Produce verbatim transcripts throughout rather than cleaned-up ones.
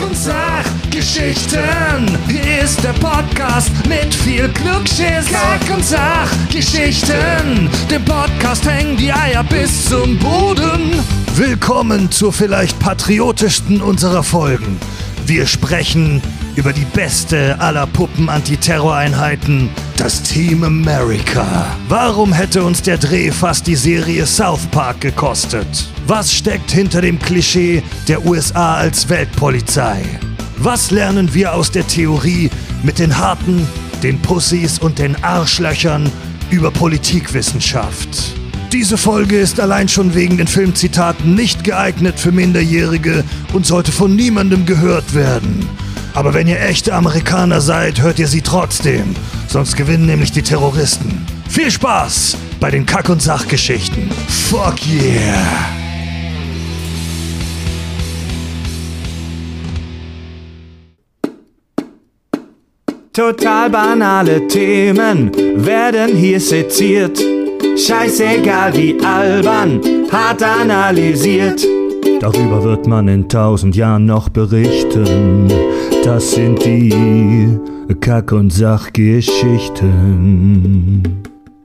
und Sachgeschichten. Hier ist der Podcast mit viel Klugschiss. Kack- und Sachgeschichten. Dem Podcast hängen die Eier bis zum Boden. Willkommen zur vielleicht patriotischsten unserer Folgen. Wir sprechen über die beste aller Puppen-Antiterroreinheiten, das Team America. Warum hätte uns der Dreh fast die Serie South Park gekostet? Was steckt hinter dem Klischee der U S A als Weltpolizei? Was lernen wir aus der Theorie mit den Harten, den Pussys und den Arschlöchern über Politikwissenschaft? Diese Folge ist allein schon wegen den Filmzitaten nicht geeignet für Minderjährige und sollte von niemandem gehört werden. Aber wenn ihr echte Amerikaner seid, hört ihr sie trotzdem. Sonst gewinnen nämlich die Terroristen. Viel Spaß bei den Kack- und Sachgeschichten. Fuck yeah! Total banale Themen werden hier seziert. Scheißegal wie albern, hart analysiert. Darüber wird man in tausend Jahren noch berichten. Das sind die Kack- und Sachgeschichten.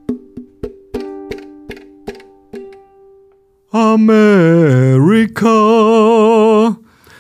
America,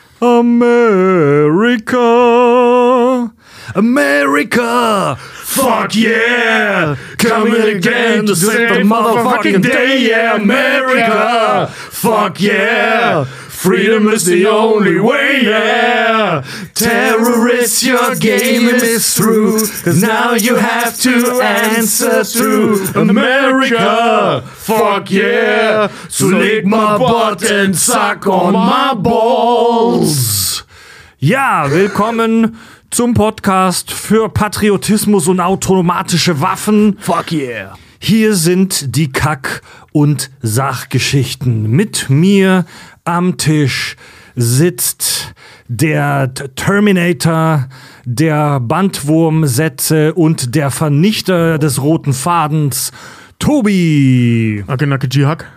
America, America, fuck yeah, coming again to save the motherfucking day, yeah, America, fuck yeah, freedom is the only way, yeah, terrorists, your game is through, cause now you have to answer through, America, fuck yeah, so lick my butt and suck on my balls. Ja, willkommen zum Podcast für Patriotismus und automatische Waffen. Fuck yeah. Hier sind die Kack- und Sachgeschichten. Mit mir am Tisch sitzt der Terminator, der Bandwurmsätze und der Vernichter des roten Fadens, Tobi. Akenake Jihad.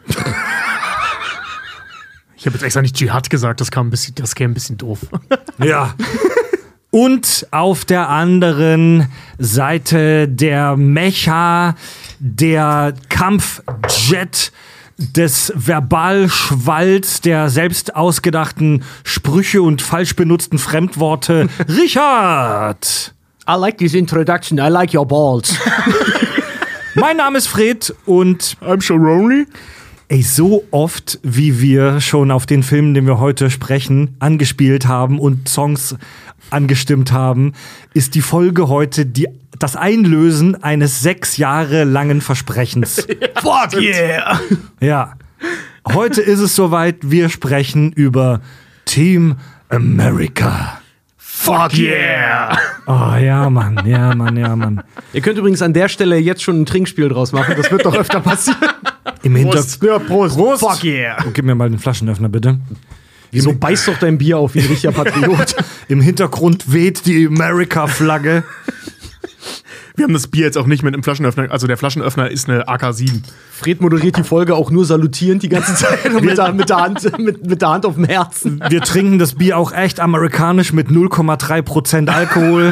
Ich habe jetzt extra nicht Dschihad gesagt, das kam ein bisschen, das käme ein bisschen doof. Ja. Und auf der anderen Seite der Mecha, der Kampfjet des Verbalschwalls, der selbst ausgedachten Sprüche und falsch benutzten Fremdworte, Richard. I like this introduction, I like your balls. Mein Name ist Fred und I'm so lonely. Ey, so oft, wie wir schon auf den Film, den wir heute sprechen, angespielt haben und Songs angestimmt haben, ist die Folge heute die, das Einlösen eines sechs Jahre langen Versprechens. Fuck yeah! Ja. Heute ist es soweit, wir sprechen über Team America. Fuck yeah! Oh, ja, Mann, ja, Mann, ja, Mann. Ihr könnt übrigens an der Stelle jetzt schon ein Trinkspiel draus machen, das wird doch öfter passieren. Im Hintergrund. Ja, Prost. Prost. Fuck yeah! Gib mir mal den Flaschenöffner, bitte. Wieso beißt doch dein Bier auf wie ein richtiger Patriot? Im Hintergrund weht die America-Flagge. Wir haben das Bier jetzt auch nicht mit einem Flaschenöffner, also der Flaschenöffner ist eine A K sieben. Fred moderiert die Folge auch nur salutierend die ganze Zeit und mit, der, mit, der Hand, mit, mit der Hand auf dem Herzen. Wir trinken das Bier auch echt amerikanisch mit null Komma drei Prozent Alkohol.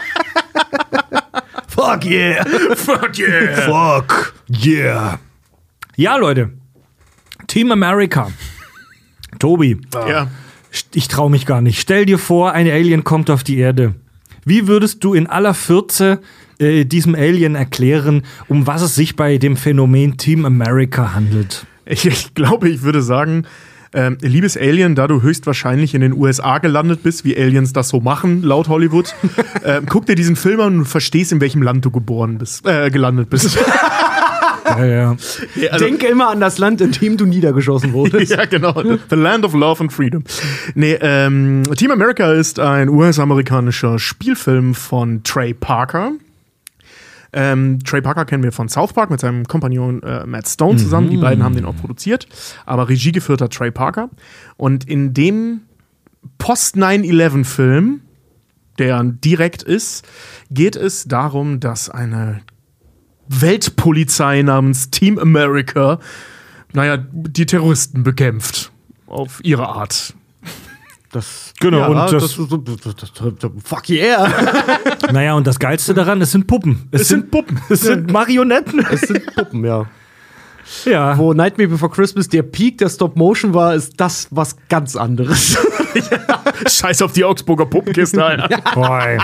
Fuck yeah! Fuck yeah! Fuck yeah. Ja, Leute. Team America. Tobi. Ja. Ich trau mich gar nicht. Stell dir vor, ein Alien kommt auf die Erde. Wie würdest du in aller Fürze äh, diesem Alien erklären, um was es sich bei dem Phänomen Team America handelt? Ich, ich glaube, ich würde sagen, ähm, liebes Alien, da du höchstwahrscheinlich in den U S A gelandet bist, wie Aliens das so machen, laut Hollywood, ähm, guck dir diesen Film an und verstehst, in welchem Land du geboren bist, äh, gelandet bist. Ja, ja. Ja, also, Denke immer an das Land, in dem du niedergeschossen wurdest. ja, genau. The Land of Love and Freedom. Nee, ähm, Team America ist ein U S-amerikanischer Spielfilm von Trey Parker. Ähm, Trey Parker kennen wir von South Park mit seinem Kompagnon äh, Matt Stone zusammen. Mhm. Die beiden haben den auch produziert. Aber Regie geführt hat Trey Parker. Und in dem Post nine eleven Film, der direkt ist, geht es darum, dass eine Weltpolizei namens Team America, naja, die Terroristen bekämpft. Auf ihre Art. Das, Genau, ja, und das, das- das, das, das, das, fuck yeah. Naja, und das Geilste daran, es sind Puppen. Es, Es sind Puppen. Es sind Marionetten. Es sind Puppen, ja. Ja. Wo Nightmare Before Christmas der Peak der Stop-Motion war, ist das was ganz anderes. Scheiß auf die Augsburger Puppenkiste, Alter. Boy.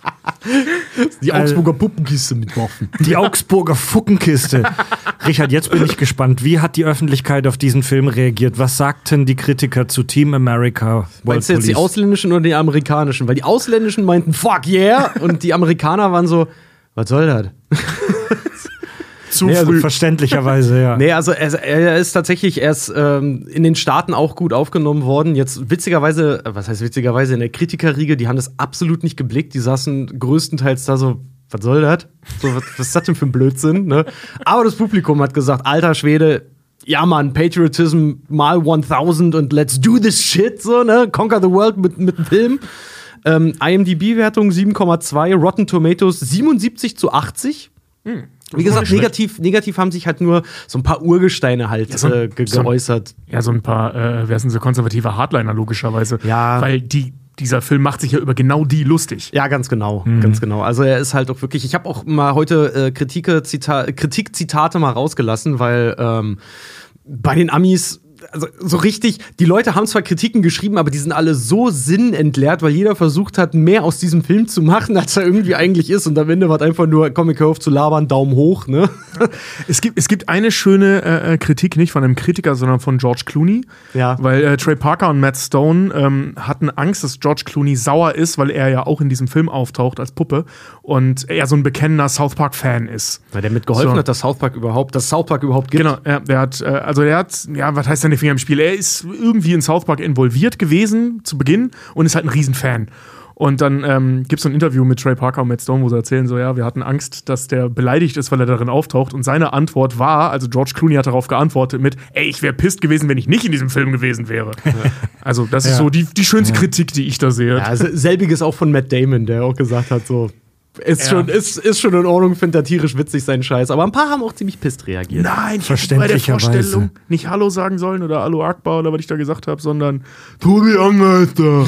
Die Augsburger Puppenkiste mit Waffen. Die Augsburger Fuckenkiste. Richard, jetzt bin ich gespannt. Wie hat die Öffentlichkeit auf diesen Film reagiert? Was sagten die Kritiker zu Team America? World Meinst du jetzt die Police? ausländischen oder die amerikanischen? Weil die ausländischen meinten, fuck yeah! Und die Amerikaner waren so, was soll das? Zu Nee, also früh. verständlicherweise, ja. Nee, also er, er ist tatsächlich erst ähm, in den Staaten auch gut aufgenommen worden. Jetzt witzigerweise, äh, was heißt witzigerweise, in der Kritikerriege, die haben das absolut nicht geblickt. Die saßen größtenteils da so, was soll das? So, was, was ist das denn für ein Blödsinn? Ne? Aber das Publikum hat gesagt, alter Schwede, ja Mann, Patriotism mal tausend und let's do this shit, so, ne? Conquer the world mit, mit dem Film. Ähm, IMDb-Wertung sieben Komma zwei, Rotten Tomatoes siebenundsiebzig zu achtzig. Wie gesagt, negativ, negativ haben sich halt nur so ein paar Urgesteine halt so ein- äh, ge so ein- geäußert. Ja, so ein paar, äh, wer sind so konservative Hardliner, logischerweise. Ja. Weil die, dieser Film macht sich ja über genau die lustig. Ja, ganz genau, ganz genau. Also er ist halt auch wirklich. Ich habe auch mal heute äh, Kritike, Zita Kritikzitate mal rausgelassen, weil ähm, bei den Amis. Also so richtig, die Leute haben zwar Kritiken geschrieben, aber die sind alle so sinnentleert, weil jeder versucht hat, mehr aus diesem Film zu machen, als er irgendwie eigentlich ist. Und am Ende war einfach nur, komm, ich hör auf zu labern, Daumen hoch, ne? Es gibt, es gibt eine schöne äh, Kritik, nicht von einem Kritiker, sondern von George Clooney. Ja. Weil äh, Trey Parker und Matt Stone ähm, hatten Angst, dass George Clooney sauer ist, weil er ja auch in diesem Film auftaucht als Puppe und er so ein bekennender South Park-Fan ist. Weil der mitgeholfen So. hat, dass South Park überhaupt, dass South Park überhaupt gibt. Genau, ja, der hat, äh, also der hat, ja, was heißt seine Finger im Spiel? Er ist irgendwie in South Park involviert gewesen zu Beginn und ist halt ein Riesenfan. Und dann ähm, gibt es so ein Interview mit Trey Parker und Matt Stone, wo sie erzählen, so, ja, wir hatten Angst, dass der beleidigt ist, weil er darin auftaucht. Und seine Antwort war, also George Clooney hat darauf geantwortet mit, ey, ich wäre pisst gewesen, wenn ich nicht in diesem Film gewesen wäre. Also das ist Ja. so die, die schönste Kritik, die ich da sehe. Ja, also selbiges auch von Matt Damon, der auch gesagt hat, so, ist, Ja. schon, ist, ist schon in Ordnung, findet er tierisch witzig seinen Scheiß. Aber ein paar haben auch ziemlich pisst reagiert. Nein, ich hätte bei der Verständlicherweise. Vorstellung nicht Hallo sagen sollen oder Hallo Akbar oder was ich da gesagt habe, sondern Tobi Angmeister.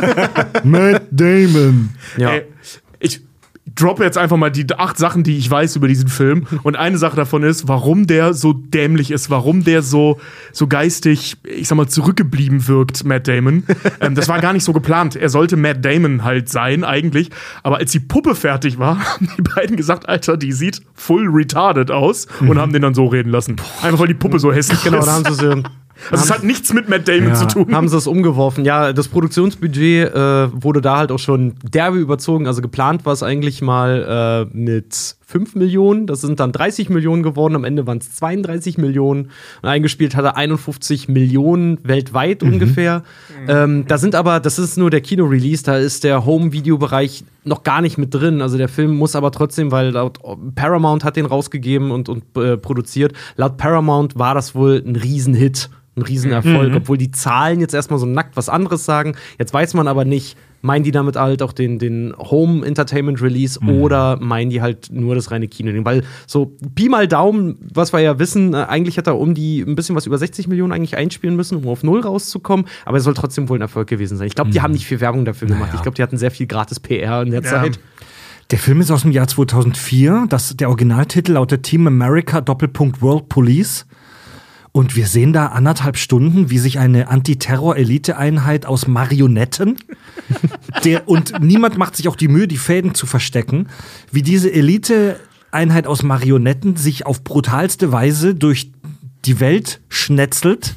Matt Damon. Ja. Ey, ich droppe jetzt einfach mal die acht Sachen, die ich weiß über diesen Film. Und eine Sache davon ist, warum der so dämlich ist, warum der so, so geistig, ich sag mal, zurückgeblieben wirkt, Matt Damon. ähm, das war gar nicht so geplant. Er sollte Matt Damon halt sein, eigentlich. Aber als die Puppe fertig war, haben die beiden gesagt, Alter, die sieht full retarded aus. Und haben den dann so reden lassen. Einfach weil die Puppe so hässlich Genau, ist. da haben sie sie. Also es hat nichts mit Matt Damon Ja. zu tun. haben sie es umgeworfen. Ja, das Produktionsbudget äh, wurde da halt auch schon derbe überzogen. Also geplant war es eigentlich mal äh, mit fünf Millionen. Das sind dann dreißig Millionen geworden. Am Ende waren es zweiunddreißig Millionen. Und eingespielt hat er einundfünfzig Millionen weltweit ungefähr. Ähm, da sind aber, das ist nur der Kino-Release, da ist der Home-Video-Bereich noch gar nicht mit drin. Also der Film muss aber trotzdem, weil laut Paramount hat den rausgegeben und, und äh, produziert. Laut Paramount war das wohl ein Riesenhit. Ein Riesenerfolg, Mhm. obwohl die Zahlen jetzt erstmal so nackt was anderes sagen. Jetzt weiß man aber nicht, meinen die damit halt auch den, den Home Entertainment Release Mhm. oder meinen die halt nur das reine Kino-Ding? Weil so Pi mal Daumen, was wir ja wissen, äh, eigentlich hat er um die ein bisschen was über sechzig Millionen eigentlich einspielen müssen, um auf Null rauszukommen. Aber er soll trotzdem wohl ein Erfolg gewesen sein. Ich glaube, die haben nicht viel Werbung dafür gemacht. Ich glaube, die hatten sehr viel gratis P R in der Ja. Zeit. Der Film ist aus dem Jahr zweitausendvier. Das, der Originaltitel lautet Team America Doppelpunkt World Police. Und wir sehen da anderthalb Stunden, wie sich eine Antiterror-Elite-Einheit aus Marionetten, der, und niemand macht sich auch die Mühe, die Fäden zu verstecken, wie diese Elite-Einheit aus Marionetten sich auf brutalste Weise durch die Welt schnetzelt.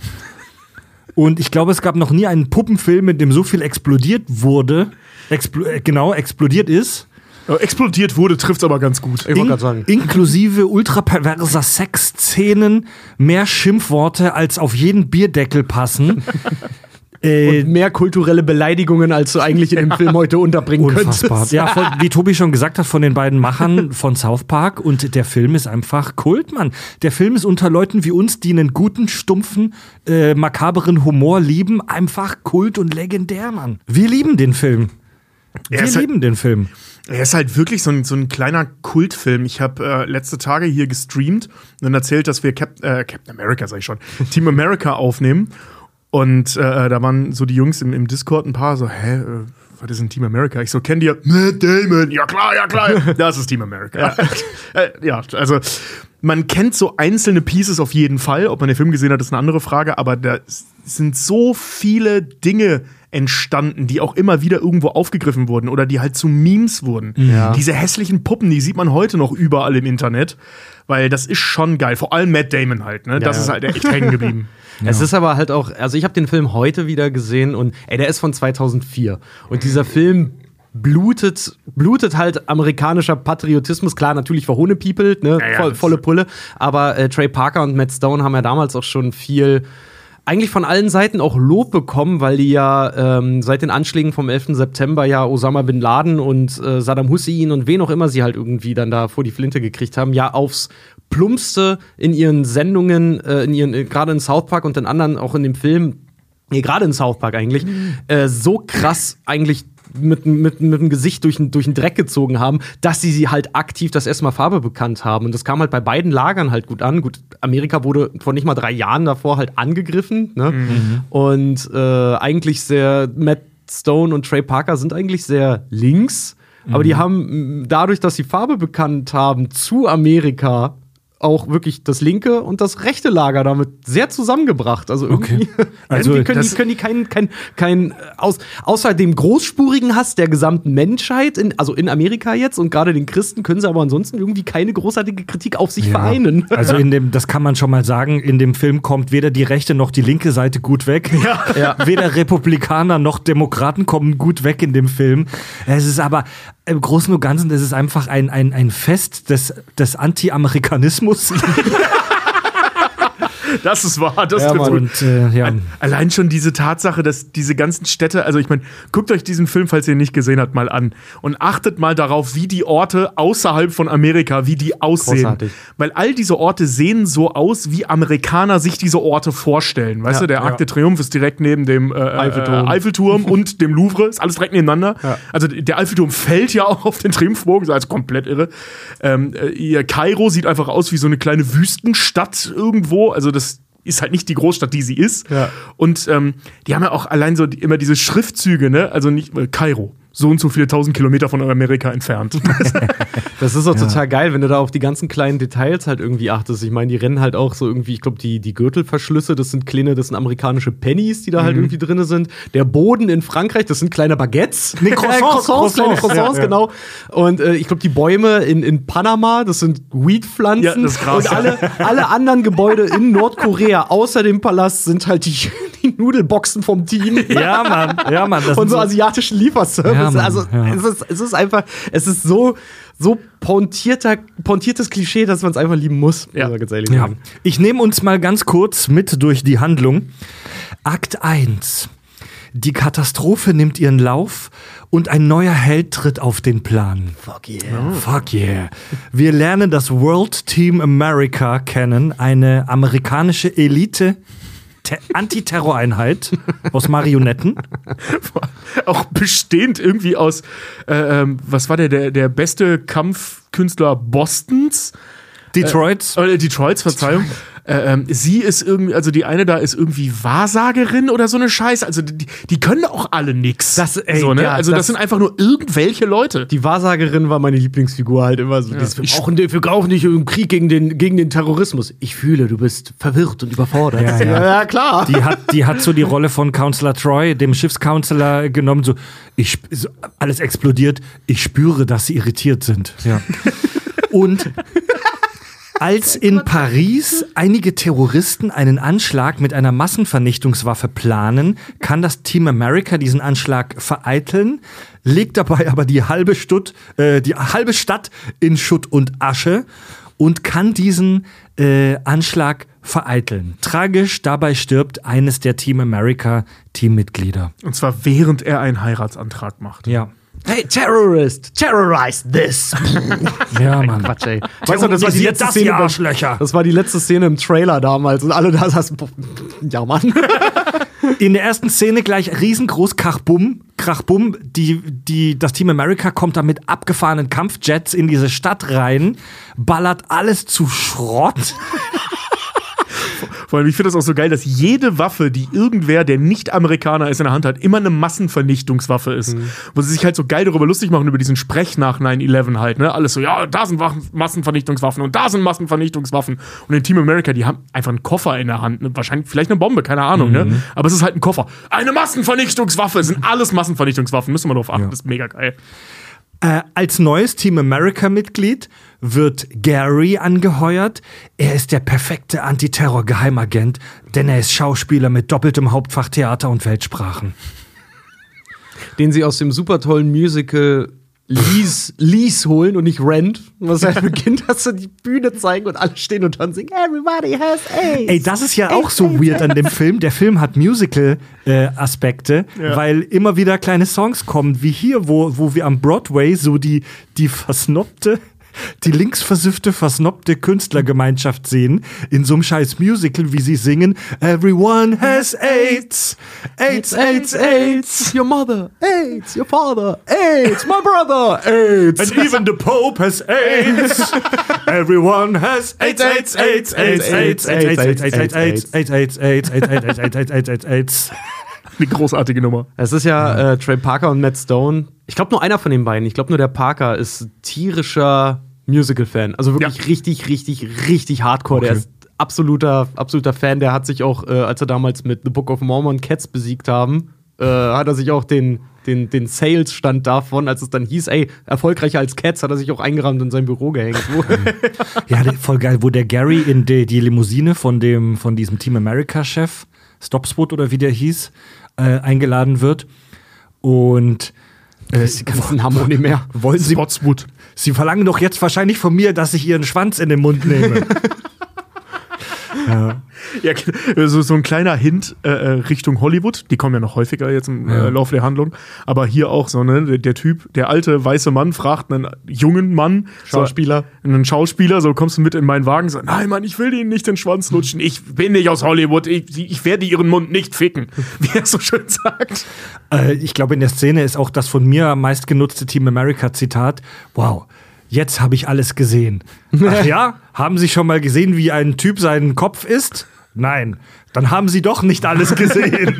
Und ich glaube, es gab noch nie einen Puppenfilm, in dem so viel explodiert wurde, expl äh, genau, explodiert ist. Äh, Explodiert wurde, trifft's aber ganz gut. Ich wollte In, gerade sagen. inklusive ultraperverser Sexszenen, mehr Schimpfworte als auf jeden Bierdeckel passen. äh, Und mehr kulturelle Beleidigungen, als du eigentlich in dem Film heute unterbringen unfassbar. könntest. Ja, von, wie Tobi schon gesagt hat, von den beiden Machern von South Park. Und der Film ist einfach Kult, Mann. Der Film ist unter Leuten wie uns, die einen guten, stumpfen, äh, makaberen Humor lieben, einfach Kult und legendär, Mann. Wir lieben den Film. Er Wir ist halt- lieben den Film. Er ist halt wirklich so ein, so ein kleiner Kultfilm. Ich habe äh, letzte Tage hier gestreamt und dann erzählt, dass wir Cap äh, Captain America, sag ich schon, Team America aufnehmen. Und äh, da waren so die Jungs im, im Discord ein paar so, hä, äh, was ist ein Team America? Ich so, kennt ihr Matt Damon? Ja klar, ja klar. Das ist Team America. Ja. äh, ja, also man kennt so einzelne Pieces auf jeden Fall. Ob man den Film gesehen hat, ist eine andere Frage. Aber da sind so viele Dinge entstanden, die auch immer wieder irgendwo aufgegriffen wurden oder die halt zu Memes wurden. Ja. Diese hässlichen Puppen, die sieht man heute noch überall im Internet. Weil das ist schon geil. Vor allem Matt Damon halt. Ne? Ja, das ja. ist halt echt hängen geblieben. Ja. Es ist aber halt auch, also ich habe den Film heute wieder gesehen und ey, der ist von zweitausendvier und dieser Film blutet, blutet halt amerikanischer Patriotismus, klar, natürlich verhohnepiepelt, ne, ja, ja, voll, volle Pulle, aber äh, Trey Parker und Matt Stone haben ja damals auch schon viel eigentlich von allen Seiten auch Lob bekommen, weil die ja ähm, seit den Anschlägen vom elften September ja Osama Bin Laden und äh, Saddam Hussein und wen auch immer sie halt irgendwie dann da vor die Flinte gekriegt haben, ja aufs Plumpste in ihren Sendungen, äh, in ihren, äh, gerade in South Park und den anderen auch in dem Film, nee, gerade in South Park eigentlich, mhm. äh, so krass eigentlich mit, mit, mit dem Gesicht durch, durch den Dreck gezogen haben, dass sie sie halt aktiv das erste Mal Farbe bekannt haben. Und das kam halt bei beiden Lagern halt gut an. Gut, Amerika wurde vor nicht mal drei Jahren davor halt angegriffen. Ne? Mhm. Und äh, eigentlich sehr, Matt Stone und Trey Parker sind eigentlich sehr links. Mhm. Aber die haben dadurch, dass sie Farbe bekannt haben zu Amerika, auch wirklich das linke und das rechte Lager damit sehr zusammengebracht. Also irgendwie, okay. also irgendwie können, die, können die kein, kein, kein aus, außer dem großspurigen Hass der gesamten Menschheit, in, also in Amerika jetzt und gerade den Christen, können sie aber ansonsten irgendwie keine großartige Kritik auf sich ja. vereinen. Also in dem, das kann man schon mal sagen, in dem Film kommt weder die rechte noch die linke Seite gut weg. Ja. Ja. Weder Republikaner noch Demokraten kommen gut weg in dem Film. Es ist aber im Großen und Ganzen, das ist einfach ein, ein, ein Fest des, des Anti-Amerikanismus. Das ist wahr, das ja, trifft und, äh, ja. Allein schon diese Tatsache, dass diese ganzen Städte, also ich meine, guckt euch diesen Film, falls ihr ihn nicht gesehen habt, mal an und achtet mal darauf, wie die Orte außerhalb von Amerika, wie die aussehen. Großartig. Weil all diese Orte sehen so aus, wie Amerikaner sich diese Orte vorstellen. Weißt ja, du, der Arc ja. de Triomphe ist direkt neben dem äh, Eiffelturm, äh, Eiffelturm und dem Louvre, ist alles direkt nebeneinander. Ja. Also der Eiffelturm fällt ja auch auf den Triumphbogen, das ist komplett irre. Ähm, äh, Kairo sieht einfach aus wie so eine kleine Wüstenstadt irgendwo, also das ist halt nicht die Großstadt, die sie ist. Ja. Und ähm, die haben ja auch allein so die, immer diese Schriftzüge, ne? Also nicht äh, Kairo. So und so viele tausend Kilometer von Amerika entfernt. Das ist auch Ja. total geil, wenn du da auf die ganzen kleinen Details halt irgendwie achtest. Ich meine, die rennen halt auch so irgendwie, ich glaube, die, die Gürtelverschlüsse, das sind kleine, das sind amerikanische Pennies, die da halt irgendwie drin sind. Der Boden in Frankreich, das sind kleine Baguettes. Nee, Croissants, Äh, Croissants, kleine Croissants, Croissants, ja, ja. genau. Und äh, ich glaube, die Bäume in, in Panama, das sind Weedpflanzen. Ja, das ist krass. Und alle, alle anderen Gebäude in Nordkorea, außer dem Palast, sind halt die, die Nudelboxen vom Team. Ja, Mann. Ja, Mann. Das Von sind so asiatischen Lieferservice. Ja, Mann, also ja. es, ist, es ist einfach, es ist so, so pointierter, pointiertes Klischee, dass man es einfach lieben muss. Ja. muss man ganz ehrlich Ja. sagen. Ich nehme uns mal ganz kurz mit durch die Handlung. Akt eins. Die Katastrophe nimmt ihren Lauf und ein neuer Held tritt auf den Plan. Fuck yeah. Fuck yeah. Wir lernen das World Team America kennen, eine amerikanische Elite Te- Antiterroreinheit aus Marionetten. Auch bestehend irgendwie aus, äh, ähm, was war der, der, der beste Kampfkünstler Bostons? Detroit. Äh, Detroits, Verzeihung. Äh, ähm, sie ist irgendwie, also die eine da ist irgendwie Wahrsagerin oder so eine Scheiße. Also die, die können auch alle nix. Das, ey, so, ne? ja, also das, das- sind einfach nur irgendwelche Leute. Die Wahrsagerin war meine Lieblingsfigur halt immer so. dieses, wir, brauchen, wir brauchen dich im Krieg gegen den, gegen den Terrorismus. Ich fühle, du bist verwirrt und überfordert. Ja, ja. ja klar. Die hat, die hat so die Rolle von Counselor Troy, dem Schiffscounselor, genommen. So, ich, sp- so, alles explodiert. Ich spüre, dass sie irritiert sind. Ja. Und als in Paris einige Terroristen einen Anschlag mit einer Massenvernichtungswaffe planen, kann das Team America diesen Anschlag vereiteln, legt dabei aber die halbe, Stutt, äh, die halbe Stadt in Schutt und Asche und kann diesen äh, Anschlag vereiteln. Tragisch, dabei stirbt eines der Team America Teammitglieder. Und zwar während er einen Heiratsantrag macht. Ja. Hey, Terrorist, terrorize this. Ja, Mann. Quatsch, ey. Weißt du, das war die letzte das, Szene. ihr beim- Arschlöcher. Das war die letzte Szene im Trailer damals und alle da saßen. Ja, Mann. In der ersten Szene gleich riesengroß Krachbum, Krachbum, die, die, das Team America kommt da mit abgefahrenen Kampfjets in diese Stadt rein, ballert alles zu Schrott. Vor allem, ich finde das auch so geil, dass jede Waffe, die irgendwer, der nicht Amerikaner ist, in der Hand hat, immer eine Massenvernichtungswaffe ist. Mhm. Wo sie sich halt so geil darüber lustig machen, über diesen Sprech nach neun elf halt, ne? Alles so, ja, da sind Waffen, Massenvernichtungswaffen und da sind Massenvernichtungswaffen. Und in Team America, die haben einfach einen Koffer in der Hand. Ne? Wahrscheinlich, vielleicht eine Bombe, keine Ahnung, mhm. ne? Aber es ist halt ein Koffer. Eine Massenvernichtungswaffe, es sind alles Massenvernichtungswaffen. Müssen wir darauf achten, ja. Das ist mega geil. Äh, als neues Team America-Mitglied wird Gary angeheuert. Er ist der perfekte Antiterror-Geheimagent, denn er ist Schauspieler mit doppeltem Hauptfach Theater und Weltsprachen. Den sie aus dem super tollen Musical Lease, Lease holen und nicht Rent. Was halt beginnt, dass sie die Bühne zeigen und alle stehen und dann singen Everybody has AIDS. Ey, das ist ja auch so weird an dem Film. Der Film hat Musical-Aspekte, äh, ja. weil immer wieder kleine Songs kommen, wie hier, wo, wo wir am Broadway so die, die versnobte die linksversiffte, versnobte Künstlergemeinschaft sehen, in so einem scheiß Musical, wie sie singen Everyone has AIDS, AIDS, AIDS, AIDS, your mother, AIDS, your father, AIDS, my brother, AIDS. And even the Pope has AIDS. Everyone has AIDS, AIDS, AIDS, AIDS, AIDS, AIDS, AIDS, AIDS, AIDS, AIDS, AIDS, AIDS, AIDS, AIDS, AIDS, AIDS, AIDS, AIDS. Eine großartige Nummer. Es ist ja äh, Trey Parker und Matt Stone. Ich glaube nur einer von den beiden. Ich glaube nur der Parker ist tierischer Musical-Fan. Also wirklich ja. richtig, richtig, richtig hardcore. Okay. Der ist absoluter, absoluter Fan. Der hat sich auch, äh, als er damals mit The Book of Mormon Cats besiegt haben, äh, hat er sich auch den, den, den Sales-Stand davon, als es dann hieß, ey, erfolgreicher als Cats, hat er sich auch eingerahmt in sein Büro gehängt. Ja, voll geil, wo der Gary in die, die Limousine von, dem, von diesem Team America-Chef, Stopspot oder wie der hieß, äh, eingeladen wird. Und äh, die ganzen Namen nicht mehr. Wollen Sie, Spotswood. Sie verlangen doch jetzt wahrscheinlich von mir, dass ich Ihren Schwanz in den Mund nehme. Ja. Ja, so, so ein kleiner Hint äh, Richtung Hollywood. Die kommen ja noch häufiger jetzt im ja. äh, Laufe der Handlung. Aber hier auch so, ne, der, der Typ, der alte weiße Mann fragt einen jungen Mann, Schauspieler, so, einen Schauspieler, so kommst du mit in meinen Wagen, so, nein, Mann, ich will Ihnen nicht den Schwanz lutschen. Ich bin nicht aus Hollywood. Ich, ich werde Ihren Mund nicht ficken. Wie er so schön sagt. Äh, ich glaube, in der Szene ist auch das von mir meistgenutzte Team America Zitat. Wow. Jetzt habe ich alles gesehen. Ach ja? Haben Sie schon mal gesehen, wie ein Typ seinen Kopf isst? Nein. Dann haben Sie doch nicht alles gesehen.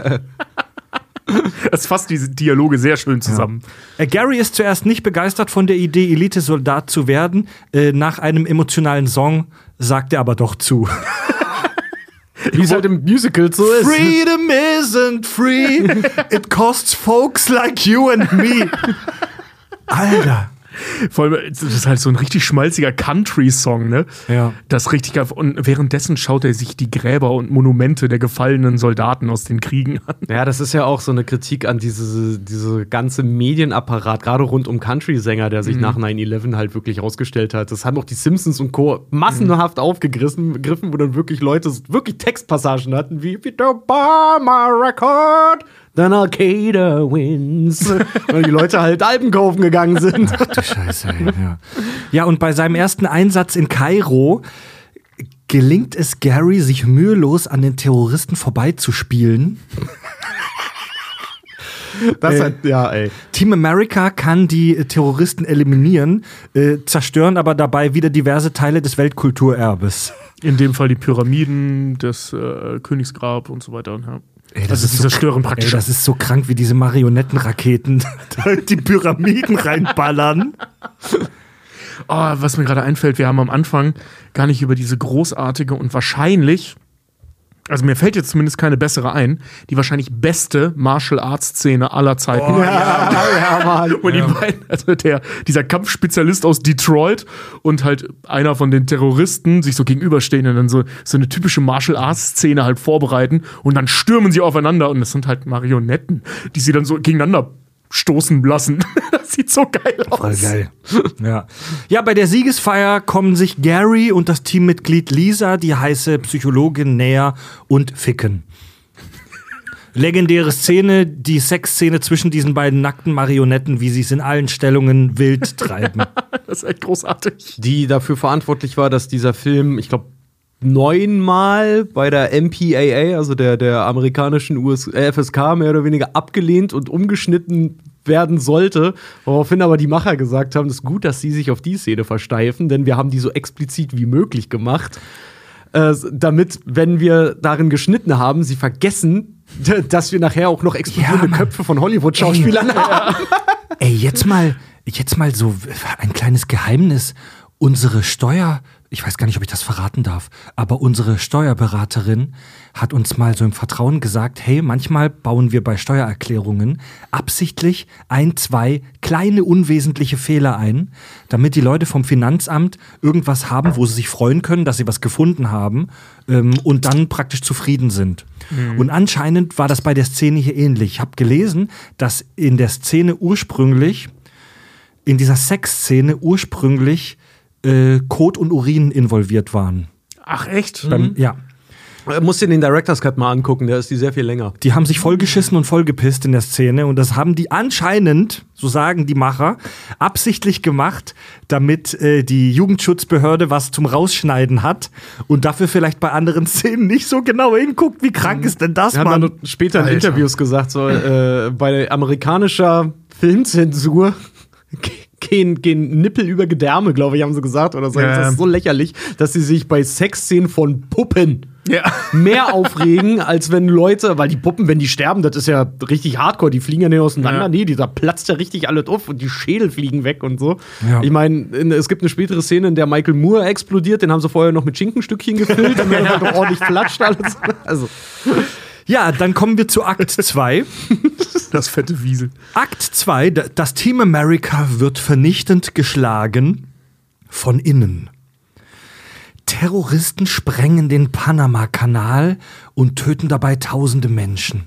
Das fasst diese Dialoge sehr schön zusammen. Ja. Äh, Gary ist zuerst nicht begeistert von der Idee, Elite-Soldat zu werden. Äh, nach einem emotionalen Song sagt er aber doch zu. Wie es halt im Musical so ist. Freedom isn't free. It costs folks like you and me. Alter. Vor allem, das ist halt so ein richtig schmalziger Country-Song, ne? Ja. Das ist richtig geil. Und währenddessen schaut er sich die Gräber und Monumente der gefallenen Soldaten aus den Kriegen an. Ja, das ist ja auch so eine Kritik an diese, diese ganze Medienapparat, gerade rund um Country-Sänger, der sich mhm. nach neun elf halt wirklich rausgestellt hat. Das haben auch die Simpsons und Co. massenhaft mhm. aufgegriffen, wo dann wirklich Leute wirklich Textpassagen hatten, wie "If you don't buy my record, then Al-Qaeda wins." Weil die Leute halt Alben kaufen gegangen sind. Ach du Scheiße, ey, ja. Ja, und bei seinem ersten Einsatz in Kairo gelingt es Gary, sich mühelos an den Terroristen vorbeizuspielen. Das äh, hat, ja, ey. Team America kann die äh, Terroristen eliminieren, äh, zerstören aber dabei wieder diverse Teile des Weltkulturerbes. In dem Fall die Pyramiden, das äh, Königsgrab und so weiter. Ja. Ey, das, also ist so krank, ey, das ist so krank, wie diese Marionettenraketen die Pyramiden reinballern. Oh, was mir gerade einfällt, wir haben am Anfang gar nicht über diese großartige und wahrscheinlich, also mir fällt jetzt zumindest keine bessere ein, die wahrscheinlich beste Martial-Arts-Szene aller Zeiten. Oh, ja, ja, Mann. Und die ja. beiden, also der, dieser Kampfspezialist aus Detroit und halt einer von den Terroristen sich so gegenüberstehen und dann so, so eine typische Martial-Arts-Szene halt vorbereiten und dann stürmen sie aufeinander und das sind halt Marionetten, die sie dann so gegeneinander stoßen lassen. Das sieht so geil aus. Voll geil. Ja. Ja, bei der Siegesfeier kommen sich Gary und das Teammitglied Lisa, die heiße Psychologin, näher und ficken. Legendäre Szene, die Sexszene zwischen diesen beiden nackten Marionetten, wie sie es in allen Stellungen wild treiben. Das ist echt großartig. Die dafür verantwortlich war, dass dieser Film, ich glaube, neunmal bei der M P A A, also der, der amerikanischen U S, äh, F S K, mehr oder weniger abgelehnt und umgeschnitten werden sollte, woraufhin aber die Macher gesagt haben, es ist gut, dass sie sich auf die Szene versteifen, denn wir haben die so explizit wie möglich gemacht. äh, damit, wenn wir darin geschnitten haben, sie vergessen, dass wir nachher auch noch explodierende Ja, Köpfe von Hollywood-Schauspielern haben. Ey, jetzt mal, jetzt mal so ein kleines Geheimnis. Unsere Steuer, ich weiß gar nicht, ob ich das verraten darf, aber unsere Steuerberaterin hat uns mal so im Vertrauen gesagt, hey, manchmal bauen wir bei Steuererklärungen absichtlich ein, zwei kleine unwesentliche Fehler ein, damit die Leute vom Finanzamt irgendwas haben, wo sie sich freuen können, dass sie was gefunden haben ähm, und dann praktisch zufrieden sind. Mhm. Und anscheinend war das bei der Szene hier ähnlich. Ich habe gelesen, dass in der Szene ursprünglich, in dieser Sexszene ursprünglich äh, Kot und Urin involviert waren. Ach, echt? Beim, Mhm. Ja. Du musst dir den Director's Cut mal angucken, der ist die sehr viel länger. Die haben sich vollgeschissen und vollgepisst in der Szene und das haben die anscheinend, so sagen die Macher, absichtlich gemacht, damit äh, die Jugendschutzbehörde was zum Rausschneiden hat und dafür vielleicht bei anderen Szenen nicht so genau hinguckt, wie krank mhm. ist denn das, Wir haben Mann? dann später in Alter. Interviews gesagt, so, äh, bei amerikanischer Filmzensur gehen, gehen Nippel über Gedärme, glaube ich, haben sie gesagt. Oder so. Ja. Das ist so lächerlich, dass sie sich bei Sexszenen von Puppen Ja. mehr aufregen, als wenn Leute, weil die Puppen, wenn die sterben, das ist ja richtig hardcore, die fliegen ja nicht auseinander. Ja. Nee, die, da platzt ja richtig alles auf und die Schädel fliegen weg und so. Ja. Ich meine, es gibt eine spätere Szene, in der Michael Moore explodiert, den haben sie vorher noch mit Schinkenstückchen gefüllt, damit er doch ordentlich flatscht alles. Also. Ja, dann kommen wir zu Akt zwei. Das fette Wiesel. Akt zwei, das Team America wird vernichtend geschlagen von innen. Terroristen sprengen den Panama-Kanal und töten dabei tausende Menschen.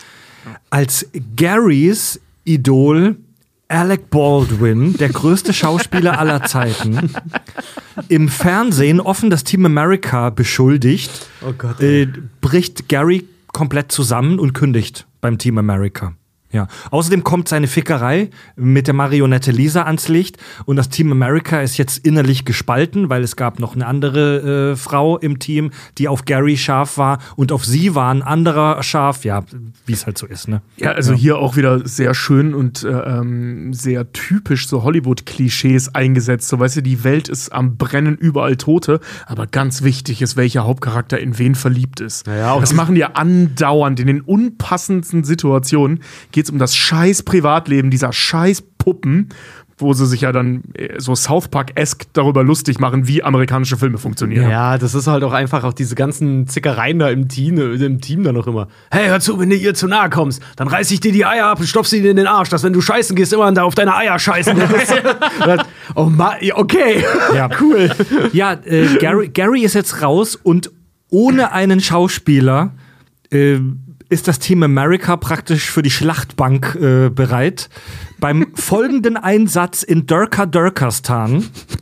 Als Garys Idol Alec Baldwin, der größte Schauspieler aller Zeiten, im Fernsehen offen das Team America beschuldigt, Oh Gott. äh, bricht Gary komplett zusammen und kündigt beim Team America. Ja. Außerdem kommt seine Fickerei mit der Marionette Lisa ans Licht und das Team America ist jetzt innerlich gespalten, weil es gab noch eine andere äh, Frau im Team, die auf Gary scharf war und auf sie war ein anderer scharf, ja, wie es halt so ist, ne? Ja, also Ja. hier auch wieder sehr schön und äh, ähm, sehr typisch so Hollywood-Klischees eingesetzt. So, weißt du, die Welt ist am Brennen, überall Tote, aber ganz wichtig ist, welcher Hauptcharakter in wen verliebt ist. Ja, auch das machen die ja andauernd. In den unpassendsten Situationen geht es um das scheiß Privatleben dieser scheiß Puppen, wo sie sich ja dann äh, so South Park-esque darüber lustig machen, wie amerikanische Filme funktionieren. Ja, das ist halt auch einfach auch diese ganzen Zickereien da im Team, im Team dann noch immer. Hey, hör zu, wenn du ihr zu nahe kommst, dann reiß ich dir die Eier ab und stopf sie dir in den Arsch, dass wenn du scheißen gehst, immer da auf deine Eier scheißen. Oh Mann, okay, Ja. cool. Ja, äh, Gary, Gary ist jetzt raus und ohne einen Schauspieler äh, ist das Team America praktisch für die Schlachtbank äh, bereit. Beim folgenden Einsatz in Durka Durkastan,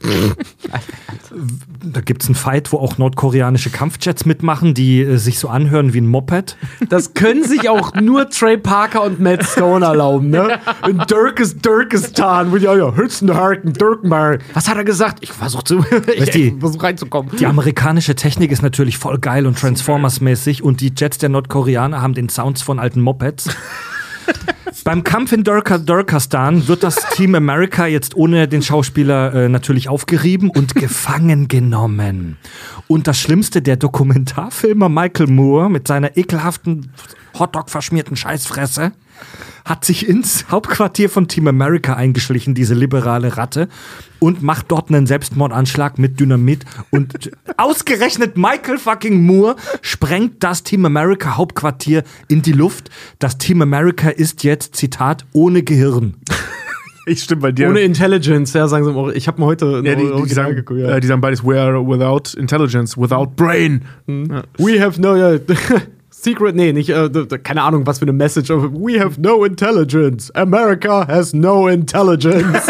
da gibt's einen Fight, wo auch nordkoreanische Kampfjets mitmachen, die äh, sich so anhören wie ein Moped. Das können sich auch nur Trey Parker und Matt Stone erlauben, ne? In Durkes Durkestan, wo die ja, Hützenharken, Durkenbar. Was hat er gesagt? Ich versuch zu, ich die- versuch reinzukommen. Die amerikanische Technik ist natürlich voll geil und Transformers-mäßig und die Jets der Nordkoreaner haben den Sounds von alten Mopeds. Beim Kampf in Durka Durkastan wird das Team America jetzt ohne den Schauspieler äh, natürlich aufgerieben und gefangen genommen. Und das Schlimmste, der Dokumentarfilmer Michael Moore mit seiner ekelhaften Hotdog-verschmierten Scheißfresse hat sich ins Hauptquartier von Team America eingeschlichen, diese liberale Ratte, und macht dort einen Selbstmordanschlag mit Dynamit. Und ausgerechnet Michael fucking Moore sprengt das Team America Hauptquartier in die Luft. Das Team America ist jetzt, Zitat, ohne Gehirn. Ich stimme bei dir. Ohne Intelligence, ja, sagen sie mal. Ich habe mir heute ja, die, die, die, sagen, geguckt, ja. äh, die sagen beides, we are without intelligence, without brain. Ja. We have no uh, secret, nee, nicht, uh, keine Ahnung, was für eine Message. We have no intelligence. America has no intelligence.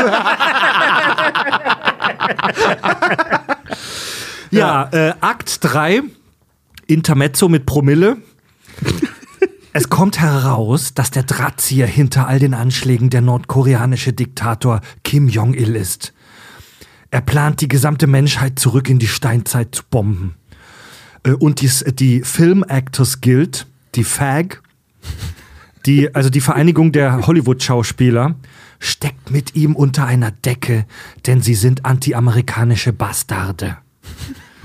Ja, äh, Akt drei, Intermezzo mit Promille. Es kommt heraus, dass der Drahtzieher hinter all den Anschlägen der nordkoreanische Diktator Kim Jong-il ist. Er plant, die gesamte Menschheit zurück in die Steinzeit zu bomben. Äh, Und die, die Film Actors Guild, die F A G, die, also die Vereinigung der Hollywood-Schauspieler, steckt mit ihm unter einer Decke, denn sie sind anti-amerikanische Bastarde. Ja.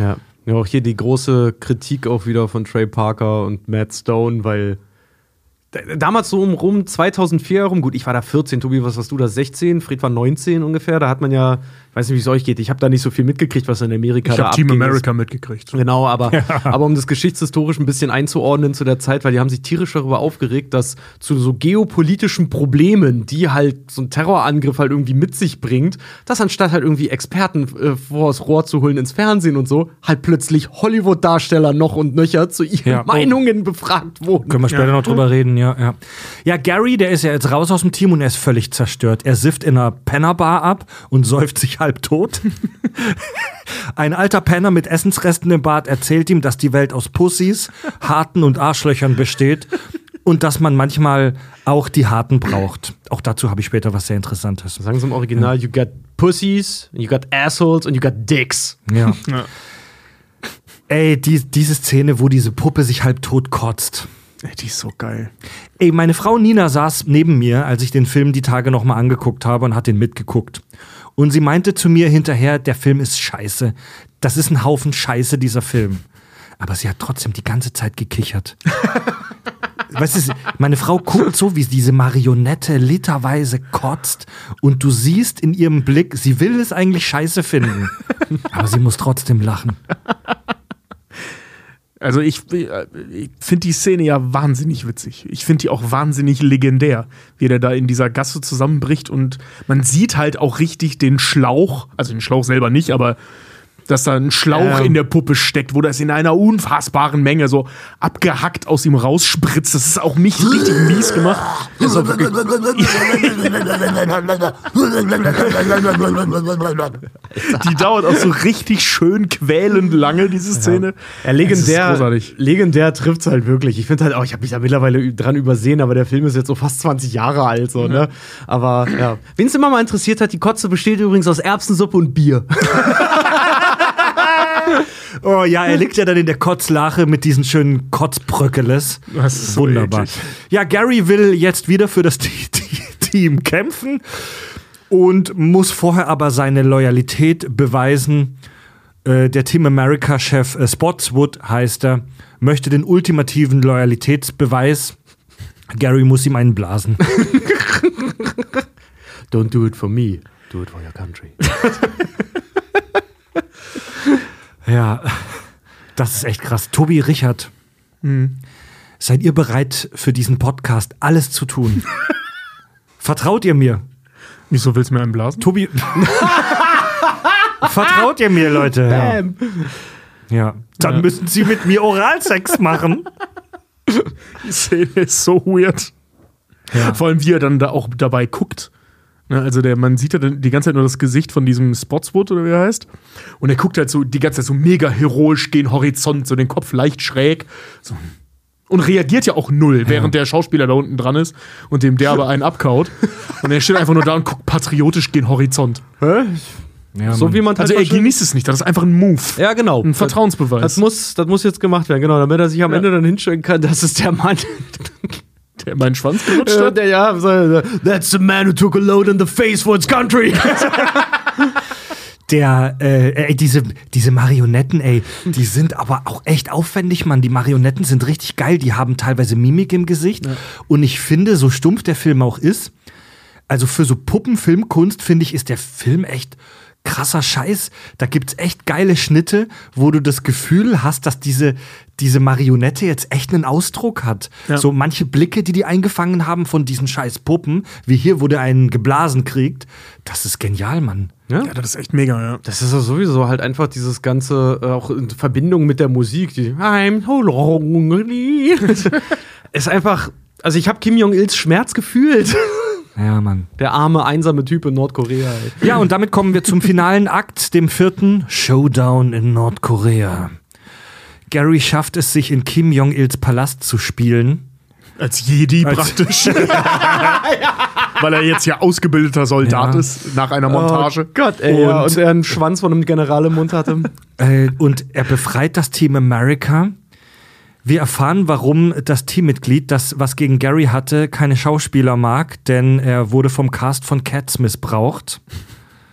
Ja, auch hier die große Kritik auch wieder von Trey Parker und Matt Stone, weil d- damals so um rum, zweitausendvier herum, gut, ich war da vierzehn, Tobi, was warst du da, sechzehn, Fred war neunzehn ungefähr, da hat man ja, ich weiß nicht, wie es euch geht, ich habe da nicht so viel mitgekriegt, was in Amerika Ich da habe Team abging. America mitgekriegt. Genau, aber, aber um das geschichtshistorisch ein bisschen einzuordnen zu der Zeit, weil die haben sich tierisch darüber aufgeregt, dass zu so geopolitischen Problemen, die halt so ein Terrorangriff halt irgendwie mit sich bringt, dass anstatt halt irgendwie Experten äh, vors Rohr zu holen ins Fernsehen und so, halt plötzlich Hollywood-Darsteller noch und nöcher zu ihren Ja. Meinungen befragt wurden. Können wir später Ja. noch drüber reden, ja, ja. Ja, Gary, der ist ja jetzt raus aus dem Team und er ist völlig zerstört. Er sifft in einer Pennerbar ab und säuft sich halb tot. Ein alter Penner mit Essensresten im Bart erzählt ihm, dass die Welt aus Pussys, Harten und Arschlöchern besteht und dass man manchmal auch die Harten braucht. Auch dazu habe ich später was sehr Interessantes. Sagen sie im Original, you got pussies, you got assholes und you got dicks. Ja. Ja. Ey, die, diese Szene, wo diese Puppe sich halb tot kotzt. Ey, die ist so geil. Ey, meine Frau Nina saß neben mir, als ich den Film die Tage noch mal angeguckt habe und hat den mitgeguckt. Und sie meinte zu mir hinterher, der Film ist scheiße. Das ist ein Haufen Scheiße, dieser Film. Aber sie hat trotzdem die ganze Zeit gekichert. Weißt du, meine Frau guckt so, wie diese Marionette literweise kotzt und du siehst in ihrem Blick, sie will es eigentlich scheiße finden. Aber sie muss trotzdem lachen. Also ich, ich finde die Szene ja wahnsinnig witzig. Ich finde die auch wahnsinnig legendär, wie der da in dieser Gasse zusammenbricht und man sieht halt auch richtig den Schlauch, also den Schlauch selber nicht, aber dass da ein Schlauch Ähm. in der Puppe steckt, wo das in einer unfassbaren Menge so abgehackt aus ihm rausspritzt. Das ist auch nicht richtig mies gemacht. Das ist auch wirklich die dauert auch so richtig schön quälend lange, diese Szene. Ja, Es ist legendär, großartig. legendär trifft's halt wirklich. Ich finde halt auch, ich habe mich da mittlerweile ü- dran übersehen, aber der Film ist jetzt so fast zwanzig Jahre alt, so, ne? Aber ja. Wen es immer mal interessiert hat, die Kotze besteht übrigens aus Erbsensuppe und Bier. Oh ja, er liegt ja dann in der Kotzlache mit diesen schönen Kotzbröckeles. Das ist so Wunderbar. eklig. Ja, Gary will jetzt wieder für das T- T- Team kämpfen und muss vorher aber seine Loyalität beweisen. Äh, der Team America-Chef äh, Spotswood heißt er, möchte den ultimativen Loyalitätsbeweis. Gary muss ihm einen blasen. Don't do it for me, do it for your country. Ja, das ist echt krass. Tobi, Richard, seid ihr bereit für diesen Podcast alles zu tun? Vertraut ihr mir? Wieso willst du mir einen blasen? Tobi. Vertraut ihr mir, Leute? Ja. ja. Dann Ja. müssen sie mit mir Oralsex machen. Die Szene ist so weird. Ja. Vor allem, wie er dann da auch dabei guckt. Ne, also der, man sieht ja dann die ganze Zeit nur das Gesicht von diesem Spotswood, oder wie er heißt. Und er guckt halt so die ganze Zeit so mega heroisch gen Horizont, so den Kopf leicht schräg. So. Und reagiert ja auch null, während der Schauspieler da unten dran ist und dem der aber einen abkaut. Und er steht einfach nur da und guckt patriotisch gen Horizont. Hä? Ja, So Mann. wie man halt Also er verschwindet. genießt es nicht, das ist einfach ein Move. Ja, genau. Ein Vertrauensbeweis. Das muss, das muss jetzt gemacht werden, genau, damit er sich am Ja. Ende dann hinstellen kann, dass es der Mann, Der meinen Schwanz gerutscht äh, hat. der ja, so, that's the man who took a load in the face for its country. Der, äh, ey, diese, diese Marionetten, ey, die sind aber auch echt aufwendig, Mann. Die Marionetten sind richtig geil, die haben teilweise Mimik im Gesicht. Und ich finde, so stumpf der Film auch ist, also für so Puppenfilmkunst, finde ich, ist der Film echt krasser Scheiß. Da gibt's echt geile Schnitte, wo du das Gefühl hast, dass diese, diese Marionette jetzt echt einen Ausdruck hat. Ja. So manche Blicke, die die eingefangen haben von diesen scheiß Puppen, wie hier, wo der einen geblasen kriegt, das ist genial, Mann. Ja? Ja, das ist echt mega, ja. Das ist ja sowieso halt einfach dieses ganze, äh, auch in Verbindung mit der Musik, die I'm so lonely. Ist einfach, also ich habe Kim Jong-ils Schmerz gefühlt. Ja, Mann. Der arme, einsame Typ in Nordkorea. Ey. Ja, und damit kommen wir zum finalen Akt, dem vierten Showdown in Nordkorea. Gary schafft es, sich in Kim Jong-ils Palast zu spielen. Als Jedi Als- praktisch. Weil er jetzt ja ausgebildeter Soldat Ja. ist, nach einer Montage. Oh Gott, ey. Und, ja, Und- und er einen Schwanz von einem General im Mund hatte. Äh, und er befreit das Team America. Wir erfahren, warum das Teammitglied, das was gegen Gary hatte, keine Schauspieler mag, denn er wurde vom Cast von Cats missbraucht.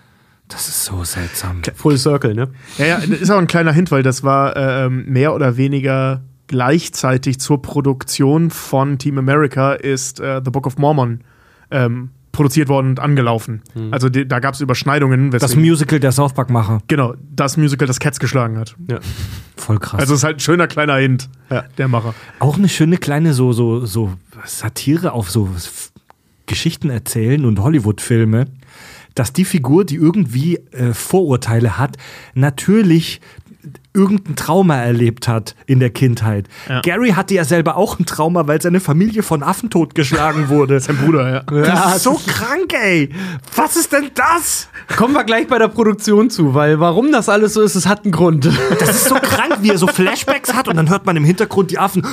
Das ist so seltsam. Full Circle, ne? Ja, ja, ist auch ein kleiner Hint, weil das war ähm, mehr oder weniger gleichzeitig zur Produktion von Team America ist äh, The Book of Mormon ähm, produziert worden und angelaufen. Hm. Also die, da gab es Überschneidungen. Das Musical der South Park-Macher. Genau, das Musical, das Cats geschlagen hat. Ja. Voll krass. Also es ist halt ein schöner kleiner Hint, ja. der Macher. Auch eine schöne kleine so, so, so Satire auf so F- Geschichten erzählen und Hollywood-Filme, dass die Figur, die irgendwie äh, Vorurteile hat, natürlich irgendein Trauma erlebt hat in der Kindheit. Ja. Gary hatte ja selber auch ein Trauma, weil seine Familie von Affen totgeschlagen wurde. Sein Bruder, ja. Das ja, ist so krank, ey. Was ist denn das? Kommen wir gleich bei der Produktion zu, weil warum das alles so ist, es hat einen Grund. Das ist so krank, wie er so Flashbacks hat und dann hört man im Hintergrund die Affen.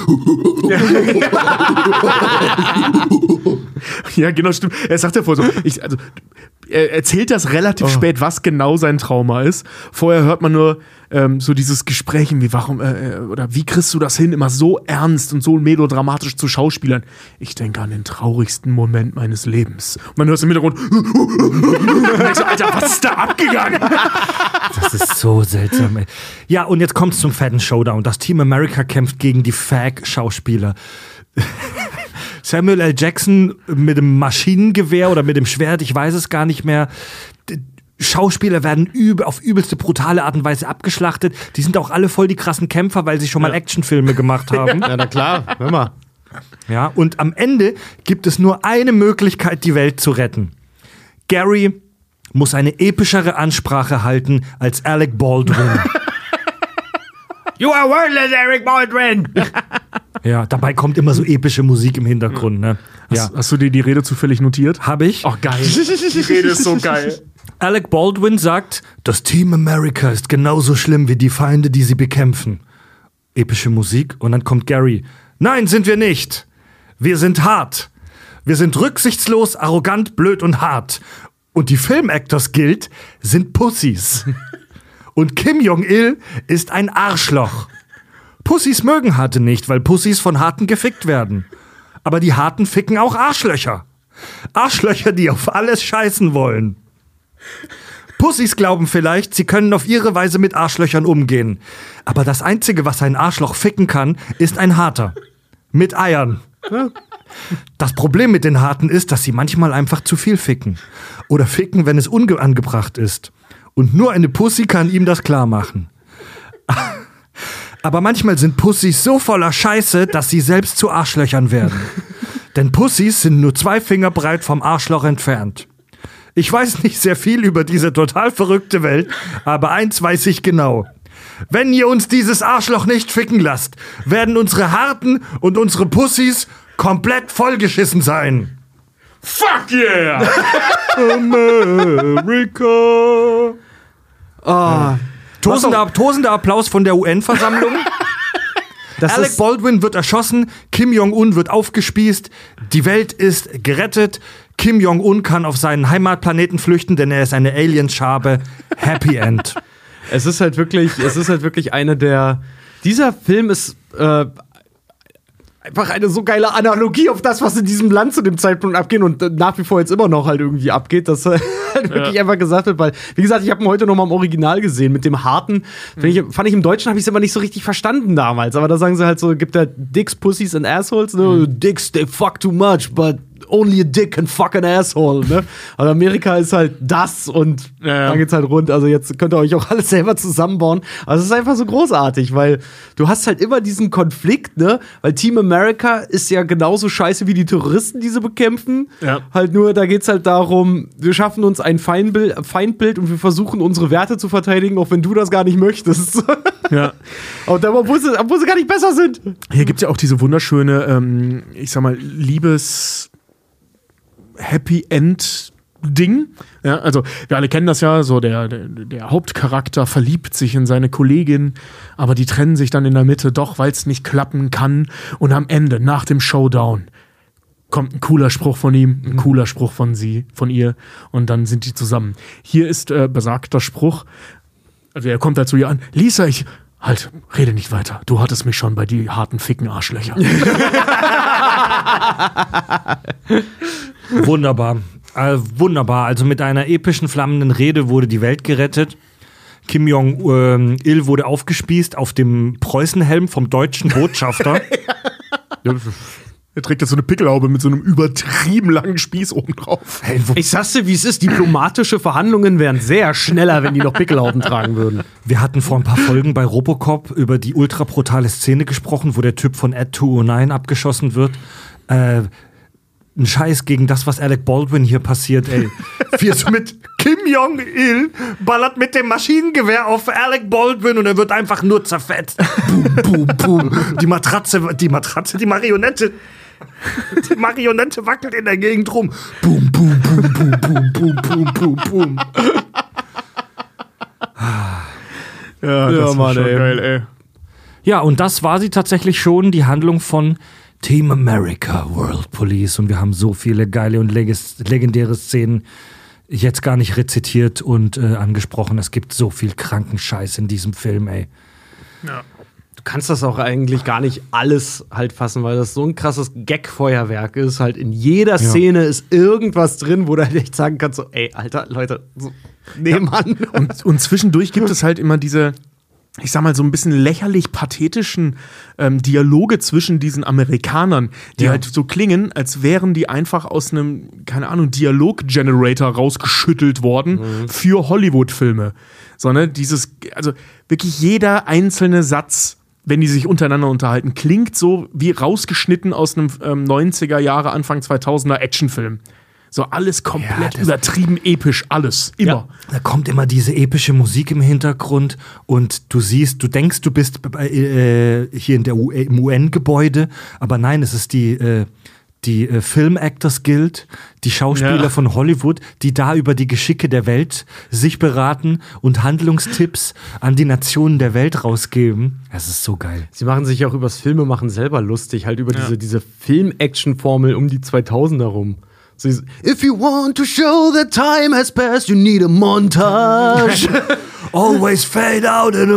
Ja, genau, stimmt. Er sagt ja vorher so, ich, also, er erzählt das relativ oh. spät, was genau sein Trauma ist. Vorher hört man nur ähm, so dieses Gespräch, wie warum äh, oder wie kriegst du das hin, immer so ernst und so melodramatisch zu Schauspielern? Ich denke an den traurigsten Moment meines Lebens. Und man hört im Hintergrund, und so, Alter, was ist da abgegangen? Das ist so seltsam, ey. Ja, und jetzt kommt's zum fetten Showdown. Das Team America kämpft gegen die Fag-Schauspieler. Samuel L. Jackson mit dem Maschinengewehr oder mit dem Schwert, ich weiß es gar nicht mehr. Schauspieler werden üb- auf übelste brutale Art und Weise abgeschlachtet. Die sind auch alle voll die krassen Kämpfer, weil sie schon mal ja. Actionfilme gemacht haben. Ja, na klar, hör mal. Ja, und am Ende gibt es nur eine Möglichkeit, die Welt zu retten. Gary muss eine epischere Ansprache halten als Alec Baldwin. You are worthless, Alec Baldwin! Ja, dabei kommt immer so epische Musik im Hintergrund, ne? Ja. Hast, hast du dir die Rede zufällig notiert? Hab ich. Ach, geil. Die Rede ist so geil. Alec Baldwin sagt, das Team America ist genauso schlimm wie die Feinde, die sie bekämpfen. Epische Musik und dann kommt Gary. Nein, sind wir nicht. Wir sind hart. Wir sind rücksichtslos, arrogant, blöd und hart. Und die Film-Actors Guild sind Pussys. Und Kim Jong-il ist ein Arschloch. Pussys mögen Harte nicht, weil Pussys von Harten gefickt werden. Aber die Harten ficken auch Arschlöcher. Arschlöcher, die auf alles scheißen wollen. Pussys glauben vielleicht, sie können auf ihre Weise mit Arschlöchern umgehen. Aber das Einzige, was ein Arschloch ficken kann, ist ein Harter. Mit Eiern. Das Problem mit den Harten ist, dass sie manchmal einfach zu viel ficken. Oder ficken, wenn es unangebracht ist. Und nur eine Pussy kann ihm das klar machen. Aber manchmal sind Pussys so voller Scheiße, dass sie selbst zu Arschlöchern werden. Denn Pussys sind nur zwei Finger breit vom Arschloch entfernt. Ich weiß nicht sehr viel über diese total verrückte Welt, aber eins weiß ich genau. Wenn ihr uns dieses Arschloch nicht ficken lasst, werden unsere Harten und unsere Pussys komplett vollgeschissen sein. Fuck yeah! America! Oh. Tosender, tosender Applaus von der U N-Versammlung. Alec Baldwin wird erschossen, Kim Jong-un wird aufgespießt, die Welt ist gerettet, Kim Jong-un kann auf seinen Heimatplaneten flüchten, denn er ist eine Alienschabe. Happy End. Es ist halt wirklich, es ist halt wirklich eine der. Dieser Film ist äh, einfach eine so geile Analogie auf das, was in diesem Land zu dem Zeitpunkt abgeht und nach wie vor jetzt immer noch halt irgendwie abgeht, dass halt wirklich ja. einfach gesagt wird, weil, wie gesagt, ich habe ihn heute noch mal im Original gesehen mit dem Harten. Mhm. Ich, fand ich im Deutschen, habe ich es immer nicht so richtig verstanden damals, aber da sagen sie halt so, gibt da Dicks, Pussies and Assholes, ne? Mhm. Dicks, they fuck too much, but only a dick can fuck an asshole, ne? Also Amerika ist halt das und ja, ja. dann geht's halt rund. Also jetzt könnt ihr euch auch alles selber zusammenbauen. Also es ist einfach so großartig, weil du hast halt immer diesen Konflikt, ne? Weil Team America ist ja genauso scheiße wie die Terroristen, die sie bekämpfen. Ja. Halt nur, da geht's halt darum, wir schaffen uns ein Feindbild, Feindbild und wir versuchen unsere Werte zu verteidigen, auch wenn du das gar nicht möchtest. Ja. Und dann, obwohl sie, obwohl sie gar nicht besser sind. Hier gibt's ja auch diese wunderschöne, ähm, ich sag mal, Liebes Happy End Ding. Ja, also wir alle kennen das ja, so der, der, der Hauptcharakter verliebt sich in seine Kollegin, aber die trennen sich dann in der Mitte doch, weil es nicht klappen kann. Und am Ende, nach dem Showdown, kommt ein cooler Spruch von ihm, ein cooler Spruch von sie, von ihr und dann sind die zusammen. Hier ist äh, besagter Spruch, also er kommt halt zu ihr an, Lisa, ich halt, rede nicht weiter. Du hattest mich schon bei die harten Ficken Arschlöcher. Wunderbar. Äh, wunderbar. Also mit einer epischen, flammenden Rede wurde die Welt gerettet. Kim Jong-il äh, wurde aufgespießt auf dem Preußenhelm vom deutschen Botschafter. Er trägt jetzt so eine Pickelhaube mit so einem übertrieben langen Spieß oben drauf. Hey, ich sag's dir, wie es ist, diplomatische Verhandlungen wären sehr schneller, wenn die noch Pickelhauben tragen würden. Wir hatten vor ein paar Folgen bei Robocop über die ultra brutale Szene gesprochen, wo der Typ von Ed zweihundertneun abgeschossen wird. Äh, ein Scheiß gegen das, was Alec Baldwin hier passiert, ey. Wie es mit Kim Jong-il ballert mit dem Maschinengewehr auf Alec Baldwin und er wird einfach nur zerfetzt. Boom, boom, boom. Die Matratze, die Matratze, die Marionette. Die Marionette wackelt in der Gegend rum. Boom, boom, boom, boom, boom, boom, boom, boom, boom. Ja, das Ja, war Mann, schon ey. geil, ey. Ja, und das war sie tatsächlich schon, die Handlung von Team America World Police. Und wir haben so viele geile und legis- legendäre Szenen jetzt gar nicht rezitiert und äh, angesprochen. Es gibt so viel kranken Scheiß in diesem Film, ey. Ja. Du kannst das auch eigentlich gar nicht alles halt fassen, weil das so ein krasses Gag-Feuerwerk ist. Halt in jeder Szene ist irgendwas drin, wo du halt echt sagen kannst, so, ey, Alter, Leute, so, nee, Mann. Und, und zwischendurch gibt es halt immer diese, ich sag mal, so ein bisschen lächerlich pathetischen ähm, Dialoge zwischen diesen Amerikanern, die Ja. halt so klingen, als wären die einfach aus einem, keine Ahnung, Dialog-Generator rausgeschüttelt worden Mhm. für Hollywood-Filme. Sondern dieses, also wirklich jeder einzelne Satz, wenn die sich untereinander unterhalten, klingt so wie rausgeschnitten aus einem ähm, neunziger Jahre, Anfang zweitausender Actionfilm. So alles komplett Ja, das- übertrieben episch, alles, immer. Ja. Da kommt immer diese epische Musik im Hintergrund und du siehst, du denkst, du bist äh, hier in der U- im U N-Gebäude, aber nein, es ist die, äh, die äh, Film Actors Guild, die Schauspieler Ja. von Hollywood, die da über die Geschicke der Welt sich beraten und Handlungstipps an die Nationen der Welt rausgeben. Das ist so geil. Sie machen sich auch übers Filmemachen selber lustig, halt über Ja. diese, diese Film-Action-Formel um die zweitausender rum. So, if you want to show that time has passed, you need a montage. Always fade out in a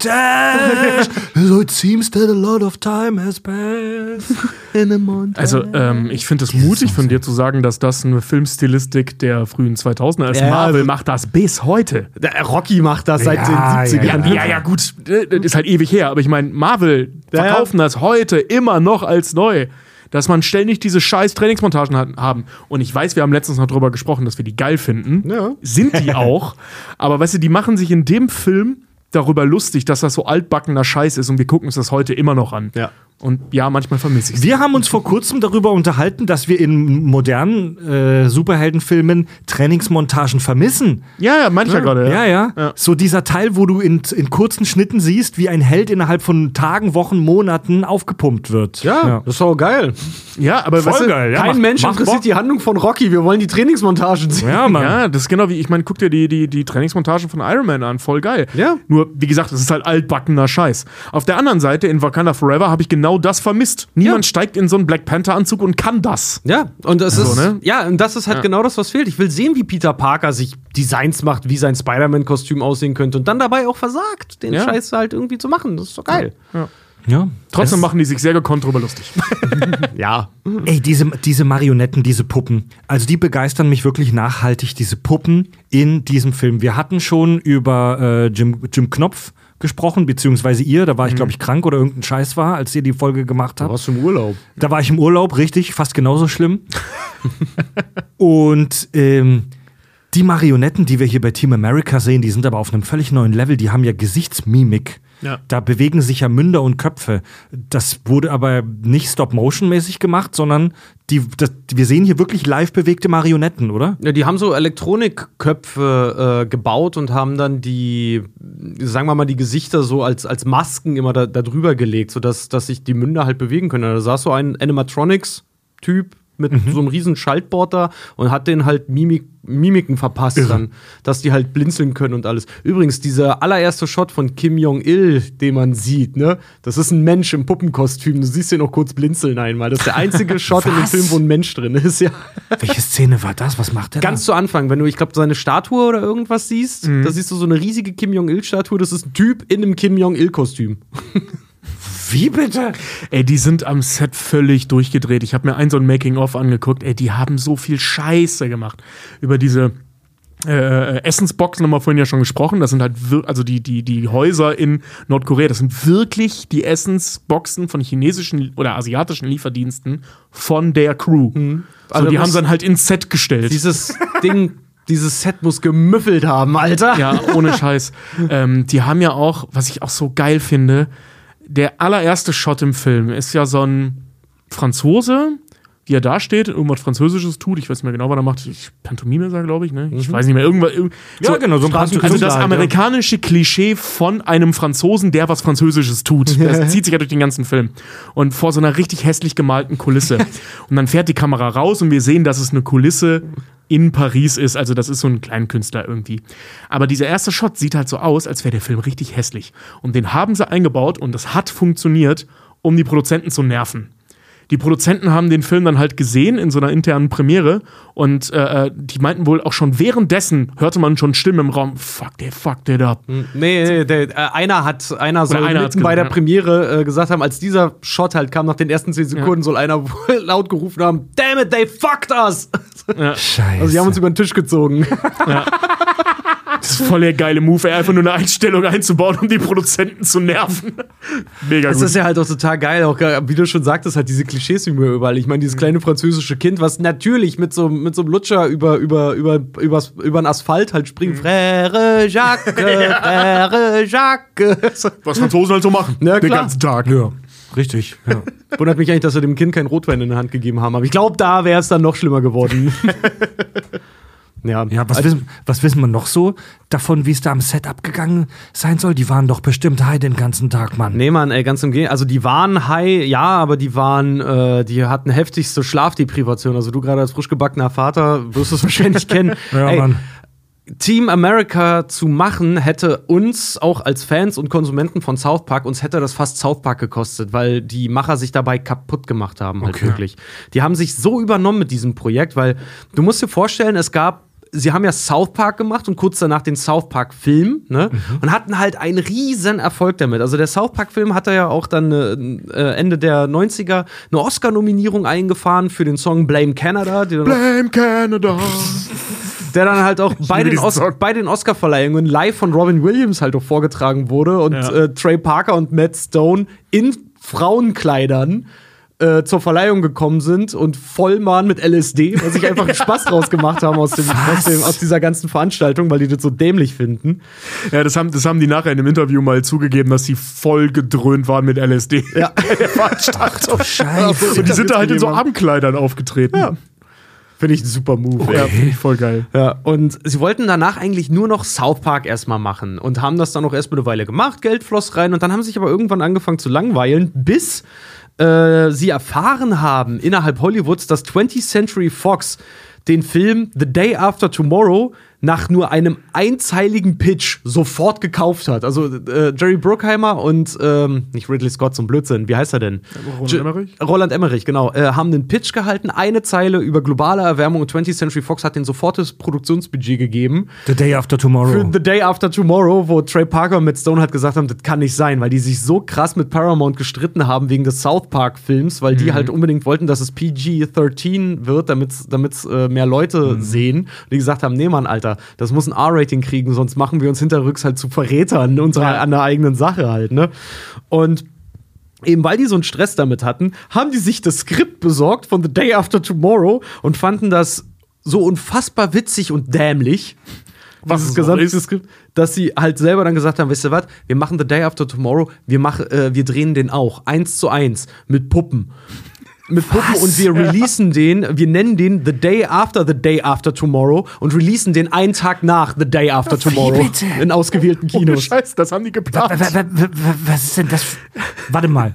montage. So it seems that a lot of time has passed. In a montage. Also, ähm, ich finde es mutig von dir zu sagen, dass das eine Filmstilistik der frühen zweitausender ist. Ja, Marvel also- macht das bis heute. Der Rocky macht das seit Ja, den siebziger ja, Jahren. Ja, ja, gut, äh, das ist halt ewig her, aber ich meine, Marvel Ja, ja. verkaufen das heute immer noch als neu. Dass man ständig diese scheiß Trainingsmontagen hat, haben. Und ich weiß, wir haben letztens noch drüber gesprochen, dass wir die geil finden. Ja. Sind die auch. Aber weißt du, die machen sich in dem Film darüber lustig, dass das so altbackener Scheiß ist und wir gucken uns das heute immer noch an. Ja. Und ja, manchmal vermisse ich es. Wir haben uns vor kurzem darüber unterhalten, dass wir in modernen äh, Superheldenfilmen Trainingsmontagen vermissen. Ja, ja, mancher gerade. Ja, ja. Ja. So dieser Teil, wo du in, in kurzen Schnitten siehst, wie ein Held innerhalb von Tagen, Wochen, Monaten aufgepumpt wird. Ja, das ist auch geil. Ja, aber weißt du, geil, ja. Kein macht- Mensch macht interessiert Bock. die Handlung von Rocky. Wir wollen die Trainingsmontagen sehen. Ja, Mann. Ja, das ist genau wie, ich meine, guck dir die, die, die Trainingsmontagen von Iron Man an, voll geil. Ja. Nur, wie gesagt, es ist halt altbackener Scheiß. Auf der anderen Seite, in Wakanda Forever, habe ich genau das vermisst. Niemand Ja. steigt in so einen Black Panther-Anzug und kann das. Ja, und das So, ist ne? ja, und das ist halt Ja. genau das, was fehlt. Ich will sehen, wie Peter Parker sich Designs macht, wie sein Spider-Man-Kostüm aussehen könnte und dann dabei auch versagt, den Ja. Scheiß halt irgendwie zu machen. Das ist doch geil. Ja. Trotzdem Es- machen die sich sehr gekonnt drüber lustig. Ja. Ey, diese, diese Marionetten, diese Puppen, also die begeistern mich wirklich nachhaltig, diese Puppen in diesem Film. Wir hatten schon über äh, Jim, Jim Knopf gesprochen, beziehungsweise ihr, da war ich, glaube ich, krank oder irgendein Scheiß war, als ihr die Folge gemacht habt. warst du im Urlaub. Da war ich im Urlaub, richtig, fast genauso schlimm. Und ähm, die Marionetten, die wir hier bei Team America sehen, die sind aber auf einem völlig neuen Level. Die haben ja Gesichtsmimik. Ja. Da bewegen sich ja Münder und Köpfe. Das wurde aber nicht Stop-Motion-mäßig gemacht, sondern die, das, wir sehen hier wirklich live bewegte Marionetten, oder? Ja, die haben so Elektronikköpfe äh, gebaut und haben dann die, sagen wir mal, die Gesichter so als, als Masken immer da, da drüber gelegt, sodass dass sich die Münder halt bewegen können. Da saß so ein Animatronics-Typ mit so einem riesen Schaltboard da und hat den halt Mimik, Mimiken verpasst dann, dass die halt blinzeln können und alles. Übrigens, dieser allererste Shot von Kim Jong-il, den man sieht, ne, das ist ein Mensch im Puppenkostüm. Du siehst den noch kurz blinzeln einmal. Das ist der einzige Shot in dem Was? Film, wo ein Mensch drin ist, ja. Welche Szene war das? Was macht der Ganz da? zu Anfang, wenn du, ich glaube, seine Statue oder irgendwas siehst, da siehst du so eine riesige Kim Jong-il-Statue, das ist ein Typ in einem Kim Jong-il-Kostüm. Wie bitte? Ey, die sind am Set völlig durchgedreht. Ich habe mir ein so ein Making-of angeguckt. Ey, die haben so viel Scheiße gemacht. Über diese äh, Essensboxen haben wir vorhin ja schon gesprochen. Das sind halt, wir- also die, die, die Häuser in Nordkorea, das sind wirklich die Essensboxen von chinesischen oder asiatischen Lieferdiensten von der Crew. So, Also die muss- haben sie dann halt ins Set gestellt. Dieses Ding, dieses Set muss gemüffelt haben, Alter. Ja, ohne Scheiß. ähm, die haben ja auch, was ich auch so geil finde, der allererste Shot im Film ist ja so ein Franzose, wie er da steht, irgendwas Französisches tut. Ich weiß nicht mehr genau, was er macht. Ich, Pantomime ist er, glaube ich, ne? Ich weiß nicht mehr. Irgendwas. Irgend, Ja, genau, so ein Also Pantomime das halt, ja. amerikanische Klischee von einem Franzosen, der was Französisches tut. Das zieht sich ja durch den ganzen Film. Und vor so einer richtig hässlich gemalten Kulisse. Und dann fährt die Kamera raus und wir sehen, dass es eine Kulisse in Paris ist. Also das ist so ein Kleinkünstler irgendwie. Aber dieser erste Shot sieht halt so aus, als wäre der Film richtig hässlich. Und den haben sie eingebaut und das hat funktioniert, um die Produzenten zu nerven. Die Produzenten haben den Film dann halt gesehen in so einer internen Premiere und äh, die meinten wohl auch schon währenddessen hörte man schon Stimmen im Raum, fuck that, fuck that up. Nee, nee, der, äh, einer hat, einer soll einer hat's mitten bei der gesagt, ja. Premiere äh, gesagt haben, als dieser Shot halt kam, nach den ersten zehn Sekunden, soll einer wohl laut gerufen haben, damn it, they fucked us! Scheiße. Also die haben uns über den Tisch gezogen. Das ist voll der geile Move, ey, einfach nur eine Einstellung einzubauen, um die Produzenten zu nerven. Mega Das gut. ist ja halt auch total geil, auch wie du schon sagtest, halt diese Klischees, die wir überall. Ich meine, dieses kleine französische Kind, was natürlich mit so, mit so einem Lutscher über, über, über, übers, über den Asphalt halt springt. Frère Jacques, Frère Jacques. was Franzosen halt so machen. Ja, den klar. ganzen Tag. Ja, richtig. Ja. Wundert mich eigentlich, dass wir dem Kind keinen Rotwein in der Hand gegeben haben. Aber ich glaube, da wäre es dann noch schlimmer geworden. Ja, Ja, was, wissen, was wissen wir noch so davon, wie es da am Set abgegangen sein soll? Die waren doch bestimmt high den ganzen Tag, Mann. Nee, Mann, ey, ganz im Gegenteil. Also die waren high, ja, aber die waren, äh, die hatten heftigste Schlafdeprivation. Also du gerade als frisch gebackener Vater wirst es wahrscheinlich kennen. Ja, ey, Mann. Team America zu machen, hätte uns auch als Fans und Konsumenten von South Park, uns hätte das fast South Park gekostet, weil die Macher sich dabei kaputt gemacht haben, halt Okay. wirklich. Die haben sich so übernommen mit diesem Projekt, weil du musst dir vorstellen, es gab Sie haben ja South Park gemacht und kurz danach den South Park-Film, ne? Und hatten halt einen riesen Erfolg damit. Also der South Park-Film hatte ja auch dann äh, Ende der neunziger eine Oscar-Nominierung eingefahren für den Song Blame Canada. Die dann Blame Canada. der dann halt auch bei den, diesen Os Song. bei den Oscar-Verleihungen live von Robin Williams halt auch vorgetragen wurde und Ja. äh, Trey Parker und Matt Stone in Frauenkleidern äh, zur Verleihung gekommen sind und vollmann mit L S D, weil sich einfach einen Spaß draus gemacht haben aus, dem, aus, dem, aus dieser ganzen Veranstaltung, weil die das so dämlich finden. Ja, das haben, das haben die nachher in einem Interview mal zugegeben, dass sie voll gedröhnt waren mit L S D. Ja. Der Veranstaltung. Scheiße. Und die sind da halt in so Gegeben haben. Abendkleidern aufgetreten. Ja, Finde ich ein super Move. ja finde ich voll geil. Ja, und sie wollten danach eigentlich nur noch South Park erstmal machen und haben das dann auch erstmal eine Weile gemacht, Geld floss rein und dann haben sie sich aber irgendwann angefangen zu langweilen, bis äh, sie erfahren haben innerhalb Hollywoods, dass twentieth Century Fox den Film The Day After Tomorrow nach nur einem einzeiligen Pitch sofort gekauft hat. Also äh, Jerry Bruckheimer und ähm, nicht Ridley Scott, zum Blödsinn, wie heißt er denn? Roland J- Emmerich? Roland Emmerich, genau. Äh, haben einen Pitch gehalten, eine Zeile über globale Erwärmung und twentieth Century Fox hat den sofort das Produktionsbudget gegeben. The Day After Tomorrow. Für The Day After Tomorrow, wo Trey Parker und Matt Stone halt gesagt haben, das kann nicht sein, weil die sich so krass mit Paramount gestritten haben wegen des South Park-Films, weil die halt unbedingt wollten, dass es P G dreizehn wird, damit es äh, mehr Leute sehen. Und die gesagt haben, nee, Mann, Alter, das muss ein R-Rating kriegen, sonst machen wir uns hinterrücks halt zu Verrätern unserer, an der eigenen Sache halt, ne? Und eben weil die so einen Stress damit hatten, haben die sich das Skript besorgt von The Day After Tomorrow und fanden das so unfassbar witzig und dämlich, Was dieses es auch gesamte ist. Skript, dass sie halt selber dann gesagt haben, weißt du was, wir machen The Day After Tomorrow, wir, mach, äh, wir drehen den auch, eins zu eins, mit Puppen. Mit Puppen und wir releasen den, wir nennen den The Day After The Day After Tomorrow und releasen den einen Tag nach The Day After Tomorrow bitte? in ausgewählten Ohne Kinos. Scheiß, das haben die Wa- geplant. wa- wa- wa- Was ist denn das? f- Warte mal.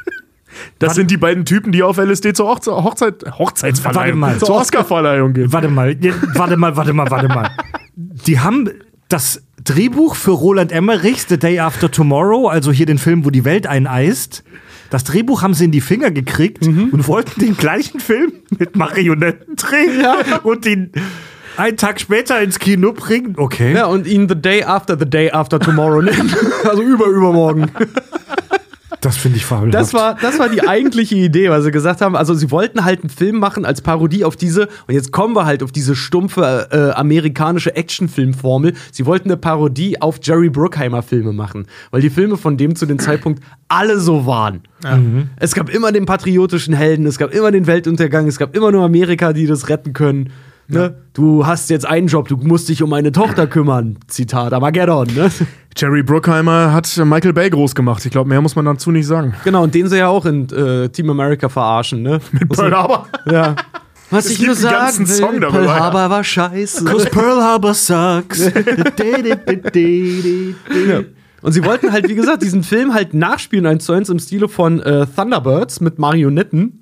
Das sind die beiden Typen, die auf L S D zur Hochze Hochzeit Hochzeitsverleihung, Warte mal. zur Oscarverleihung gehen. Warte mal. Ja, Warte mal, warte mal, warte mal. Die haben das Drehbuch für Roland Emmerichs The Day After Tomorrow, also hier den Film, wo die Welt eineist. Das Drehbuch haben sie in die Finger gekriegt und wollten den gleichen Film mit Marionetten drehen und ihn einen Tag später ins Kino bringen. Okay. Ja, und ihn The Day After The Day After Tomorrow nennen. Also über übermorgen. Das finde ich fabelhaft. Das war, das war die eigentliche Idee, weil sie gesagt haben, also sie wollten halt einen Film machen als Parodie auf diese, und jetzt kommen wir halt auf diese stumpfe äh, amerikanische Actionfilmformel. Sie wollten eine Parodie auf Jerry Bruckheimer Filme machen, weil die Filme von dem zu dem Zeitpunkt alle so waren. Ja. Mhm. Es gab immer den patriotischen Helden, es gab immer den Weltuntergang, es gab immer nur Amerika, die das retten können. Ne? Ja. Du hast jetzt einen Job, du musst dich um eine Tochter kümmern. Zitat Armageddon, ne? Jerry Bruckheimer hat Michael Bay groß gemacht. Ich glaube, mehr muss man dazu nicht sagen. Genau, und den sie ja auch in äh, Team America verarschen, ne? Mit Pearl Harbor. Ja. Was ich nur sagen will, Song darüber, Pearl Harbor war scheiße. Cause Pearl Harbor sucks. Ja. Und sie wollten halt, wie gesagt, diesen Film halt nachspielen, eins zu eins im Stile von äh, Thunderbirds mit Marionetten.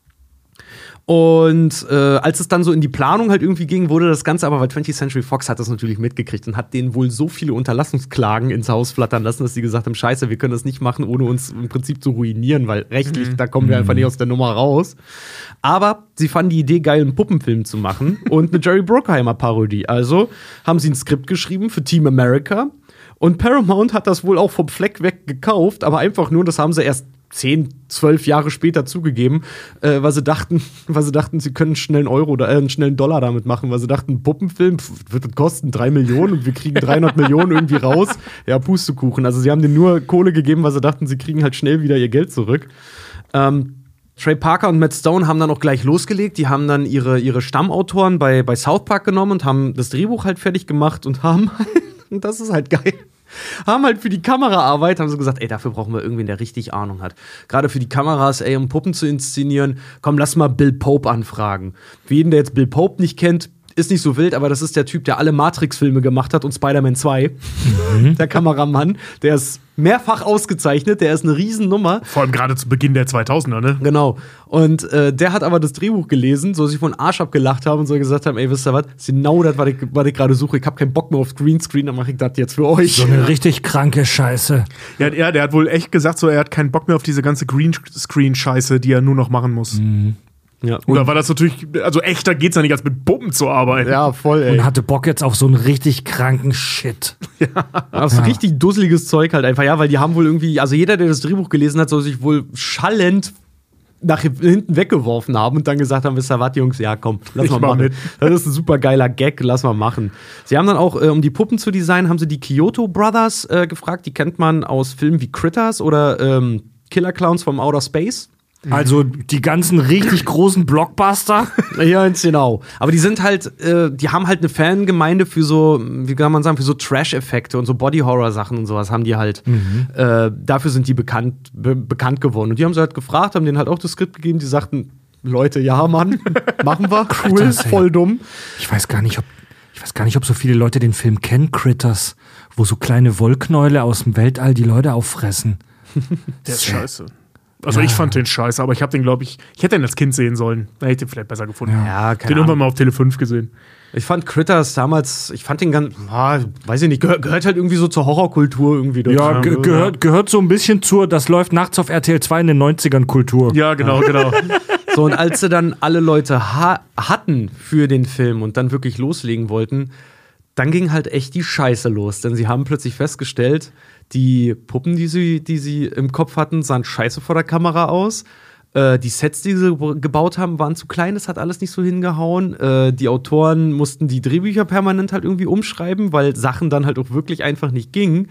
Und äh, als es dann so in die Planung halt irgendwie ging, wurde das Ganze aber, weil twentieth Century Fox hat das natürlich mitgekriegt und hat denen wohl so viele Unterlassungsklagen ins Haus flattern lassen, dass sie gesagt haben, scheiße, wir können das nicht machen, ohne uns im Prinzip zu ruinieren, weil rechtlich, mhm. da kommen wir einfach nicht aus der Nummer raus. Aber sie fanden die Idee geil, einen Puppenfilm zu machen und eine Jerry Bruckheimer-Parodie. Also haben sie ein Skript geschrieben für Team America und Paramount hat das wohl auch vom Fleck weg gekauft, aber einfach nur, das haben sie erst zehn, zwölf Jahre später zugegeben, äh, weil sie dachten, weil sie dachten, sie können schnell einen Euro oder äh, einen schnellen Dollar damit machen, weil sie dachten, ein Puppenfilm pf, wird das kosten drei Millionen und wir kriegen dreihundert Millionen irgendwie raus. Ja, Pustekuchen. Also sie haben denen nur Kohle gegeben, weil sie dachten, sie kriegen halt schnell wieder ihr Geld zurück. Ähm, Trey Parker und Matt Stone haben dann auch gleich losgelegt. Die haben dann ihre, ihre Stammautoren bei, bei South Park genommen und haben das Drehbuch halt fertig gemacht und haben und das ist halt geil. Haben halt für die Kameraarbeit, haben sie gesagt, ey, dafür brauchen wir irgendwen, der richtig Ahnung hat. Gerade für die Kameras, ey, um Puppen zu inszenieren, komm, lass mal Bill Pope anfragen. Für jeden, der jetzt Bill Pope nicht kennt, ist nicht so wild, aber das ist der Typ, der alle Matrix-Filme gemacht hat und Spider-Man zwei. Mhm. Der Kameramann, der ist mehrfach ausgezeichnet, der ist eine Riesennummer. Vor allem gerade zu Beginn der zweitausender, ne? Genau. Und äh, der hat aber das Drehbuch gelesen, so sich von Arsch abgelacht haben und so gesagt haben, ey, wisst ihr was, das ist genau das, was ich, was ich gerade suche. Ich hab keinen Bock mehr auf Greenscreen, dann mache ich das jetzt für euch. So eine richtig kranke Scheiße. Ja, ja, der hat wohl echt gesagt, so er hat keinen Bock mehr auf diese ganze Greenscreen-Scheiße, die er nur noch machen muss. Mhm. Ja. Oder war das natürlich, also echter geht's ja nicht, als mit Puppen zu arbeiten. Ja, voll, ey. Und hatte Bock jetzt auf so einen richtig kranken Shit. Ja. Also ja. richtig dusseliges Zeug halt einfach, ja, weil die haben wohl irgendwie, also jeder, der das Drehbuch gelesen hat, soll sich wohl schallend nach hinten weggeworfen haben und dann gesagt haben, wisst ihr was, Jungs, ja komm, lass mal machen. Mit. Das ist ein super geiler Gag, lass mal machen. Sie haben dann auch, äh, um die Puppen zu designen, haben sie die Kyoto Brothers äh, gefragt, die kennt man aus Filmen wie Critters oder ähm, Killer Clowns vom Outer Space. Also die ganzen richtig großen Blockbuster. Ja, genau. Aber die sind halt, äh, die haben halt eine Fangemeinde für so, wie kann man sagen, für so Trash-Effekte und so Body-Horror-Sachen und sowas haben die halt. Mhm. Äh, dafür sind die bekannt, be- bekannt geworden. Und die haben sie halt gefragt, haben denen halt auch das Skript gegeben, die sagten, Leute, ja, Mann, machen wir, cool, Critters, voll dumm. Ich weiß gar nicht, ob ich weiß gar nicht, ob so viele Leute den Film kennen, Critters, wo so kleine Wollknäule aus dem Weltall die Leute auffressen. Der ist scheiße. Also ja. Ich fand den scheiße, aber ich habe den, glaube ich, ich hätte den als Kind sehen sollen. Da hätte ich den vielleicht besser gefunden. Ja, keine den irgendwann mal auf Tele fünf gesehen. Ich fand Critters damals, ich fand den ganz, ah, weiß ich nicht, gehört, gehört halt irgendwie so zur Horrorkultur irgendwie. Ja, ge- gehört, gehört so ein bisschen zur, das läuft nachts auf R T L zwei in den neunzigern Kultur. Ja, genau, genau. So, und als sie dann alle Leute ha- hatten für den Film und dann wirklich loslegen wollten, dann ging halt echt die Scheiße los. Denn sie haben plötzlich festgestellt, die Puppen, die sie, die sie im Kopf hatten, sahen scheiße vor der Kamera aus. Äh, die Sets, die sie gebaut haben, waren zu klein. Das hat alles nicht so hingehauen. Äh, die Autoren mussten die Drehbücher permanent halt irgendwie umschreiben, weil Sachen dann halt auch wirklich einfach nicht gingen.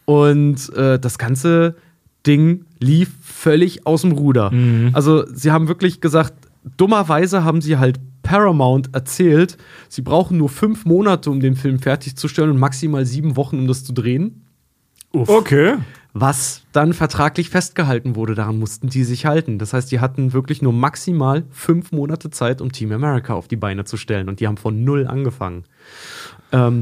Und äh, das ganze Ding lief völlig aus dem Ruder. Mhm. Also sie haben wirklich gesagt, dummerweise haben sie halt Paramount erzählt, sie brauchen nur fünf Monate, um den Film fertigzustellen und maximal sieben Wochen, um das zu drehen. Uff. Okay. Was dann vertraglich festgehalten wurde, daran mussten die sich halten. Das heißt, die hatten wirklich nur maximal fünf Monate Zeit, um Team America auf die Beine zu stellen. Und die haben von null angefangen. Ähm,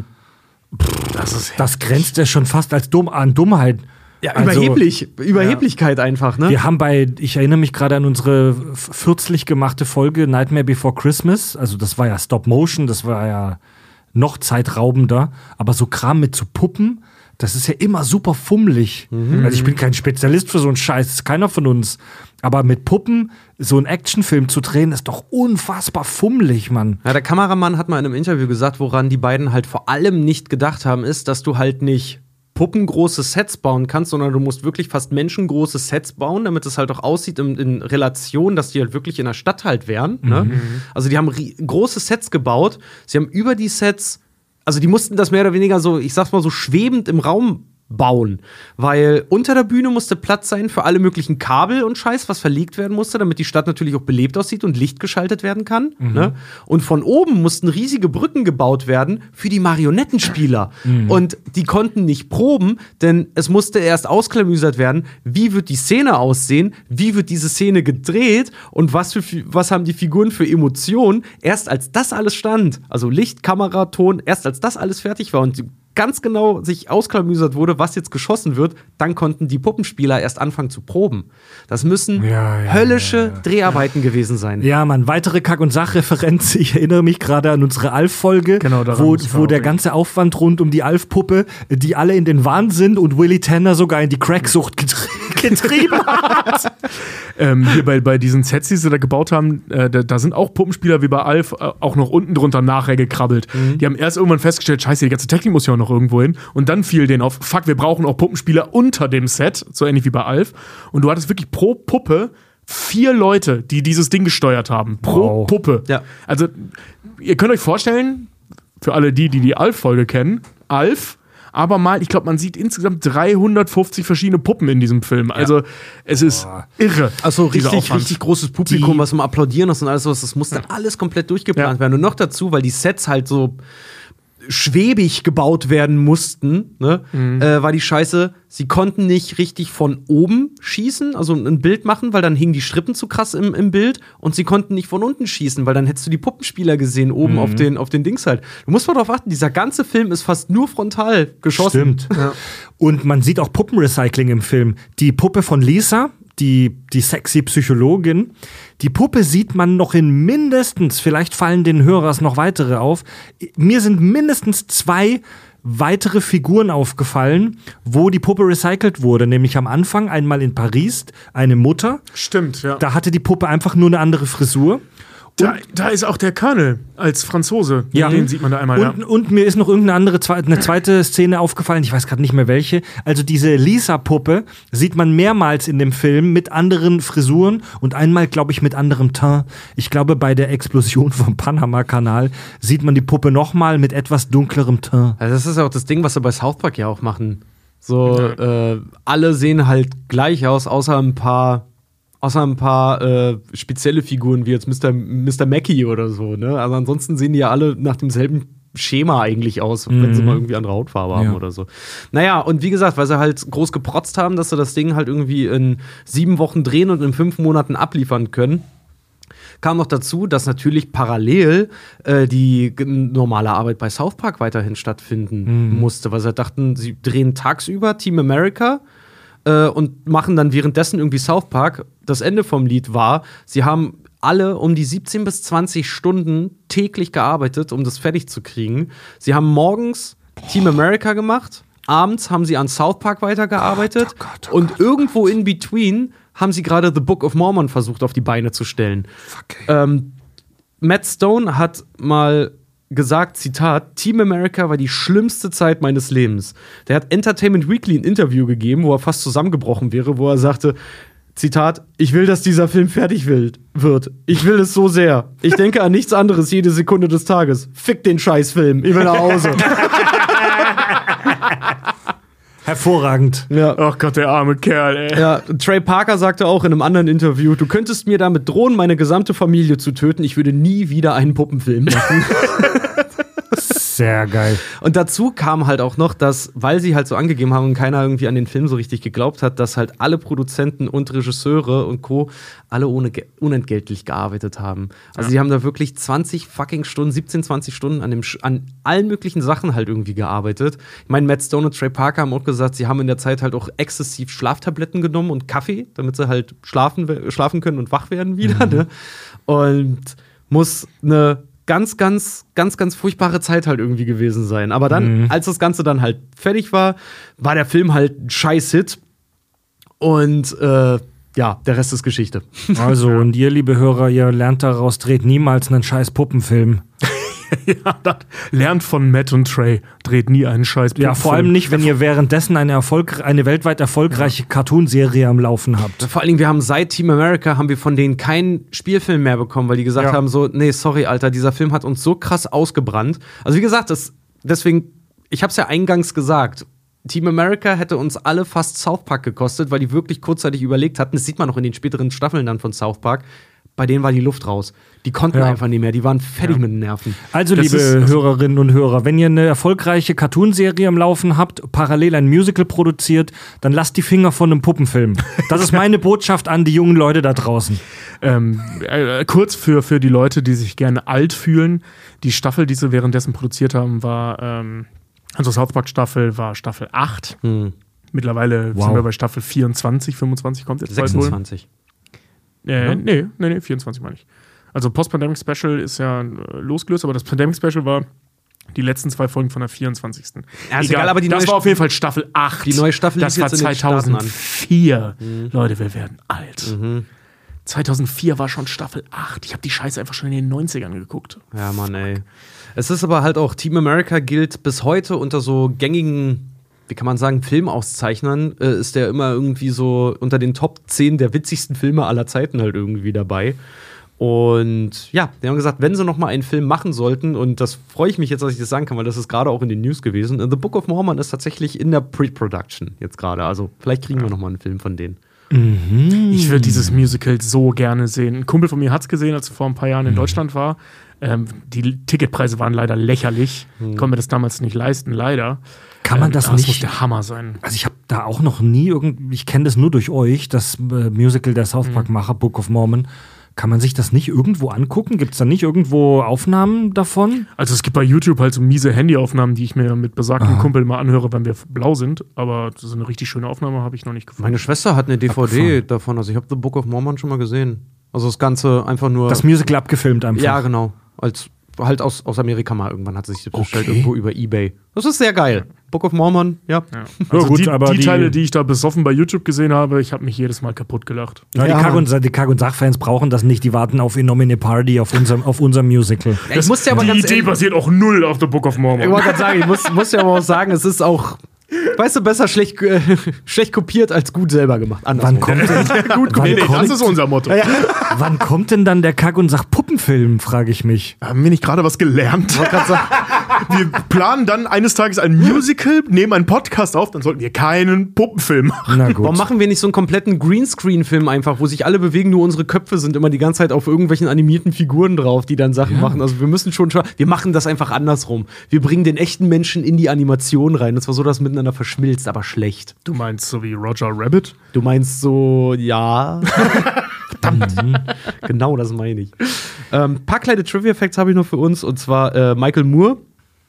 das, ist das grenzt ja schon fast als dumm an Dummheit. Ja, also, überheblich, Überheblichkeit ja. einfach, ne? Wir haben bei, ich erinnere mich gerade an unsere kürzlich gemachte Folge Nightmare Before Christmas. Also das war ja Stop Motion, das war ja noch zeitraubender. Aber so Kram mit so Puppen, das ist ja immer super fummelig. Mhm. Also ich bin kein Spezialist für so einen Scheiß, das ist keiner von uns. Aber mit Puppen so einen Actionfilm zu drehen, ist doch unfassbar fummelig, Mann. Ja, der Kameramann hat mal in einem Interview gesagt, woran die beiden halt vor allem nicht gedacht haben, ist, dass du halt nicht puppengroße Sets bauen kannst, sondern du musst wirklich fast menschengroße Sets bauen, damit es halt auch aussieht in, in Relation, dass die halt wirklich in der Stadt halt wären. Mhm. Ne? Also die haben große Sets gebaut. Sie haben über die Sets, also die mussten das mehr oder weniger so, ich sag's mal so, schwebend im Raum bauen, weil unter der Bühne musste Platz sein für alle möglichen Kabel und Scheiß, was verlegt werden musste, damit die Stadt natürlich auch belebt aussieht und Licht geschaltet werden kann. Mhm. Ne? Und von oben mussten riesige Brücken gebaut werden für die Marionettenspieler. Mhm. Und die konnten nicht proben, denn es musste erst ausklamüsert werden, wie wird die Szene aussehen, wie wird diese Szene gedreht und was, für, was haben die Figuren für Emotionen. Erst als das alles stand, also Licht, Kamera, Ton, erst als das alles fertig war und die ganz genau sich ausklamüsert wurde, was jetzt geschossen wird, dann konnten die Puppenspieler erst anfangen zu proben. Das müssen ja, ja, höllische ja, ja. Dreharbeiten gewesen sein. Ja, Mann, weitere Kack- und Sachreferenz. Ich erinnere mich gerade an unsere Alf-Folge, genau, wo, wo der ganze Aufwand rund um die Alf-Puppe, die alle in den Wahn sind und Willy Tanner sogar in die Cracksucht getrie- getrieben hat. ähm, hier bei, bei diesen Sets, die sie da gebaut haben, äh, da, da sind auch Puppenspieler wie bei Alf äh, auch noch unten drunter nachher gekrabbelt. Mhm. Die haben erst irgendwann festgestellt, scheiße, die ganze Technik muss ja auch noch irgendwo hin. Und dann fiel denen auf, fuck, wir brauchen auch Puppenspieler unter dem Set, so ähnlich wie bei Alf. Und du hattest wirklich pro Puppe vier Leute, die dieses Ding gesteuert haben. Pro wow. Puppe. Ja. Also, ihr könnt euch vorstellen, für alle die, die die Alf-Folge kennen, Alf, aber mal, ich glaube, man sieht insgesamt dreihundertfünfzig verschiedene Puppen in diesem Film. Also, es ist Boah. irre. Also richtig, Aufwand. richtig großes Publikum, Die- was immer applaudieren ist und alles was. Das muss dann alles komplett durchgeplant Ja. werden. Und noch dazu, weil die Sets halt so schwebig gebaut werden mussten, ne, Mhm. äh, war die Scheiße, sie konnten nicht richtig von oben schießen, also ein Bild machen, weil dann hingen die Strippen zu krass im, im Bild und sie konnten nicht von unten schießen, weil dann hättest du die Puppenspieler gesehen, oben Mhm. auf den, auf den Dings halt. Du musst mal darauf achten, dieser ganze Film ist fast nur frontal geschossen. Stimmt. Und man sieht auch Puppenrecycling im Film. Die Puppe von Lisa, die, die sexy Psychologin, die Puppe sieht man noch in mindestens, vielleicht fallen den Hörers noch weitere auf, mir sind mindestens zwei weitere Figuren aufgefallen, wo die Puppe recycelt wurde. Nämlich am Anfang einmal in Paris, eine Mutter. Stimmt, ja. Da hatte die Puppe einfach nur eine andere Frisur. Da, da ist auch der Colonel als Franzose. Ja. Den sieht man da einmal. Und, ja. und mir ist noch irgendeine andere, zwe- eine zweite Szene aufgefallen, ich weiß gerade nicht mehr welche. Also diese Lisa-Puppe sieht man mehrmals in dem Film mit anderen Frisuren und einmal, glaube ich, mit anderem Teint. Ich glaube, bei der Explosion vom Panama-Kanal sieht man die Puppe noch mal mit etwas dunklerem Teint. Also das ist ja auch das Ding, was sie bei South Park ja auch machen. So, äh, alle sehen halt gleich aus, außer ein paar Außer ein paar äh, spezielle Figuren wie jetzt Mister Mister Mackey oder so, ne? Also ansonsten sehen die ja alle nach demselben Schema eigentlich aus, wenn sie mal irgendwie andere Hautfarbe haben Ja. oder so. Naja, und wie gesagt, weil sie halt groß geprotzt haben, dass sie das Ding halt irgendwie in sieben Wochen drehen und in fünf Monaten abliefern können, kam noch dazu, dass natürlich parallel äh, die g- normale Arbeit bei South Park weiterhin stattfinden Mhm. musste, weil sie dachten, sie drehen tagsüber Team America äh, und machen dann währenddessen irgendwie South Park. Das Ende vom Lied war, sie haben alle um die siebzehn bis zwanzig Stunden täglich gearbeitet, um das fertig zu kriegen. Sie haben morgens Team America gemacht, abends haben sie an South Park weitergearbeitet Gott, oh Gott, oh und Gott, irgendwo in between haben sie gerade The Book of Mormon versucht auf die Beine zu stellen. Ähm, Matt Stone hat mal gesagt, Zitat, Team America war die schlimmste Zeit meines Lebens. Der hat Entertainment Weekly ein Interview gegeben, wo er fast zusammengebrochen wäre, wo er sagte, Zitat, ich will, dass dieser Film fertig wird. Ich will es so sehr. Ich denke an nichts anderes jede Sekunde des Tages. Fick den Scheißfilm. Ich will nach Hause. Hervorragend. Ja. Ach Gott, der arme Kerl, ey. Ja, Trey Parker sagte auch in einem anderen Interview, du könntest mir damit drohen, meine gesamte Familie zu töten. Ich würde nie wieder einen Puppenfilm machen. Sehr geil. Und dazu kam halt auch noch, dass, weil sie halt so angegeben haben und keiner irgendwie an den Film so richtig geglaubt hat, dass halt alle Produzenten und Regisseure und Co. alle ohne Ge- unentgeltlich gearbeitet haben. Also sie haben da wirklich zwanzig fucking Stunden, siebzehn, zwanzig Stunden an, dem, Sch- an allen möglichen Sachen halt irgendwie gearbeitet. Ich meine, Matt Stone und Trey Parker haben auch gesagt, sie haben in der Zeit halt auch exzessiv Schlaftabletten genommen und Kaffee, damit sie halt schlafen, we- schlafen können und wach werden wieder. Ne? Und muss eine ganz, ganz, ganz, ganz furchtbare Zeit halt irgendwie gewesen sein. Aber dann, Mhm. als das Ganze dann halt fertig war, war der Film halt ein Scheiß-Hit. Und äh, ja, der Rest ist Geschichte. Also, und ihr, liebe Hörer, ihr lernt daraus, dreht niemals einen scheiß Puppenfilm. ja, das lernt von Matt und Trey. Dreht nie einen Scheiß. Ja, vor allem nicht, wenn ihr währenddessen eine, Erfolg eine weltweit erfolgreiche ja. Cartoonserie am Laufen habt. Vor allen Dingen, wir haben seit Team America haben wir von denen keinen Spielfilm mehr bekommen, weil die gesagt ja. haben so, nee, sorry, Alter, dieser Film hat uns so krass ausgebrannt. Also wie gesagt, das, deswegen, ich hab's ja eingangs gesagt, Team America hätte uns alle fast South Park gekostet, weil die wirklich kurzzeitig überlegt hatten, das sieht man noch in den späteren Staffeln dann von South Park, bei denen war die Luft raus. Die konnten ja. einfach nicht mehr, die waren fertig ja. mit den Nerven. Also, das liebe ist, Hörerinnen und Hörer, wenn ihr eine erfolgreiche Cartoonserie am Laufen habt, parallel ein Musical produziert, dann lasst die Finger von einem Puppenfilm. Das ist meine Botschaft an die jungen Leute da draußen. Ähm, äh, kurz für, für die Leute, die sich gerne alt fühlen, die Staffel, die sie währenddessen produziert haben, war, ähm, also South Park Staffel war Staffel acht. Hm. Mittlerweile wow. sind wir bei Staffel vierundzwanzig, fünfundzwanzig kommt jetzt sechsundzwanzig. Äh, ja. nee, nee, nee, vierundzwanzig meine ich. Also Post-Pandemic Special ist ja äh, losgelöst, aber das Pandemic Special war die letzten zwei Folgen von der vierundzwanzigsten Ja, ist egal, egal aber die das neue war auf jeden Fall Staffel acht. Die neue Staffel das war zweitausendvier. Mhm. Leute, wir werden alt. Mhm. zweitausendvier war schon Staffel acht. Ich habe die Scheiße einfach schon in den neunzigern geguckt. Ja, Mann, ey. Es ist aber halt auch, Team America gilt bis heute unter so gängigen, wie kann man sagen, Filmauszeichnern, äh, ist der immer irgendwie so unter den Top zehn der witzigsten Filme aller Zeiten halt irgendwie dabei. Und ja, die haben gesagt, wenn sie noch mal einen Film machen sollten, und das freue ich mich jetzt, dass ich das sagen kann, weil das ist gerade auch in den News gewesen, The Book of Mormon ist tatsächlich in der Pre-Production jetzt gerade. Also vielleicht kriegen wir noch mal einen Film von denen. Mhm. Ich würde dieses Musical so gerne sehen. Ein Kumpel von mir hat es gesehen, als er vor ein paar Jahren in mhm. Deutschland war. Ähm, die Ticketpreise waren leider lächerlich. Mhm. Ich konnte mir das damals nicht leisten, leider. Kann man das ähm, nicht? Das muss der Hammer sein. Also ich habe da auch noch nie irgendwie, ich kenne das nur durch euch, das äh, Musical der South Park-Macher, mhm. Book of Mormon. Kann man sich das nicht irgendwo angucken? Gibt es da nicht irgendwo Aufnahmen davon? Also es gibt bei YouTube halt so miese Handyaufnahmen, die ich mir mit besagtem Aha. Kumpel mal anhöre, wenn wir blau sind. Aber so eine richtig schöne Aufnahme habe ich noch nicht gefunden. Meine Schwester hat eine D V D Abgefahren. davon. Also ich habe The Book of Mormon schon mal gesehen. Also das Ganze einfach nur... Das Musical abgefilmt einfach? Ja, genau. Als halt aus, aus Amerika mal irgendwann hat sie sich das bestellt, okay. irgendwo über Ebay. Das ist sehr geil. Book of Mormon, ja. ja. Also ja, gut, die, aber die, die Teile, die ich da besoffen bei YouTube gesehen habe, ich habe mich jedes Mal kaputt gelacht. Ja, ja, die Kack- und, die Kack- und Sach-Fans brauchen das nicht, die warten auf Innomine Party, auf unserem, auf unserem Musical. Ja, ich muss ja aber die ganz Idee basiert auch null auf The Book of Mormon. Ich wollte gerade sagen, ich muss, muss ja aber auch sagen, es ist auch... Weißt du, besser schlecht, äh, schlecht kopiert als gut selber gemacht. Wann kommt denn, gut wann nee, nee, kommt, das ist unser Motto. Ja, ja. Wann kommt denn dann der Kack- und Sach-Puppenfilm, frage ich mich. Haben wir nicht gerade was gelernt? Wir planen dann eines Tages ein Musical, nehmen einen Podcast auf, dann sollten wir keinen Puppenfilm machen. Na gut. Warum machen wir nicht so einen kompletten Greenscreen-Film einfach, wo sich alle bewegen, nur unsere Köpfe sind immer die ganze Zeit auf irgendwelchen animierten Figuren drauf, die dann Sachen ja. machen. Also wir müssen schon, wir machen das einfach andersrum. Wir bringen den echten Menschen in die Animation rein. Das war so, dass miteinander verschmilzt, aber schlecht. Du meinst so wie Roger Rabbit? Du meinst so, ja. Verdammt. Genau, das meine ich. Ähm, paar kleine Trivia-Facts habe ich noch für uns. Und zwar äh, Michael Moore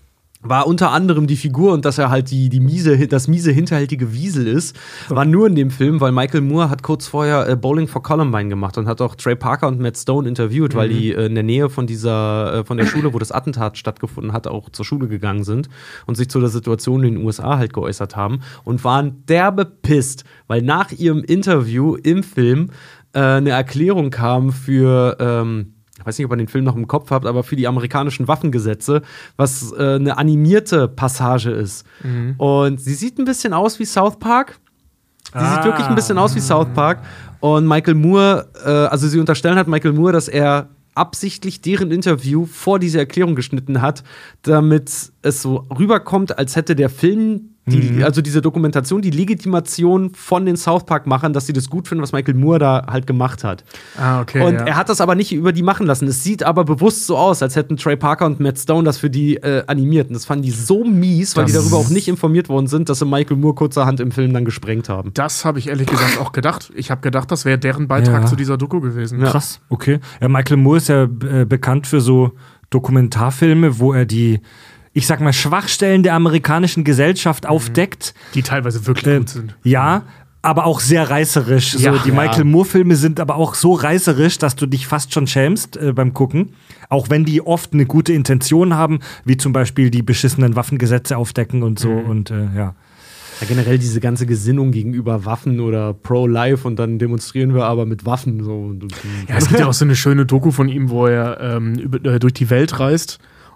war unter anderem die Figur, und dass er halt die, die miese, das miese, hinterhältige Wiesel ist, war nur in dem Film, weil Michael Moore hat kurz vorher äh, Bowling for Columbine gemacht und hat auch Trey Parker und Matt Stone interviewt, mhm. weil die äh, in der Nähe von dieser, äh, von der Schule, wo das Attentat stattgefunden hat, auch zur Schule gegangen sind und sich zu der Situation in den U S A halt geäußert haben und waren derbe pisst, weil nach ihrem Interview im Film äh, eine Erklärung kam für ähm, ich weiß nicht, ob ihr den Film noch im Kopf habt, aber für die amerikanischen Waffengesetze, was äh, eine animierte Passage ist. Mhm. Und sie sieht ein bisschen aus wie South Park. Sie ah. sieht wirklich ein bisschen aus wie South Park. Und Michael Moore, äh, also sie unterstellen halt Michael Moore, dass er absichtlich deren Interview vor diese Erklärung geschnitten hat, damit es so rüberkommt, als hätte der Film, die, mhm. also diese Dokumentation, die Legitimation von den South Park-Machern, dass sie das gut finden, was Michael Moore da halt gemacht hat. Ah, okay. Und ja. er hat das aber nicht über die machen lassen. Es sieht aber bewusst so aus, als hätten Trey Parker und Matt Stone das für die äh, animiert. Und das fanden die so mies, weil das die darüber auch nicht informiert worden sind, dass sie Michael Moore kurzerhand im Film dann gesprengt haben. Das habe ich ehrlich gesagt auch gedacht. Ich habe gedacht, das wäre deren Beitrag ja. zu dieser Doku gewesen. Ja. Krass, okay. Ja, Michael Moore ist ja äh, bekannt für so Dokumentarfilme, wo er die, ich sag mal, Schwachstellen der amerikanischen Gesellschaft mhm. aufdeckt. Die teilweise wirklich äh, gut sind. Ja, aber auch sehr reißerisch. Ja, so, die ja. Michael Moore-Filme sind aber auch so reißerisch, dass du dich fast schon schämst äh, beim Gucken. Auch wenn die oft eine gute Intention haben, wie zum Beispiel die beschissenen Waffengesetze aufdecken und so. Mhm. Und äh, ja. Ja, generell diese ganze Gesinnung gegenüber Waffen oder Pro-Life und dann demonstrieren wir aber mit Waffen. So. Ja, es gibt ja auch so eine schöne Doku von ihm, wo er ähm, über, äh, durch die Welt reist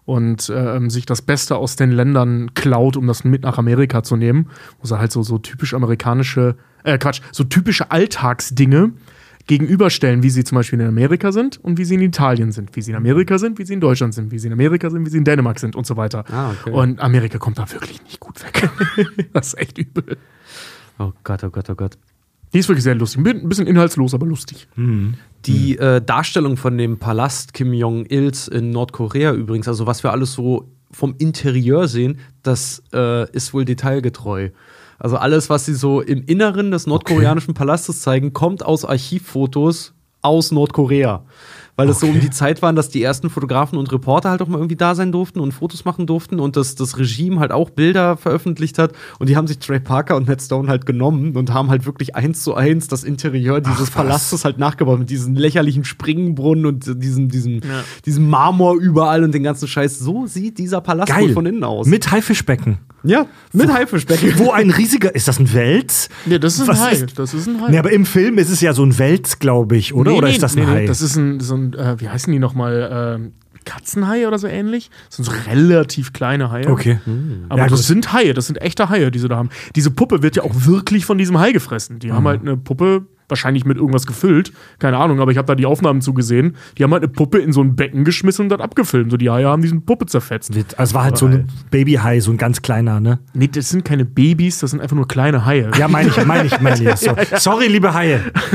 und äh, sich das Beste aus den Ländern klaut, um das mit nach Amerika zu nehmen. Wo sie halt so, so typisch amerikanische, äh, Quatsch, so typische Alltagsdinge gegenüberstellen, wie sie zum Beispiel in Amerika sind und wie sie in Italien sind. Wie sie in Amerika sind, wie sie in Deutschland sind, wie sie in Amerika sind, wie sie in Dänemark sind und so weiter. Ah, okay. Und Amerika kommt da wirklich nicht gut weg. Das ist echt übel. Oh Gott, oh Gott, oh Gott. Die ist wirklich sehr lustig. Ein bisschen inhaltslos, aber lustig. Mhm. Die äh, Darstellung von dem Palast Kim Jong-ils in Nordkorea übrigens, also was wir alles so vom Interieur sehen, das äh, ist wohl detailgetreu. Also alles, was sie so im Inneren des nordkoreanischen okay. Palastes zeigen, kommt aus Archivfotos aus Nordkorea. Weil es okay. so um die Zeit waren, dass die ersten Fotografen und Reporter halt auch mal irgendwie da sein durften und Fotos machen durften und das, das Regime halt auch Bilder veröffentlicht hat. Und die haben sich Trey Parker und Matt Stone halt genommen und haben halt wirklich eins zu eins das Interieur dieses Ach, Palastes halt nachgebaut. Mit diesen lächerlichen Springbrunnen und diesem, diesem, ja. diesem Marmor überall und den ganzen Scheiß. So sieht dieser Palast Geil. wohl von innen aus. Mit Haifischbecken. Ja, mit wo, Haifischbecken. Wo ein riesiger, ist das ein Wels? Nee, das ist ein Was Hai. Ist, das ist ein Hai. Nee, aber im Film ist es ja so ein Wels, glaube ich, oder? Nee, oder nee, ist das ein nee, Hai? Nee, das ist ein, so ein äh, wie heißen die nochmal? Ähm, Katzenhaie oder so ähnlich. Das sind so relativ kleine Haie. Okay. Mhm. Aber ja, das sind Haie, das sind echte Haie, die sie da haben. Diese Puppe wird ja auch wirklich von diesem Hai gefressen. Die mhm. haben halt eine Puppe, wahrscheinlich mit irgendwas gefüllt. Keine Ahnung, aber ich habe da die Aufnahmen zugesehen. Die haben halt eine Puppe in so ein Becken geschmissen und das abgefilmt. So, die Haie haben diese Puppe zerfetzt. Also es war halt so ein Babyhai, so ein ganz kleiner, ne? Nee, das sind keine Babys, das sind einfach nur kleine Haie. Ja, meine ich, meine ich, meine ich. So. Sorry, liebe Haie.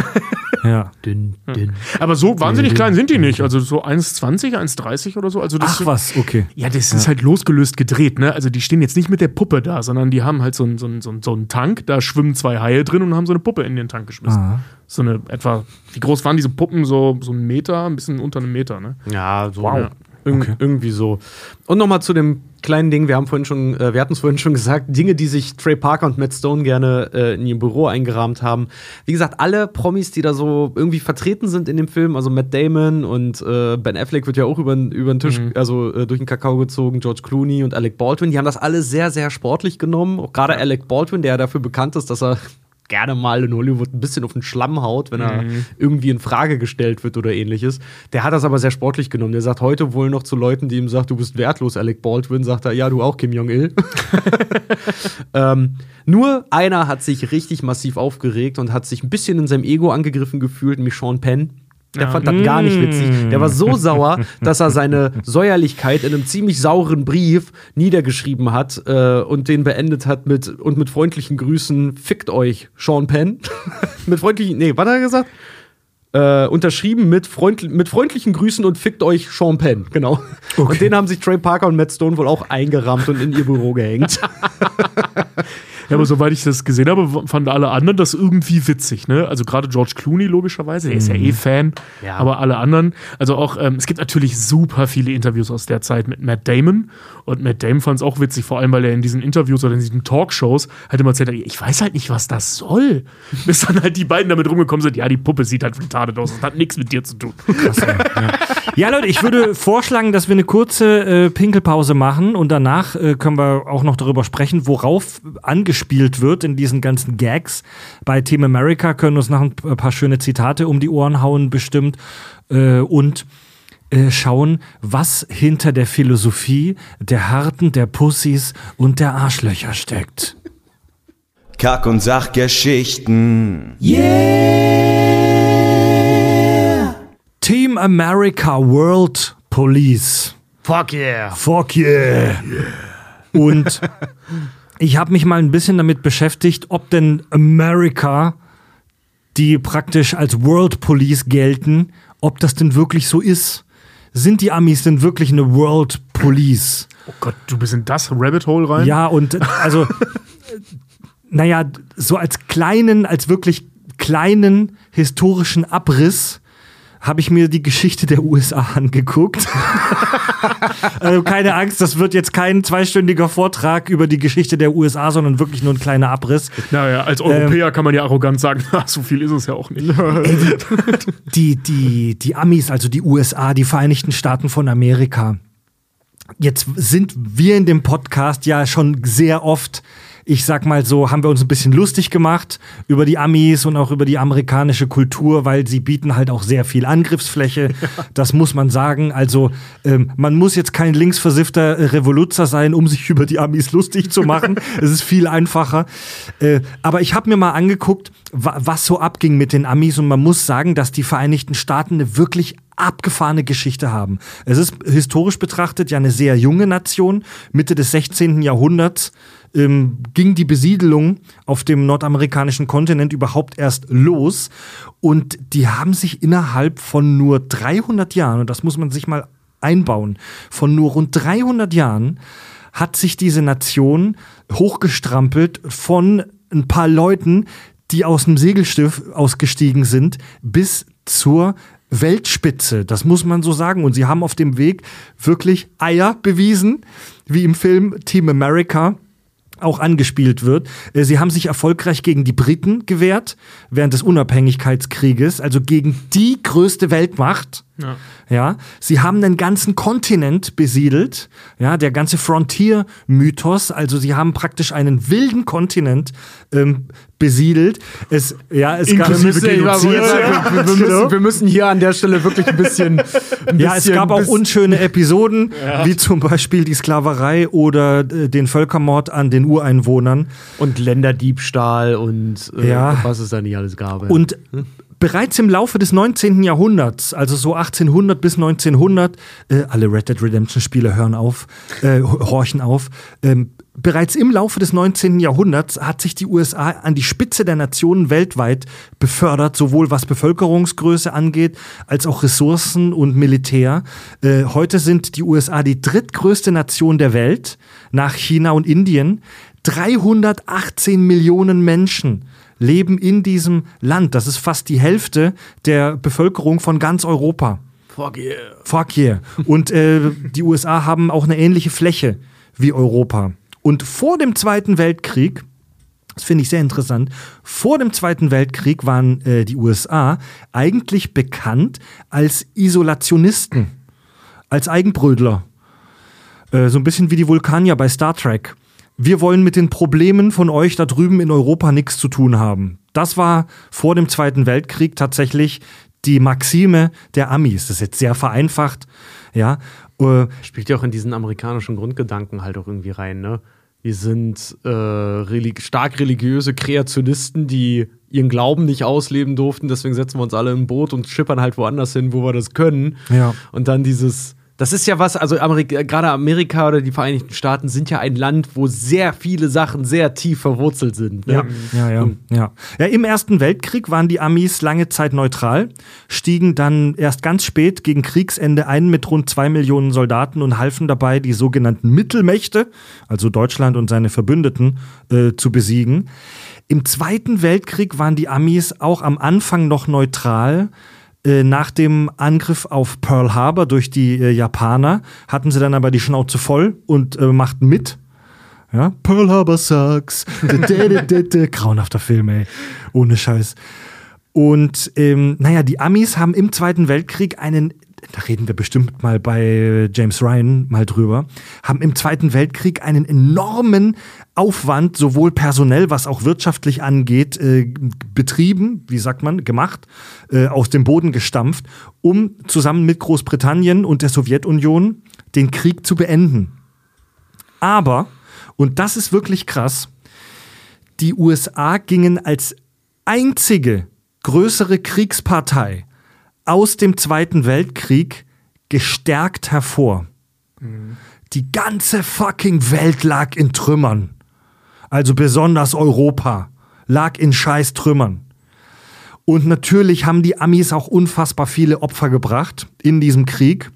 Ja. Dünn, dünn. Aber so wahnsinnig klein sind die nicht. Also so eins zwanzig, eins dreißig oder so. Also das Ach was, okay. Ja, das ist ja. halt losgelöst gedreht, ne? Also die stehen jetzt nicht mit der Puppe da, sondern die haben halt so einen so so so einen Tank, da schwimmen zwei Haie drin und haben so eine Puppe in den Tank geschmissen. Aha. So eine etwa, wie groß waren diese Puppen? So, so ein Meter, ein bisschen unter einem Meter, ne? Ja, so. Wow. Ja. Ir- okay. Irgendwie so. Und nochmal zu dem kleinen Ding, wir haben vorhin schon, äh, wir hatten es vorhin schon gesagt, Dinge, die sich Trey Parker und Matt Stone gerne äh, in ihr Büro eingerahmt haben. Wie gesagt, alle Promis, die da so irgendwie vertreten sind in dem Film, also Matt Damon und äh, Ben Affleck wird ja auch über den Tisch, mhm. also äh, durch den Kakao gezogen, George Clooney und Alec Baldwin, die haben das alle sehr, sehr sportlich genommen. Auch gerade Alec Baldwin, der ja dafür bekannt ist, dass er gerne mal in Hollywood ein bisschen auf den Schlamm haut, wenn er mhm. irgendwie in Frage gestellt wird oder ähnliches. Der hat das aber sehr sportlich genommen. Der sagt heute wohl noch zu Leuten, die ihm sagen, du bist wertlos, Alec Baldwin, sagt er, ja, du auch, Kim Jong-il. ähm, nur einer hat sich richtig massiv aufgeregt und hat sich ein bisschen in seinem Ego angegriffen gefühlt, nämlich Sean Penn. Der fand das gar nicht witzig. Der war so sauer, dass er seine Säuerlichkeit in einem ziemlich sauren Brief niedergeschrieben hat äh, und den beendet hat mit und mit freundlichen Grüßen, fickt euch, Sean Penn. mit freundlichen, nee, was hat er gesagt? Äh, unterschrieben mit, freundl- mit freundlichen Grüßen und fickt euch, Sean Penn, genau. Okay. Und den haben sich Trey Parker und Matt Stone wohl auch eingerammt und in ihr Büro gehängt. Ja, aber soweit ich das gesehen habe, fanden alle anderen das irgendwie witzig, ne? Also gerade George Clooney logischerweise, der ist ja eh Fan, ja. aber alle anderen, also auch, ähm, es gibt natürlich super viele Interviews aus der Zeit mit Matt Damon und Matt Damon fand es auch witzig, vor allem, weil er in diesen Interviews oder in diesen Talkshows halt immer erzählt hat, ich weiß halt nicht, was das soll. Bis dann halt die beiden damit rumgekommen sind, ja, die Puppe sieht halt retarded aus, das hat nichts mit dir zu tun. Krass, ja. Ja, Leute, ich würde vorschlagen, dass wir eine kurze äh, Pinkelpause machen und danach äh, können wir auch noch darüber sprechen, worauf angespielt wird in diesen ganzen Gags. Bei Team America können wir uns noch ein paar schöne Zitate um die Ohren hauen, bestimmt. Äh, und äh, schauen, was hinter der Philosophie der Harten, der Pussys und der Arschlöcher steckt. Kack- und Sachgeschichten. Yeah! Team America World Police. Fuck yeah. Fuck yeah. yeah. Und ich habe mich mal ein bisschen damit beschäftigt, ob denn America, die praktisch als World Police gelten, ob das denn wirklich so ist. Sind die Amis denn wirklich eine World Police? Oh Gott, du bist in das Rabbit Hole rein? Ja, und also, naja, so als kleinen, als wirklich kleinen historischen Abriss habe ich mir die Geschichte der U S A angeguckt. Also keine Angst, das wird jetzt kein zweistündiger Vortrag über die Geschichte der U S A, sondern wirklich nur ein kleiner Abriss. Naja, als Europäer ähm, kann man ja arrogant sagen, so viel ist es ja auch nicht. die, die, die Amis, also die U S A, die Vereinigten Staaten von Amerika. Jetzt sind wir in dem Podcast ja schon sehr oft ich sag mal so, haben wir uns ein bisschen lustig gemacht über die Amis und auch über die amerikanische Kultur, weil sie bieten halt auch sehr viel Angriffsfläche. Das muss man sagen. Also ähm, man muss jetzt kein linksversiffter äh, Revoluzer sein, um sich über die Amis lustig zu machen. Es ist viel einfacher. Äh, aber ich habe mir mal angeguckt, wa- was so abging mit den Amis, und man muss sagen, dass die Vereinigten Staaten eine wirklich abgefahrene Geschichte haben. Es ist historisch betrachtet ja eine sehr junge Nation. Mitte des sechzehnten Jahrhunderts ähm, ging die Besiedelung auf dem nordamerikanischen Kontinent überhaupt erst los. Und die haben sich innerhalb von nur dreihundert Jahren, und das muss man sich mal einbauen, von nur rund dreihundert Jahren hat sich diese Nation hochgestrampelt von ein paar Leuten, die aus einem Segelschiff ausgestiegen sind, bis zur Weltspitze, das muss man so sagen. Und sie haben auf dem Weg wirklich Eier bewiesen, wie im Film Team America auch angespielt wird. Sie haben sich erfolgreich gegen die Briten gewehrt während des Unabhängigkeitskrieges, also gegen die größte Weltmacht. Ja. Ja, sie haben einen ganzen Kontinent besiedelt, ja, der ganze Frontier-Mythos, also sie haben praktisch einen wilden Kontinent ähm, besiedelt. Es, ja, es gab, wir, müssen, wir, müssen, wir, müssen, wir müssen hier an der Stelle wirklich ein bisschen. Ein ja, bisschen, es gab auch unschöne Episoden, ja. wie zum Beispiel die Sklaverei oder äh, den Völkermord an den Ureinwohnern. Und Länderdiebstahl und äh, ja. was es da nicht alles gab. Ja. Und hm? bereits im Laufe des neunzehnten Jahrhunderts, also so achtzehnhundert bis neunzehnhundert, äh, alle Red Dead Redemption-Spieler hören auf, äh, horchen auf, ähm, bereits im Laufe des neunzehnten Jahrhunderts hat sich die U S A an die Spitze der Nationen weltweit befördert, sowohl was Bevölkerungsgröße angeht, als auch Ressourcen und Militär. Äh, heute sind die U S A die drittgrößte Nation der Welt, nach China und Indien. dreihundertachtzehn Millionen Menschen leben in diesem Land. Das ist fast die Hälfte der Bevölkerung von ganz Europa. Fuck yeah. Fuck yeah. Und äh, die U S A haben auch eine ähnliche Fläche wie Europa. Und vor dem Zweiten Weltkrieg, das finde ich sehr interessant, vor dem Zweiten Weltkrieg waren äh, die U S A eigentlich bekannt als Isolationisten, als Eigenbrödler. Äh, so ein bisschen wie die Vulkanier bei Star Trek. Wir wollen mit den Problemen von euch da drüben in Europa nichts zu tun haben. Das war vor dem Zweiten Weltkrieg tatsächlich die Maxime der Amis. Das ist jetzt sehr vereinfacht, ja. Äh, Spielt ja auch in diesen amerikanischen Grundgedanken halt auch irgendwie rein, ne? Die sind äh, relig- stark religiöse Kreationisten, die ihren Glauben nicht ausleben durften. Deswegen setzen wir uns alle im Boot und schippern halt woanders hin, wo wir das können. Ja. Und dann dieses, das ist ja was, also Amerika, gerade Amerika oder die Vereinigten Staaten sind ja ein Land, wo sehr viele Sachen sehr tief verwurzelt sind. Ne? Ja, ja, ja, ja. Ja, im Ersten Weltkrieg waren die Amis lange Zeit neutral, stiegen dann erst ganz spät gegen Kriegsende ein mit rund zwei Millionen Soldaten und halfen dabei, die sogenannten Mittelmächte, also Deutschland und seine Verbündeten, äh, zu besiegen. Im Zweiten Weltkrieg waren die Amis auch am Anfang noch neutral. Nach dem Angriff auf Pearl Harbor durch die äh, Japaner hatten sie dann aber die Schnauze voll und äh, machten mit. Ja? Pearl Harbor sucks. Grauenhafter Film, ey. Ohne Scheiß. Und ähm, naja, die Amis haben im Zweiten Weltkrieg einen, da reden wir bestimmt mal bei James Ryan mal drüber, haben im Zweiten Weltkrieg einen enormen Aufwand, sowohl personell, was auch wirtschaftlich angeht, äh, betrieben, wie sagt man, gemacht, äh, aus dem Boden gestampft, um zusammen mit Großbritannien und der Sowjetunion den Krieg zu beenden. Aber, und das ist wirklich krass, die U S A gingen als einzige größere Kriegspartei aus dem Zweiten Weltkrieg gestärkt hervor. Mhm. Die ganze fucking Welt lag in Trümmern. Also besonders Europa lag in scheiß Trümmern. Und natürlich haben die Amis auch unfassbar viele Opfer gebracht in diesem Krieg.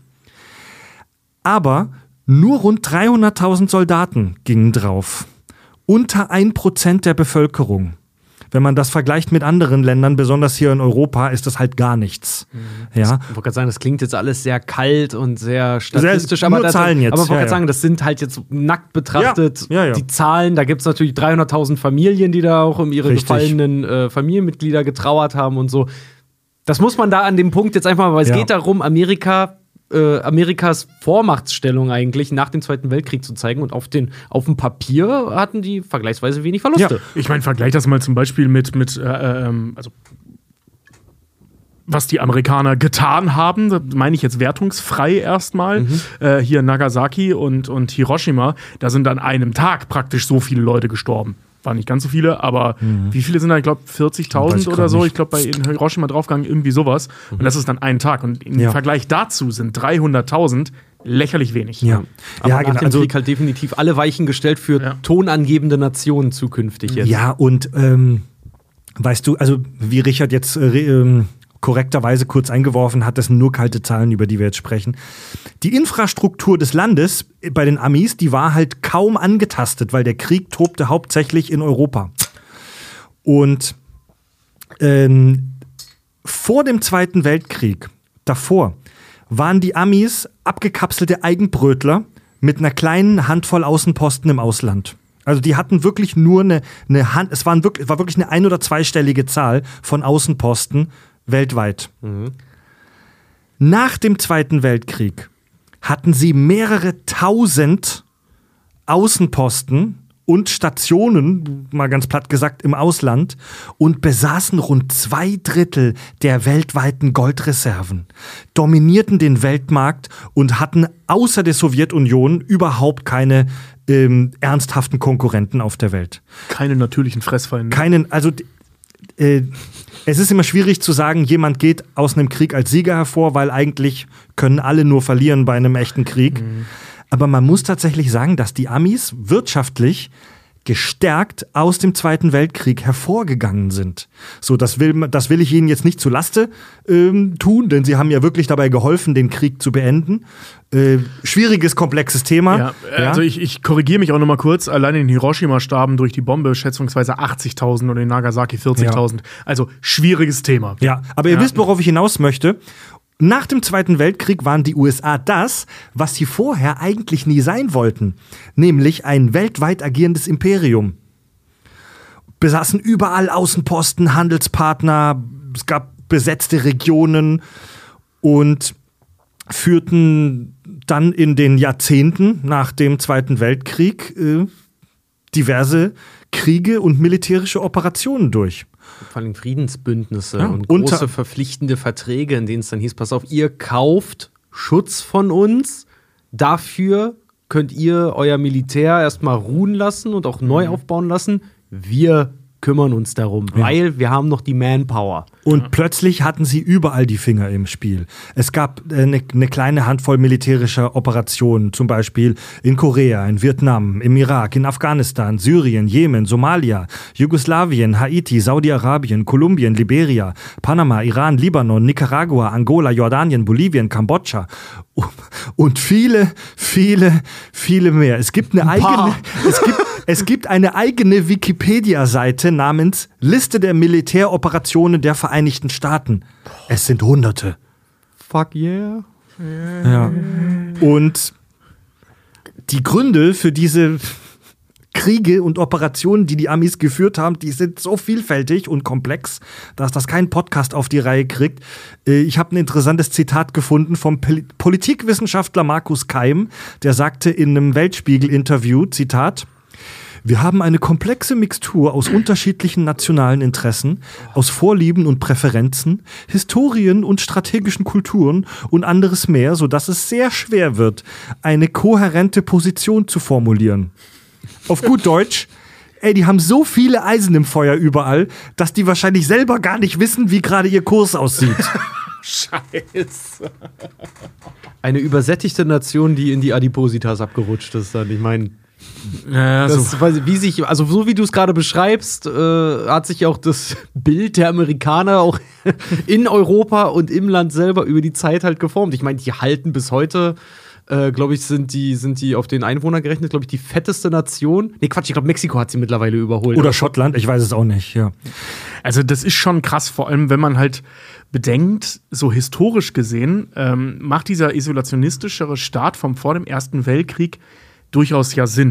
Aber nur rund dreihunderttausend Soldaten gingen drauf. Unter ein Prozent der Bevölkerung. Wenn man das vergleicht mit anderen Ländern, besonders hier in Europa, ist das halt gar nichts. Mhm. Ja. Ich wollte gerade sagen, das klingt jetzt alles sehr kalt und sehr statistisch. Sehr, aber nur das, Zahlen jetzt. Aber ich wollte ja, gerade sagen, das sind halt jetzt nackt betrachtet ja, ja, ja. die Zahlen. Da gibt es natürlich dreihunderttausend Familien, die da auch um ihre Richtig. gefallenen äh, Familienmitglieder getrauert haben und so. Das muss man da an dem Punkt jetzt einfach mal, weil es ja. geht darum, Amerika äh, Amerikas Vormachtstellung eigentlich nach dem Zweiten Weltkrieg zu zeigen. Und auf, den, auf dem Papier hatten die vergleichsweise wenig Verluste. Ja. Ich meine, vergleich das mal zum Beispiel mit, mit äh, ähm, also was die Amerikaner getan haben, das meine ich jetzt wertungsfrei erstmal, mhm. äh, hier Nagasaki und, und Hiroshima, da sind an einem Tag praktisch so viele Leute gestorben. Waren nicht ganz so viele, aber mhm. wie viele sind da? Ich glaube vierzigtausend oder so. Nicht. Ich glaube bei Hiroshima draufgegangen irgendwie sowas. Mhm. Und das ist dann ein Tag. Und im ja. Vergleich dazu sind dreihunderttausend lächerlich wenig. Ja, aber ja, nach genau. dem Also, Krieg halt definitiv alle Weichen gestellt für ja. tonangebende Nationen zukünftig jetzt. Ja, und ähm, weißt du, also wie Richard jetzt äh, ähm, korrekterweise kurz eingeworfen hat, das sind nur kalte Zahlen, über die wir jetzt sprechen. Die Infrastruktur des Landes bei den Amis, die war halt kaum angetastet, weil der Krieg tobte hauptsächlich in Europa. Und ähm, vor dem Zweiten Weltkrieg, davor, waren die Amis abgekapselte Eigenbrötler mit einer kleinen Handvoll Außenposten im Ausland. Also die hatten wirklich nur eine, eine Hand, es waren wirklich, war wirklich eine ein- oder zweistellige Zahl von Außenposten weltweit. Mhm. Nach dem Zweiten Weltkrieg hatten sie mehrere tausend Außenposten und Stationen, mal ganz platt gesagt, im Ausland und besaßen rund zwei Drittel der weltweiten Goldreserven, dominierten den Weltmarkt und hatten außer der Sowjetunion überhaupt keine ähm, ernsthaften Konkurrenten auf der Welt. Keine natürlichen Fressfeinde. Keinen, also äh, es ist immer schwierig zu sagen, jemand geht aus einem Krieg als Sieger hervor, weil eigentlich können alle nur verlieren bei einem echten Krieg. Mhm. Aber man muss tatsächlich sagen, dass die Amis wirtschaftlich gestärkt aus dem Zweiten Weltkrieg hervorgegangen sind. So, das will, das will ich Ihnen jetzt nicht zu Laste ähm, tun, denn Sie haben ja wirklich dabei geholfen, den Krieg zu beenden. Äh, schwieriges, komplexes Thema. Ja, also ja? ich, ich korrigiere mich auch noch mal kurz. Allein in Hiroshima starben durch die Bombe schätzungsweise achtzigtausend und in Nagasaki vierzigtausend. Ja. Also schwieriges Thema. Ja, aber ihr ja. wisst, worauf ich hinaus möchte. Nach dem Zweiten Weltkrieg waren die U S A das, was sie vorher eigentlich nie sein wollten, nämlich ein weltweit agierendes Imperium. Besaßen überall Außenposten, Handelspartner, es gab besetzte Regionen und führten dann in den Jahrzehnten nach dem Zweiten Weltkrieg äh, diverse Kriege und militärische Operationen durch. Vor allem Friedensbündnisse ja, und große verpflichtende Verträge, in denen es dann hieß, pass auf, ihr kauft Schutz von uns, dafür könnt ihr euer Militär erstmal ruhen lassen und auch neu aufbauen lassen. Wir kümmern uns darum, ja. weil wir haben noch die Manpower. Und ja. plötzlich hatten sie überall die Finger im Spiel. Es gab eine äh, ne kleine Handvoll militärischer Operationen, zum Beispiel in Korea, in Vietnam, im Irak, in Afghanistan, Syrien, Jemen, Somalia, Jugoslawien, Haiti, Saudi-Arabien, Kolumbien, Liberia, Panama, Iran, Libanon, Nicaragua, Angola, Jordanien, Bolivien, Kambodscha und viele, viele, viele mehr. Es gibt eine Ein eigene, es gibt, es gibt eine eigene Wikipedia-Seite namens Liste der Militäroperationen der Vereinigten Staaten. Es sind Hunderte. Fuck yeah. Ja. Und die Gründe für diese Kriege und Operationen, die die Amis geführt haben, die sind so vielfältig und komplex, dass das kein Podcast auf die Reihe kriegt. Ich habe ein interessantes Zitat gefunden vom Politikwissenschaftler Markus Keim, der sagte in einem Weltspiegel-Interview, Zitat: Wir haben eine komplexe Mixtur aus unterschiedlichen nationalen Interessen, aus Vorlieben und Präferenzen, Historien und strategischen Kulturen und anderes mehr, sodass es sehr schwer wird, eine kohärente Position zu formulieren. Auf gut Deutsch, ey, die haben so viele Eisen im Feuer überall, dass die wahrscheinlich selber gar nicht wissen, wie gerade ihr Kurs aussieht. Scheiße. Eine übersättigte Nation, die in die Adipositas abgerutscht ist dann. Ich meine, ja, das, so. wie sich, also so wie du es gerade beschreibst, äh, hat sich auch das Bild der Amerikaner auch in Europa und im Land selber über die Zeit halt geformt. Ich meine, die halten bis heute, äh, glaube ich, sind die, sind die auf den Einwohner gerechnet, glaube ich, die fetteste Nation. Nee, Quatsch, ich glaube, Mexiko hat sie mittlerweile überholt. Oder Schottland, ich weiß es auch nicht, ja. Also das ist schon krass, vor allem wenn man halt bedenkt, so historisch gesehen, ähm, macht dieser isolationistischere Staat vom vor dem Ersten Weltkrieg durchaus ja Sinn.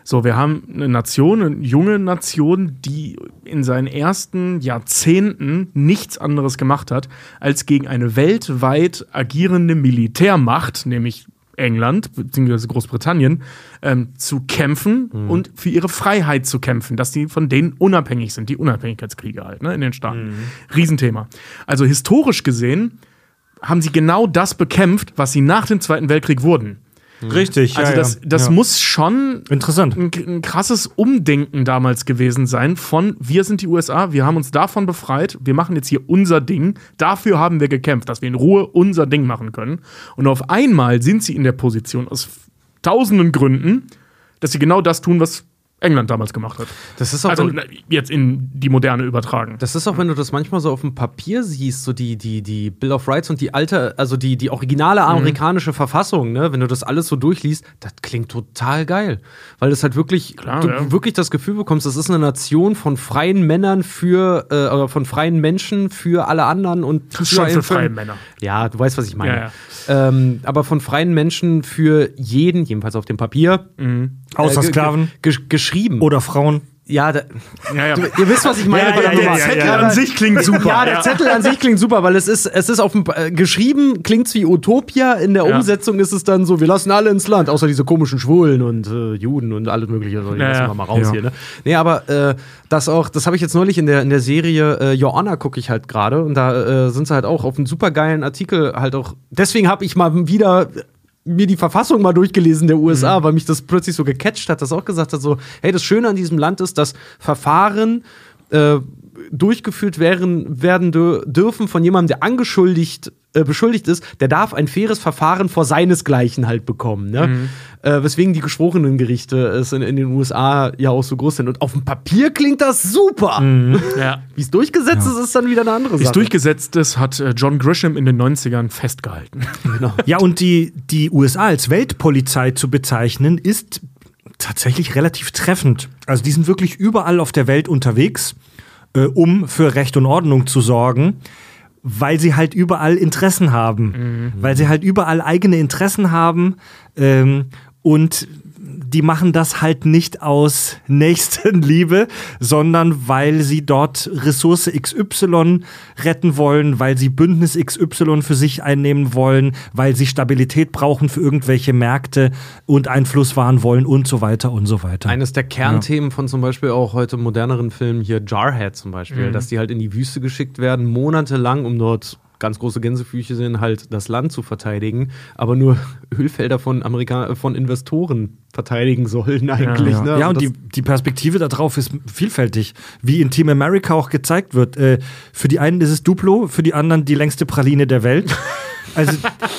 So, wir haben eine Nation, eine junge Nation, die in seinen ersten Jahrzehnten nichts anderes gemacht hat, als gegen eine weltweit agierende Militärmacht, nämlich England bzw. Großbritannien, ähm, zu kämpfen mhm. und für ihre Freiheit zu kämpfen, dass die von denen unabhängig sind, die Unabhängigkeitskriege halt, ne, in den Staaten. Mhm. Riesenthema. Also historisch gesehen haben sie genau das bekämpft, was sie nach dem Zweiten Weltkrieg wurden. Richtig, also ja, das, das ja. muss schon interessant. Ein, ein krasses Umdenken damals gewesen sein von wir sind die U S A, wir haben uns davon befreit, wir machen jetzt hier unser Ding, dafür haben wir gekämpft, dass wir in Ruhe unser Ding machen können. Und auf einmal sind sie in der Position aus tausenden Gründen, dass sie genau das tun, was England damals gemacht hat. Das ist auch also wenn, jetzt in die Moderne übertragen. Das ist auch, wenn du das manchmal so auf dem Papier siehst, so die, die, die Bill of Rights und die alte, also die, die originale amerikanische mhm. Verfassung, ne, wenn du das alles so durchliest, das klingt total geil. Weil das halt wirklich, Klar, du ja. wirklich das Gefühl bekommst, das ist eine Nation von freien Männern für, äh, von freien Menschen für alle anderen und das ist schon für freie Männer. Ja, du weißt, was ich meine. Ja, ja. Ähm, aber von freien Menschen für jeden, jedenfalls auf dem Papier. Mhm. Außer äh, Sklaven. Ge ge geschrieben. Oder Frauen. Ja, da, ja, ja. Du, ihr wisst, was ich meine. Ja, ja, der ja, Zettel ja, ja. an sich klingt super. Ja, der Zettel an sich klingt super, weil es ist, es ist auf dem, äh, geschrieben, klingt's wie Utopia. In der Ja. Umsetzung ist es dann so, wir lassen alle ins Land, außer diese komischen Schwulen und äh, Juden und alles mögliche. Also, die Ja, lassen ja. wir mal raus Ja. hier, ne? Nee, aber äh, das auch, das habe ich jetzt neulich in der, in der Serie äh, Your Honor gucke ich halt gerade und da äh, sind sie halt auch auf einen supergeilen Artikel halt auch, deswegen habe ich mal wieder mir die Verfassung mal durchgelesen der U S A, mhm. weil mich das plötzlich so gecatcht hat, dass auch gesagt hat, so, hey, das Schöne an diesem Land ist, dass Verfahren äh, durchgeführt werden, werden dürfen von jemandem, der angeschuldigt, äh, beschuldigt ist, der darf ein faires Verfahren vor seinesgleichen halt bekommen. Ne? Mhm. Äh, weswegen die geschworenen Gerichte es in, in den U S A ja auch so groß sind. Und auf dem Papier klingt das super. Mhm. Ja. Wie es durchgesetzt ist, ist dann wieder eine andere Sache. Wie es durchgesetzt ist, hat äh, John Grisham in den neunzigern festgehalten. Genau. Ja, und die, die U S A als Weltpolizei zu bezeichnen, ist tatsächlich relativ treffend. Also die sind wirklich überall auf der Welt unterwegs, äh, um für Recht und Ordnung zu sorgen, weil sie halt überall Interessen haben. Mhm. Weil sie halt überall eigene Interessen haben ähm, und die machen das halt nicht aus Nächstenliebe, sondern weil sie dort Ressource X Y retten wollen, weil sie Bündnis X Y für sich einnehmen wollen, weil sie Stabilität brauchen für irgendwelche Märkte und Einfluss wahren wollen und so weiter und so weiter. Eines der Kernthemen ja. von zum Beispiel auch heute moderneren Filmen hier, Jarhead zum Beispiel, mhm. dass die halt in die Wüste geschickt werden, monatelang, um dort ganz große Gänsefüße sind, halt das Land zu verteidigen, aber nur Ölfelder von Amerika von Investoren verteidigen sollen eigentlich. Ja, ne? ja und die, die Perspektive darauf ist vielfältig, wie in Team America auch gezeigt wird. Äh, für die einen ist es Duplo, für die anderen die längste Praline der Welt. Also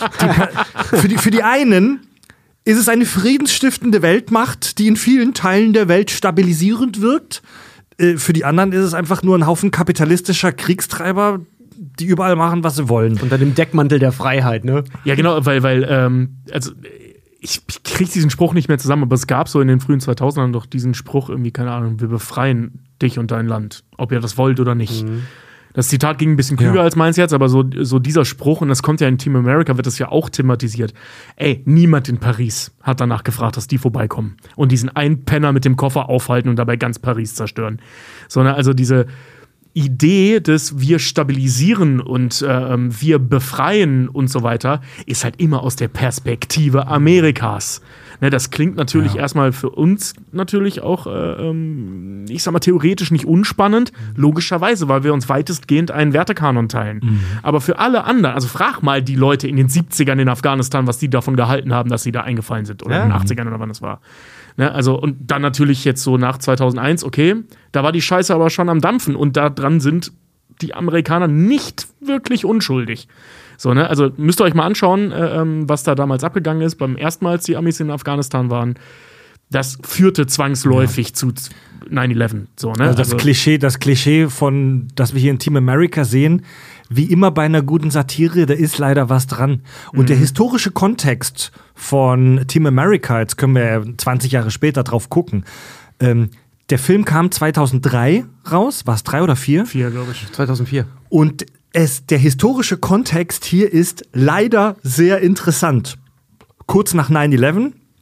die, für, die, für die einen ist es eine friedensstiftende Weltmacht, die in vielen Teilen der Welt stabilisierend wirkt. Äh, für die anderen ist es einfach nur ein Haufen kapitalistischer Kriegstreiber, die überall machen, was sie wollen. Unter dem Deckmantel der Freiheit, ne? Ja, genau, weil, weil ähm, also ich, ich kriege diesen Spruch nicht mehr zusammen, aber es gab so in den frühen zweitausendern doch diesen Spruch irgendwie, keine Ahnung, wir befreien dich und dein Land, ob ihr das wollt oder nicht. Mhm. Das Zitat ging ein bisschen klüger ja. als meins jetzt, aber so, so dieser Spruch, und das kommt ja in Team America, wird das ja auch thematisiert. Ey, niemand in Paris hat danach gefragt, dass die vorbeikommen und diesen einen Penner mit dem Koffer aufhalten und dabei ganz Paris zerstören. Sondern also diese Idee des wir stabilisieren und äh, wir befreien und so weiter, ist halt immer aus der Perspektive Amerikas. Ne, das klingt natürlich ja. erstmal für uns natürlich auch, äh, ich sag mal, theoretisch nicht unspannend, logischerweise, weil wir uns weitestgehend einen Wertekanon teilen. Mhm. Aber für alle anderen, also frag mal die Leute in den siebzigern in Afghanistan, was die davon gehalten haben, dass sie da eingefallen sind. Oder ja. in den achtzigern oder wann das war. Ne, also, und dann natürlich jetzt so nach zweitausendeins, okay, da war die Scheiße aber schon am Dampfen und da dran sind die Amerikaner nicht wirklich unschuldig. So, ne, also müsst ihr euch mal anschauen, äh, was da damals abgegangen ist, beim ersten Mal, als die Amis in Afghanistan waren. Das führte zwangsläufig ja. zu nine eleven. So, ne? Also das also, Klischee, das Klischee von, das wir hier in Team America sehen, wie immer bei einer guten Satire, da ist leider was dran. Und mhm. der historische Kontext von Team America, jetzt können wir ja zwanzig Jahre später drauf gucken, ähm, der Film kam zweitausenddrei raus, war es drei oder vier? Vier, glaube ich. zweitausendvier. Und es, der historische Kontext hier ist leider sehr interessant. Kurz nach nine eleven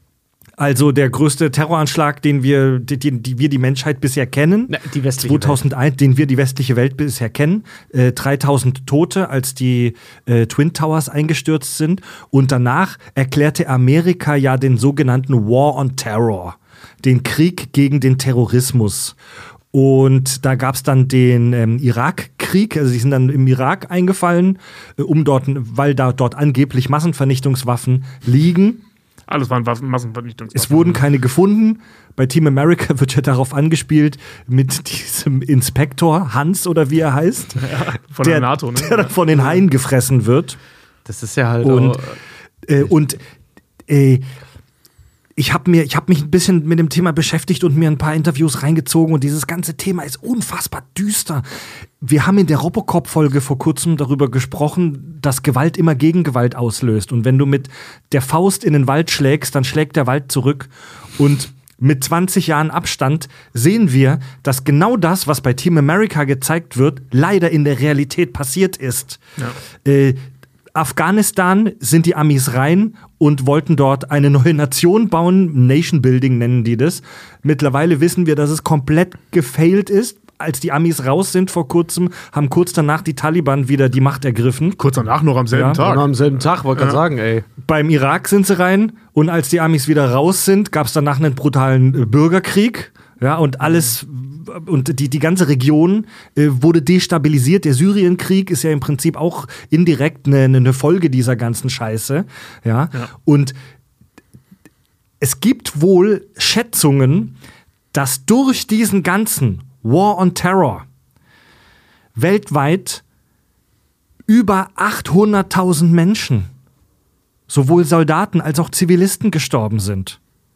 Also der größte Terroranschlag, den wir, die, die wir die Menschheit bisher kennen. Na, die westliche zweitausendeins, Welt. den wir die westliche Welt bisher kennen. Äh, dreitausend Tote, als die äh, Twin Towers eingestürzt sind. Und danach erklärte Amerika ja den sogenannten War on Terror. Den Krieg gegen den Terrorismus. Und da gab es dann den ähm, Irakkrieg, also sie sind dann im Irak eingefallen, äh, um dort, weil da dort angeblich Massenvernichtungswaffen liegen. Alles waren Waffen, Massenvernichtungswaffen. Es wurden keine gefunden. Bei Team America wird ja darauf angespielt, mit diesem Inspektor Hans oder wie er heißt, ja, von der, der NATO, ne? der dann von den Haien gefressen wird. Das ist ja halt Und, auch, äh, und äh, ich habe mir, ich habe mich ein bisschen mit dem Thema beschäftigt und mir ein paar Interviews reingezogen und dieses ganze Thema ist unfassbar düster. Wir haben in der Robocop-Folge vor kurzem darüber gesprochen, dass Gewalt immer Gegengewalt auslöst und wenn du mit der Faust in den Wald schlägst, dann schlägt der Wald zurück und mit zwanzig Jahren Abstand sehen wir, dass genau das, was bei Team America gezeigt wird, leider in der Realität passiert ist. Ja. Äh, Afghanistan sind die Amis rein und wollten dort eine neue Nation bauen. Nation Building nennen die das. Mittlerweile wissen wir, dass es komplett gefailt ist. Als die Amis raus sind vor kurzem, haben kurz danach die Taliban wieder die Macht ergriffen. Kurz danach noch am selben Ja. Tag. noch am selben Tag, wollte gerade Ja. sagen, ey. Beim Irak sind sie rein und als die Amis wieder raus sind, gab es danach einen brutalen äh, Bürgerkrieg. Ja, und alles, und die, die ganze Region äh, wurde destabilisiert. Der Syrienkrieg ist ja im Prinzip auch indirekt eine, eine Folge dieser ganzen Scheiße. Ja, Ja. und es gibt wohl Schätzungen, dass durch diesen ganzen War on Terror weltweit über achthunderttausend Menschen, sowohl Soldaten als auch Zivilisten gestorben sind.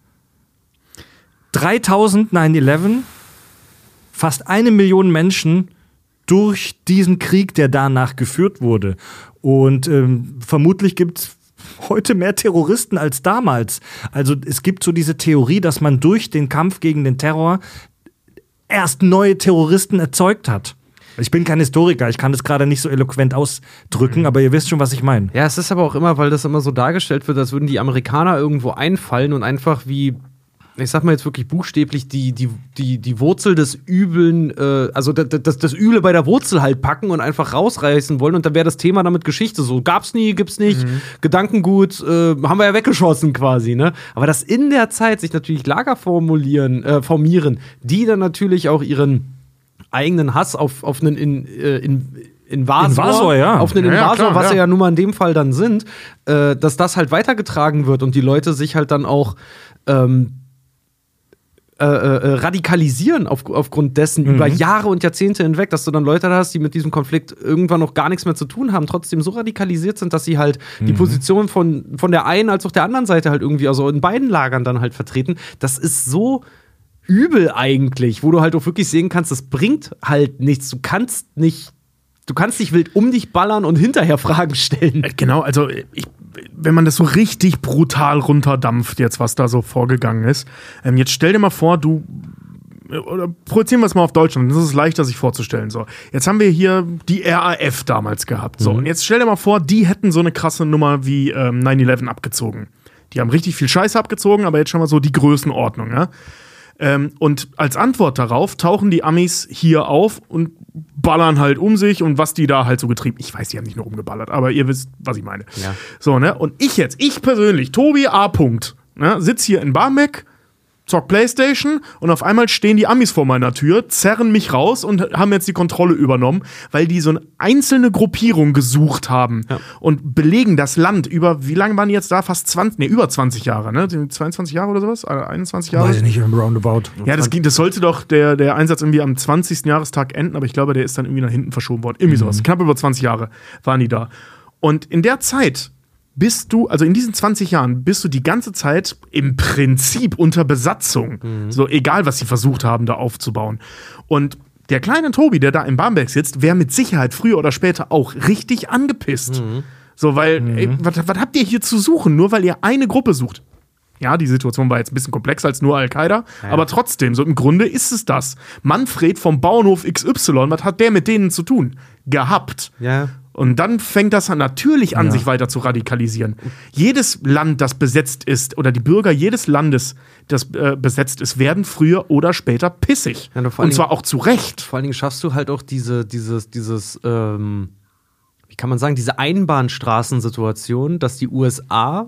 dreitausend nine eleven, fast eine Million Menschen durch diesen Krieg, der danach geführt wurde. Und ähm, vermutlich gibt es heute mehr Terroristen als damals. Also es gibt so diese Theorie, dass man durch den Kampf gegen den Terror erst neue Terroristen erzeugt hat. Ich bin kein Historiker, ich kann das gerade nicht so eloquent ausdrücken, mhm. aber ihr wisst schon, was ich meine. Ja, es ist aber auch immer, weil das immer so dargestellt wird, als würden die Amerikaner irgendwo einfallen und einfach wie, ich sag mal jetzt wirklich buchstäblich, die, die, die, die Wurzel des Übeln, äh, also das, das, das Üble bei der Wurzel halt packen und einfach rausreißen wollen und dann wäre das Thema damit Geschichte so. Gab's nie, gibt's nicht, mhm. Gedankengut, äh, haben wir ja weggeschossen quasi, ne? Aber dass in der Zeit sich natürlich Lager formulieren, äh, formieren, die dann natürlich auch ihren eigenen Hass auf, auf einen in, äh, in Invasor, Invasor, ja. auf einen Ja, ja, Invasor, klar, was ja. sie ja nun mal in dem Fall dann sind, äh, dass das halt weitergetragen wird und die Leute sich halt dann auch ähm, äh, äh, radikalisieren auf, aufgrund dessen Mhm. über Jahre und Jahrzehnte hinweg, dass du dann Leute hast, die mit diesem Konflikt irgendwann noch gar nichts mehr zu tun haben, trotzdem so radikalisiert sind, dass sie halt Mhm. die Position von, von der einen als auch der anderen Seite halt irgendwie, also in beiden Lagern dann halt vertreten. Das ist so übel eigentlich, wo du halt auch wirklich sehen kannst, das bringt halt nichts. Du kannst nicht, du kannst nicht wild um dich ballern und hinterher Fragen stellen. Genau, also ich, wenn man das so richtig brutal runterdampft, jetzt was da so vorgegangen ist, ähm, jetzt stell dir mal vor, du oder projizieren wir es mal auf Deutschland, das ist leichter sich vorzustellen. So, jetzt haben wir hier die R A F damals gehabt. So, Mhm. und jetzt stell dir mal vor, die hätten so eine krasse Nummer wie ähm, nine eleven abgezogen. Die haben richtig viel Scheiße abgezogen, aber jetzt schon mal so die Größenordnung, ja. Ähm, und als Antwort darauf tauchen die Amis hier auf und ballern halt um sich und was die da halt so getrieben. Ich weiß, die haben nicht nur rumgeballert, aber ihr wisst, was ich meine. Ja. So, ne? Und ich jetzt, ich persönlich, Tobi A. Punkt, ne, sitz hier in Barmbek, zock Playstation und auf einmal stehen die Amis vor meiner Tür, zerren mich raus und haben jetzt die Kontrolle übernommen, weil die so eine einzelne Gruppierung gesucht haben Ja. und belegen das Land über, wie lange waren die jetzt da? Fast zwanzig, nee, über zwanzig Jahre, ne? zweiundzwanzig Jahre oder sowas? einundzwanzig Jahre? Weiß ich nicht, im Roundabout. Ja, das, ging, das sollte doch der, der Einsatz irgendwie am zwanzigsten Jahrestag enden, aber ich glaube, der ist dann irgendwie nach hinten verschoben worden. Irgendwie sowas. Knapp über zwanzig Jahre waren die da. Und in der Zeit bist du, also in diesen zwanzig Jahren, bist du die ganze Zeit im Prinzip unter Besatzung. So, egal, was sie versucht haben, da aufzubauen. Und der kleine Tobi, der da in Barmbek sitzt, wäre mit Sicherheit früher oder später auch richtig angepisst. So, weil, ey, was habt ihr hier zu suchen? Nur weil ihr eine Gruppe sucht. Ja, die Situation war jetzt ein bisschen komplexer als nur Al-Qaida, Ja. aber trotzdem, so im Grunde ist es das. Manfred vom Bauernhof X Y, was hat der mit denen zu tun? Gehabt. Ja. Und dann fängt das natürlich an, Ja. sich weiter zu radikalisieren. Jedes Land, das besetzt ist, oder die Bürger jedes Landes, das äh, besetzt ist, werden früher oder später pissig. Ja, vor allen Und zwar Dingen- auch zu Recht. Vor allen Dingen schaffst du halt auch diese, dieses, dieses, ähm, wie kann man sagen, diese Einbahnstraßensituation, dass die U S A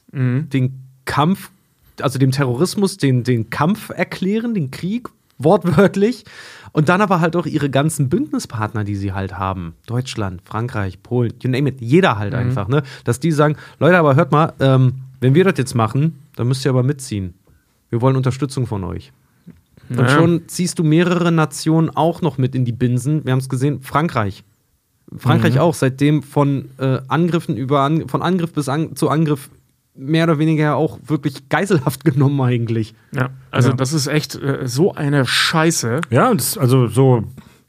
den Kampf, also dem Terrorismus, den, den Kampf erklären, den Krieg, wortwörtlich. Und dann aber halt auch ihre ganzen Bündnispartner, die sie halt haben. Deutschland, Frankreich, Polen, you name it, jeder halt einfach, ne? Dass die sagen, Leute, aber hört mal, ähm, wenn wir das jetzt machen, dann müsst ihr aber mitziehen. Wir wollen Unterstützung von euch. Und Ja. schon ziehst du mehrere Nationen auch noch mit in die Binsen. Wir haben es gesehen, Frankreich. Frankreich Mhm. auch, seitdem von äh, Angriffen über an, von Angriff bis an, zu Angriff mehr oder weniger auch wirklich geiselhaft genommen eigentlich. Ja, also Ja. das ist echt äh, so eine Scheiße. Ja, und das, also so.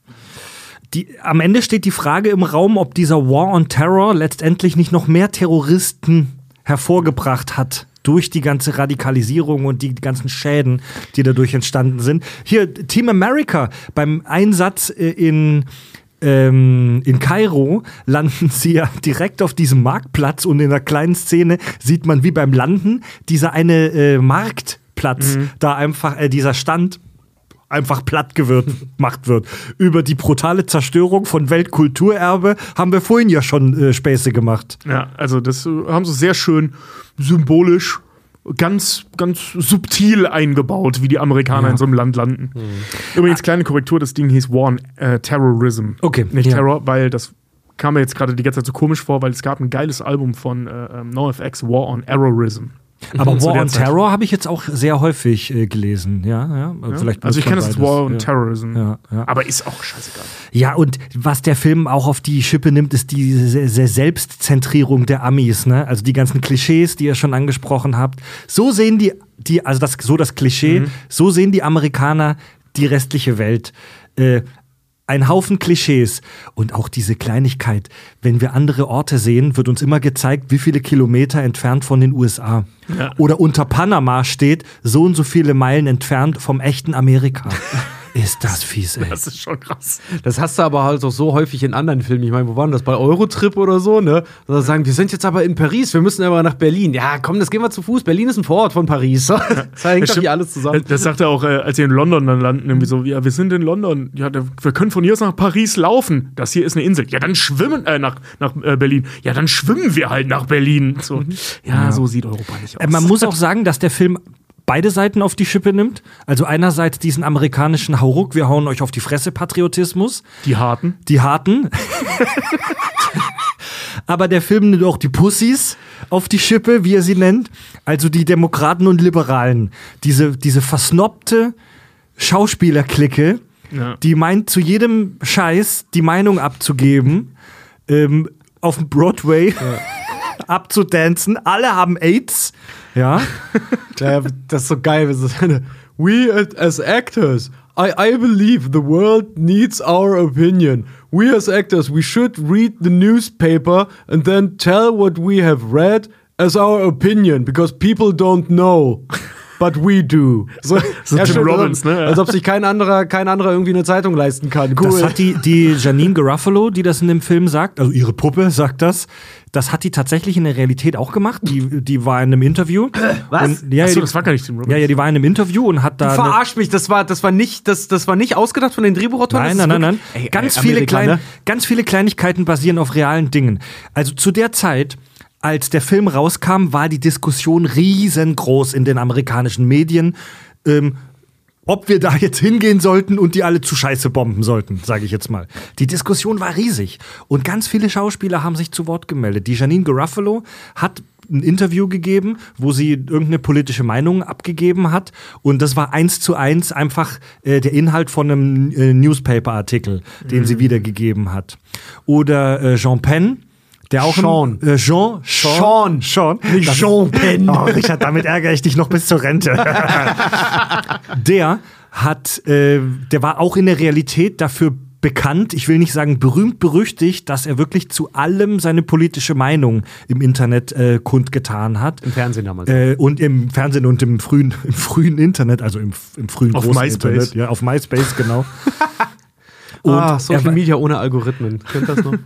Die, am Ende steht die Frage im Raum, ob dieser War on Terror letztendlich nicht noch mehr Terroristen hervorgebracht hat durch die ganze Radikalisierung und die ganzen Schäden, die dadurch entstanden sind. Hier, Team America, beim Einsatz äh, in Ähm, in Kairo landen sie ja direkt auf diesem Marktplatz und in einer kleinen Szene sieht man, wie beim Landen dieser eine äh, Marktplatz, da einfach, äh, dieser Stand einfach platt gewirrt, gemacht wird. Über die brutale Zerstörung von Weltkulturerbe haben wir vorhin ja schon äh, Späße gemacht. Ja, also das äh, haben sie sehr schön symbolisch, ganz, ganz subtil eingebaut, wie die Amerikaner Ja. in so einem Land landen. Übrigens, kleine Korrektur, das Ding hieß War on äh, Terrorism. Okay, Nicht ja. Terror, weil das kam mir jetzt gerade die ganze Zeit so komisch vor, weil es gab ein geiles Album von äh, NoFX, War on Errorism. Aber Zu War der on Zeit. Terror habe ich jetzt auch sehr häufig äh, gelesen. Ja, ja. Ja? Vielleicht Also ich benutzt man kenne das als beides. War on ja. Terrorism. Ja, ja. Aber ist auch scheißegal. Ja, und was der Film auch auf die Schippe nimmt, ist diese Se- Selbstzentrierung der Amis, ne? Also die ganzen Klischees, die ihr schon angesprochen habt. So sehen die, die also das, so das Klischee, so sehen die Amerikaner die restliche Welt. Äh, ein Haufen Klischees und auch diese Kleinigkeit. Wenn wir andere Orte sehen, wird uns immer gezeigt, wie viele Kilometer entfernt von den U S A. Ja. Oder unter Panama steht, so und so viele Meilen entfernt vom echten Amerika. Ist das fies, ey. Das ist schon krass. Das hast du aber halt auch so häufig in anderen Filmen. Ich meine, wo waren das? Bei Eurotrip oder so, ne? Da sagen, wir sind jetzt aber in Paris, wir müssen aber nach Berlin. Ja, komm, das gehen wir zu Fuß. Berlin ist ein Vorort von Paris. Das hängt doch stimmt. hier alles zusammen. Das sagt er auch, äh, als sie in London dann landen, irgendwie so, ja, wir sind in London, ja, da, wir können von hier aus nach Paris laufen. Das hier ist eine Insel. Ja, dann schwimmen, äh, nach, nach äh, Berlin. Ja, dann schwimmen wir halt nach Berlin. So, ja, so sieht Europa nicht aus. Äh, Man muss auch sagen, dass der Film beide Seiten auf die Schippe nimmt. Also einerseits diesen amerikanischen Hauruck, wir hauen euch auf die Fresse Patriotismus, Die Harten. die Harten. Aber der Film nimmt auch die Pussys auf die Schippe, wie er sie nennt. Also die Demokraten und Liberalen. Diese, diese versnobte Schauspielerklicke, Ja. die meint, zu jedem Scheiß die Meinung abzugeben, ähm, auf dem Broadway abzudancen. Alle haben AIDS. Ja. Ja, das ist so geil. Das ist eine, we as actors, I, I believe the world needs our opinion. We as actors, we should read the newspaper and then tell what we have read as our opinion, because people don't know. But we do. So, So Tim stimmt, Robbins, ne? Als ob sich kein anderer, kein anderer irgendwie eine Zeitung leisten kann. Cool. Das hat die, die Janine Garofalo, die das in dem Film sagt, also ihre Puppe sagt das, das hat die tatsächlich in der Realität auch gemacht. Die, die war in einem Interview. Was? Und, ja, Achso, die, das war gar nicht Tim Robbins. ja, ja, die war in einem Interview und hat da. eine- Verarscht mich, das war, das war nicht, das, das war nicht ausgedacht von den Drehbuchautoren. Nein, das nein, ist nein, nein. wirklich- Ey, Ganz, ey, viele Amerika, klein, ne? ganz viele Kleinigkeiten basieren auf realen Dingen. Also zu der Zeit, als der Film rauskam, war die Diskussion riesengroß in den amerikanischen Medien, ähm, ob wir da jetzt hingehen sollten und die alle zu Scheiße bomben sollten, sage ich jetzt mal. Die Diskussion war riesig und ganz viele Schauspieler haben sich zu Wort gemeldet. Die Janine Garofalo hat ein Interview gegeben, wo sie irgendeine politische Meinung abgegeben hat und das war eins zu eins einfach äh, der Inhalt von einem äh, Newspaper-Artikel, den sie wiedergegeben hat. Oder äh, Jean Penn, der auch Sean. Im, äh, Jean, Sean. Sean, Nicht Das- Jean Penn. Oh, Richard, damit ärgere ich dich noch bis zur Rente. Der hat, äh, der war auch in der Realität dafür bekannt, ich will nicht sagen berühmt, berüchtigt, dass er wirklich zu allem seine politische Meinung im Internet äh, kundgetan hat. Im Fernsehen damals. Äh, und im Fernsehen und im frühen, im frühen Internet, also im, im frühen Auf großen MySpace. Internet. Ja, auf MySpace, genau. Und ah, er Social war- Media ohne Algorithmen. Kennt das noch?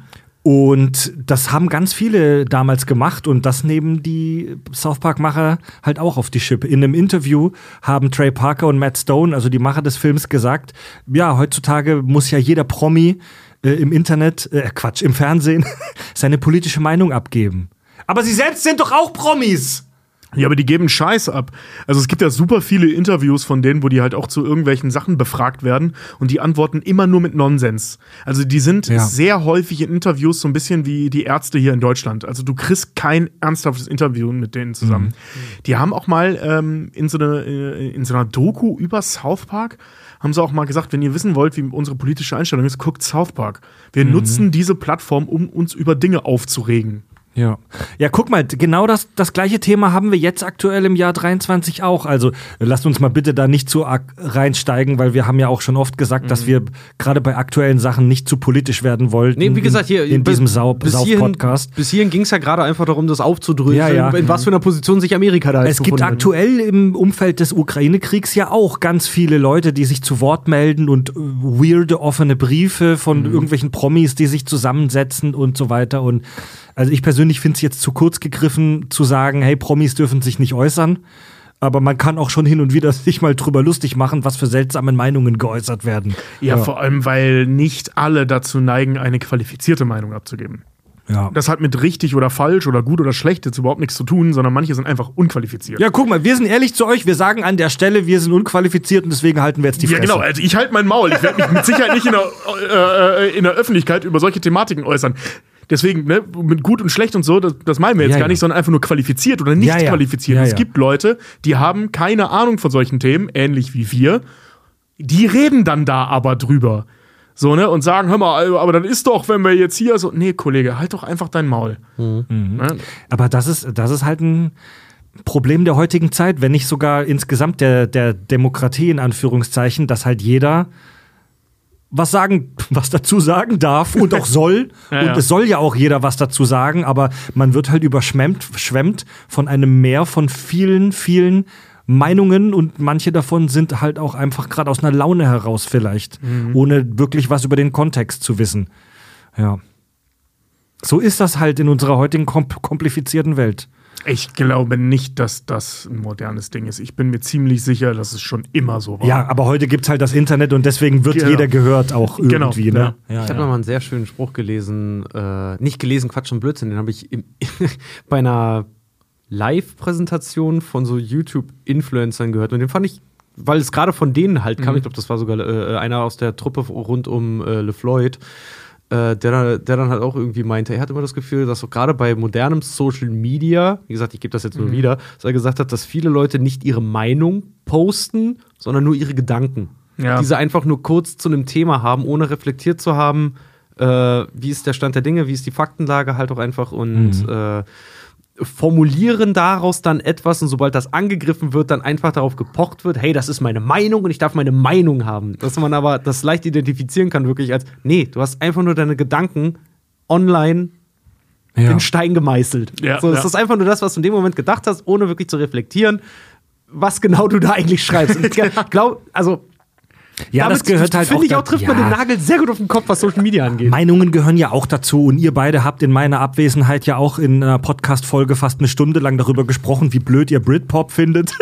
Und das haben ganz viele damals gemacht und das nehmen die South Park-Macher halt auch auf die Schippe. In einem Interview haben Trey Parker und Matt Stone, also die Macher des Films, gesagt, ja, heutzutage muss ja jeder Promi äh, im Internet, äh, Quatsch, im Fernsehen seine politische Meinung abgeben. Aber sie selbst sind doch auch Promis! Ja, aber die geben Scheiß ab. Also es gibt ja super viele Interviews von denen, wo die halt auch zu irgendwelchen Sachen befragt werden und die antworten immer nur mit Nonsens. Also die sind ja. sehr häufig in Interviews so ein bisschen wie die Ärzte hier in Deutschland. Also du kriegst kein ernsthaftes Interview mit denen zusammen. Mhm. Die haben auch mal ähm, in, so eine, in so einer Doku über South Park haben sie auch mal gesagt, wenn ihr wissen wollt, wie unsere politische Einstellung ist, guckt South Park. Wir mhm. nutzen diese Plattform, um uns über Dinge aufzuregen. Ja. Ja, guck mal, genau das, das gleiche Thema haben wir jetzt aktuell im Jahr dreiundzwanzig auch. Also lasst uns mal bitte da nicht zu arg reinsteigen, weil wir haben ja auch schon oft gesagt, mhm. dass wir gerade bei aktuellen Sachen nicht zu politisch werden wollten. Nee, wie gesagt, hier in, in diesem Sau-Podcast. Bis, bis hierhin ging es ja gerade einfach darum, das aufzudröseln, ja, ja. in was für einer Position sich Amerika da Es gibt aktuell im Umfeld des Ukraine-Kriegs ja auch ganz viele Leute, die sich zu Wort melden und weirde offene Briefe von mhm. irgendwelchen Promis, die sich zusammensetzen und so weiter. Und also ich persönlich finde es jetzt zu kurz gegriffen, zu sagen, hey, Promis dürfen sich nicht äußern. Aber man kann auch schon hin und wieder sich mal drüber lustig machen, was für seltsame Meinungen geäußert werden. Ja, ja, vor allem, weil nicht alle dazu neigen, eine qualifizierte Meinung abzugeben. Ja. Das hat mit richtig oder falsch oder gut oder schlecht jetzt überhaupt nichts zu tun, sondern manche sind einfach unqualifiziert. Ja, guck mal, wir sind ehrlich zu euch, wir sagen an der Stelle, wir sind unqualifiziert und deswegen halten wir jetzt die Fresse. Ja, genau, also ich halte mein Maul. Ich werde mich mit Sicherheit nicht in der, äh, in der Öffentlichkeit über solche Thematiken äußern. Deswegen, ne, mit gut und schlecht und so, das, das meinen wir jetzt ja, gar ja. nicht, sondern einfach nur qualifiziert oder nicht ja, ja. qualifiziert. Ja, es ja. gibt Leute, die haben keine Ahnung von solchen Themen, ähnlich wie wir. Die reden dann da aber drüber. So, ne, und sagen, hör mal, aber dann ist doch, wenn wir jetzt hier so, nee, Kollege, halt doch einfach dein Maul. Mhm. Ne? Aber das ist, das ist halt ein Problem der heutigen Zeit, wenn nicht sogar insgesamt der, der Demokratie in Anführungszeichen, dass halt jeder was sagen, was dazu sagen darf und auch soll. ja, und ja. es soll ja auch jeder was dazu sagen, aber man wird halt überschwemmt schwemmt von einem Meer von vielen, vielen Meinungen und manche davon sind halt auch einfach gerade aus einer Laune heraus vielleicht, mhm. ohne wirklich was über den Kontext zu wissen. Ja. So ist das halt in unserer heutigen kom- komplizierten Welt. Ich glaube nicht, dass das ein modernes Ding ist. Ich bin mir ziemlich sicher, dass es schon immer so war. Ja, aber heute gibt's halt das Internet und deswegen wird genau. jeder gehört auch irgendwie. Genau. Ne? Ja, ja, ich habe ja. noch mal einen sehr schönen Spruch gelesen, äh, nicht gelesen, Quatsch und Blödsinn, den habe ich im, bei einer Live-Präsentation von so YouTube-Influencern gehört und den fand ich, weil es gerade von denen halt kam, mhm. ich glaube, das war sogar äh, einer aus der Truppe rund um äh, LeFloid, äh, der, der dann halt auch irgendwie meinte, er hat immer das Gefühl, dass so gerade bei modernem Social Media, wie gesagt, ich gebe das jetzt nur mhm. wieder, dass er gesagt hat, dass viele Leute nicht ihre Meinung posten, sondern nur ihre Gedanken. Ja. Die sie einfach nur kurz zu einem Thema haben, ohne reflektiert zu haben, äh, wie ist der Stand der Dinge, wie ist die Faktenlage halt auch einfach und mhm. äh, formulieren daraus dann etwas und sobald das angegriffen wird, dann einfach darauf gepocht wird, hey, das ist meine Meinung und ich darf meine Meinung haben. Dass man aber das leicht identifizieren kann, wirklich als, nee, du hast einfach nur deine Gedanken online Ja. in Stein gemeißelt. Ja, so, das ja. ist einfach nur das, was du in dem Moment gedacht hast, ohne wirklich zu reflektieren, was genau du da eigentlich schreibst. Und ich glaub, also Ja, damit, das gehört halt finde ich da- auch, trifft ja. man den Nagel sehr gut auf den Kopf, was Social Media angeht. Meinungen gehören ja auch dazu und ihr beide habt in meiner Abwesenheit ja auch in einer Podcast-Folge fast eine Stunde lang darüber gesprochen, wie blöd ihr Britpop findet.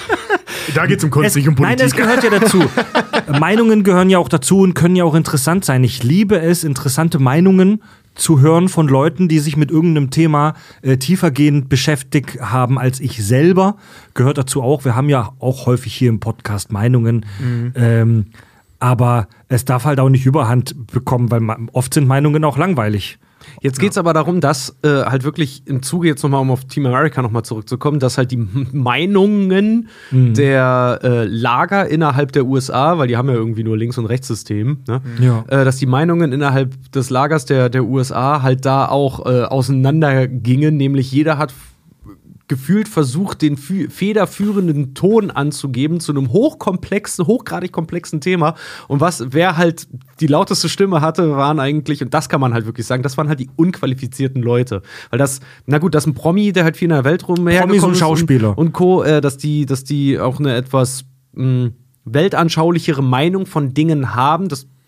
Da geht es um Kunst, Es, nicht um Politik. nein, es gehört ja dazu. Meinungen gehören ja auch dazu und können ja auch interessant sein. Ich liebe es, interessante Meinungen zu hören von Leuten, die sich mit irgendeinem Thema äh, tiefergehend beschäftigt haben als ich selber. Gehört dazu auch. Wir haben ja auch häufig hier im Podcast Meinungen. Mhm. Ähm, aber es darf halt auch nicht Überhand bekommen, weil ma- oft sind Meinungen auch langweilig. Jetzt geht es aber darum, dass äh, halt wirklich im Zuge jetzt nochmal, um auf Team America nochmal zurückzukommen, dass halt die M- Meinungen Mhm. der äh, Lager innerhalb der U S A, weil die haben ja irgendwie nur Links- und Rechtssystem, ne? Ja. äh, dass die Meinungen innerhalb des Lagers der, der U S A halt da auch äh, auseinandergingen, nämlich jeder hat f- gefühlt versucht, den fü- federführenden Ton anzugeben zu einem hochkomplexen, hochgradig komplexen Thema. Und was, wer halt die lauteste Stimme hatte, waren eigentlich, und das kann man halt wirklich sagen, das waren halt die unqualifizierten Leute. Weil das, na gut, das ist ein Promi, der halt viel in der Welt rumhergekommen Promis und ist Schauspieler. Und, und Co., äh, dass die, dass die auch eine etwas mh, weltanschaulichere Meinung von Dingen haben, das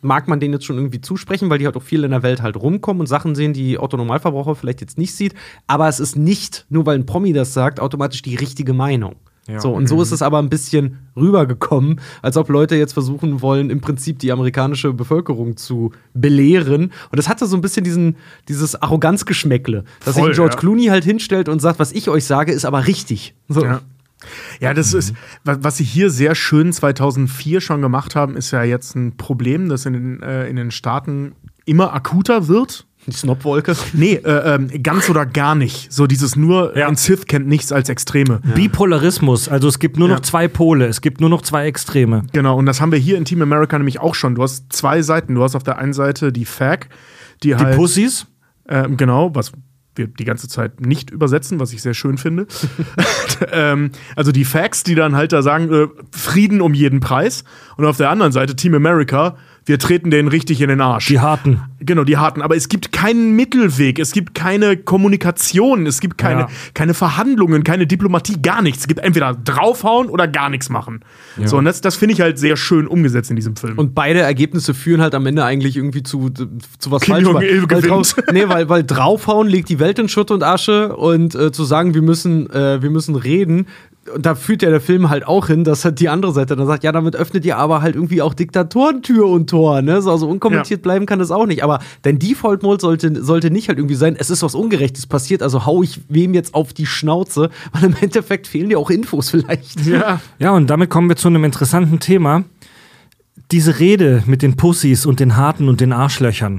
mag man denen jetzt schon irgendwie zusprechen, weil die halt auch viel in der Welt halt rumkommen und Sachen sehen, die Otto-Normalverbraucher vielleicht jetzt nicht sieht. Aber es ist nicht, nur weil ein Promi das sagt, automatisch die richtige Meinung. Ja. So, und so ist es aber ein bisschen rübergekommen, als ob Leute jetzt versuchen wollen, im Prinzip die amerikanische Bevölkerung zu belehren. Und das hatte so ein bisschen diesen, dieses Arroganzgeschmäckle, dass Voll, sich George ja. Clooney halt hinstellt und sagt, was ich euch sage, ist aber richtig. So. Ja. Ja, das ist, wa- was sie hier sehr schön zweitausendvier schon gemacht haben, ist ja jetzt ein Problem, das in den, äh, in den Staaten immer akuter wird. Die Snobwolke. Nee, äh, ähm, ganz oder gar nicht. So dieses nur, Ja. ein Sith kennt nichts als Extreme. Bipolarismus, also es gibt nur noch Ja. zwei Pole, es gibt nur noch zwei Extreme. Genau, und das haben wir hier in Team America nämlich auch schon. Du hast zwei Seiten. Du hast auf der einen Seite die F A G, die, Die halt. Pussys? Ähm, genau, was wir die ganze Zeit nicht übersetzen, was ich sehr schön finde. ähm, also die Facts, die dann halt da sagen, äh, Frieden um jeden Preis. Und auf der anderen Seite Team America, wir treten denen richtig in den Arsch. Die Harten. Genau, die Harten. Aber es gibt keinen Mittelweg, es gibt keine Kommunikation, es gibt keine, Ja. keine Verhandlungen, keine Diplomatie, gar nichts. Es gibt entweder draufhauen oder gar nichts machen. So, und das, das finde ich halt sehr schön umgesetzt in diesem Film. Und beide Ergebnisse führen halt am Ende eigentlich irgendwie zu, zu was Kim Falschem. Jong-il Weil, gewinnt. drauf, nee, weil, weil draufhauen legt die Welt in Schutt und Asche und äh, zu sagen, wir müssen, äh, wir müssen reden. Und da führt ja der Film halt auch hin, dass halt die andere Seite dann sagt, ja, damit öffnet ihr aber halt irgendwie auch Diktatoren Tür und Tor, ne? So, also unkommentiert Ja. bleiben kann das auch nicht. Aber dein Default-Mode sollte, sollte nicht halt irgendwie sein, es ist was Ungerechtes passiert, also hau ich wem jetzt auf die Schnauze, weil im Endeffekt fehlen dir auch Infos vielleicht. ja. Ja, und damit kommen wir zu einem interessanten Thema. Diese Rede mit den Pussys und den Harten und den Arschlöchern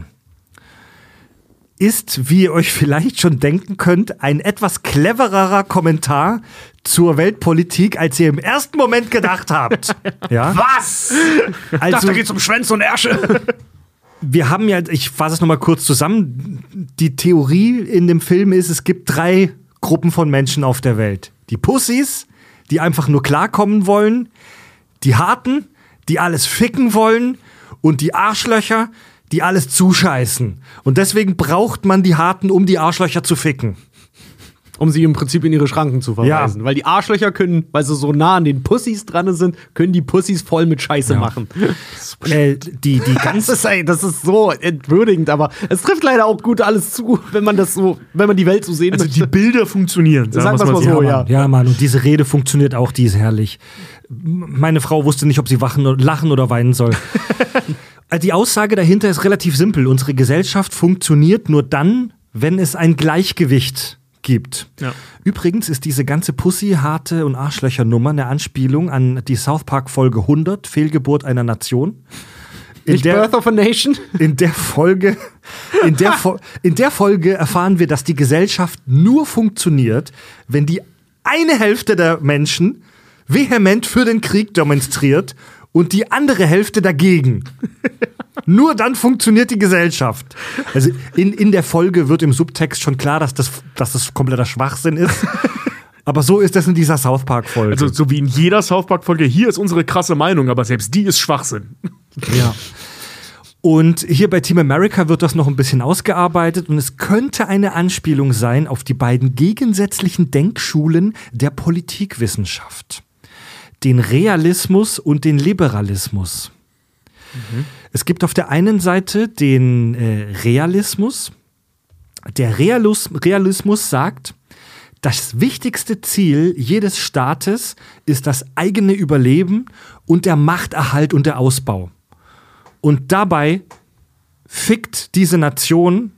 ist, wie ihr euch vielleicht schon denken könnt, ein etwas clevererer Kommentar zur Weltpolitik, als ihr im ersten Moment gedacht habt. Ja? Was? Also, geht's um Schwänze und Ärsche. wir haben ja, ich fasse es nochmal kurz zusammen, die Theorie in dem Film ist, es gibt drei Gruppen von Menschen auf der Welt. Die Pussys, die einfach nur klarkommen wollen, die Harten, die alles ficken wollen und die Arschlöcher, die alles zuscheißen. Und deswegen braucht man die Harten, um die Arschlöcher zu ficken. Um sie im Prinzip in ihre Schranken zu verweisen. Ja. Weil die Arschlöcher können, weil sie so nah an den Pussys dran sind, können die Pussys voll mit Scheiße machen. Äh, die, die Das ganz ist, ey, das ist so entwürdigend, aber es trifft leider auch gut alles zu, wenn man das so, wenn man die Welt so sehen Also die möchte. Bilder funktionieren. Sagen wir's mal so, ja. Ja, Mann, und diese Rede funktioniert auch, die ist herrlich. Meine Frau wusste nicht, ob sie wachen, lachen oder weinen soll. Also die Aussage dahinter ist relativ simpel. Unsere Gesellschaft funktioniert nur dann, wenn es ein Gleichgewicht gibt. Ja. Übrigens ist diese ganze Pussy-, Harte- und Arschlöcher-Nummer eine Anspielung an die South Park-Folge hundert, Fehlgeburt einer Nation. In Nicht Birth of a Nation? in der Folge, in der, Fo- in der Folge erfahren wir, dass die Gesellschaft nur funktioniert, wenn die eine Hälfte der Menschen vehement für den Krieg demonstriert und die andere Hälfte dagegen. Nur dann funktioniert die Gesellschaft. Also in, in der Folge wird im Subtext schon klar, dass das, dass das kompletter Schwachsinn ist. Aber so ist das in dieser South Park-Folge. Also so wie in jeder South Park-Folge, hier ist unsere krasse Meinung, aber selbst die ist Schwachsinn. Ja. Und hier bei Team America wird das noch ein bisschen ausgearbeitet und es könnte eine Anspielung sein auf die beiden gegensätzlichen Denkschulen der Politikwissenschaft. Den Realismus und den Liberalismus. Mhm. Es gibt auf der einen Seite den äh, Realismus. Der Realus- Realismus sagt, das wichtigste Ziel jedes Staates ist das eigene Überleben und der Machterhalt und der Ausbau. Und dabei fickt diese Nation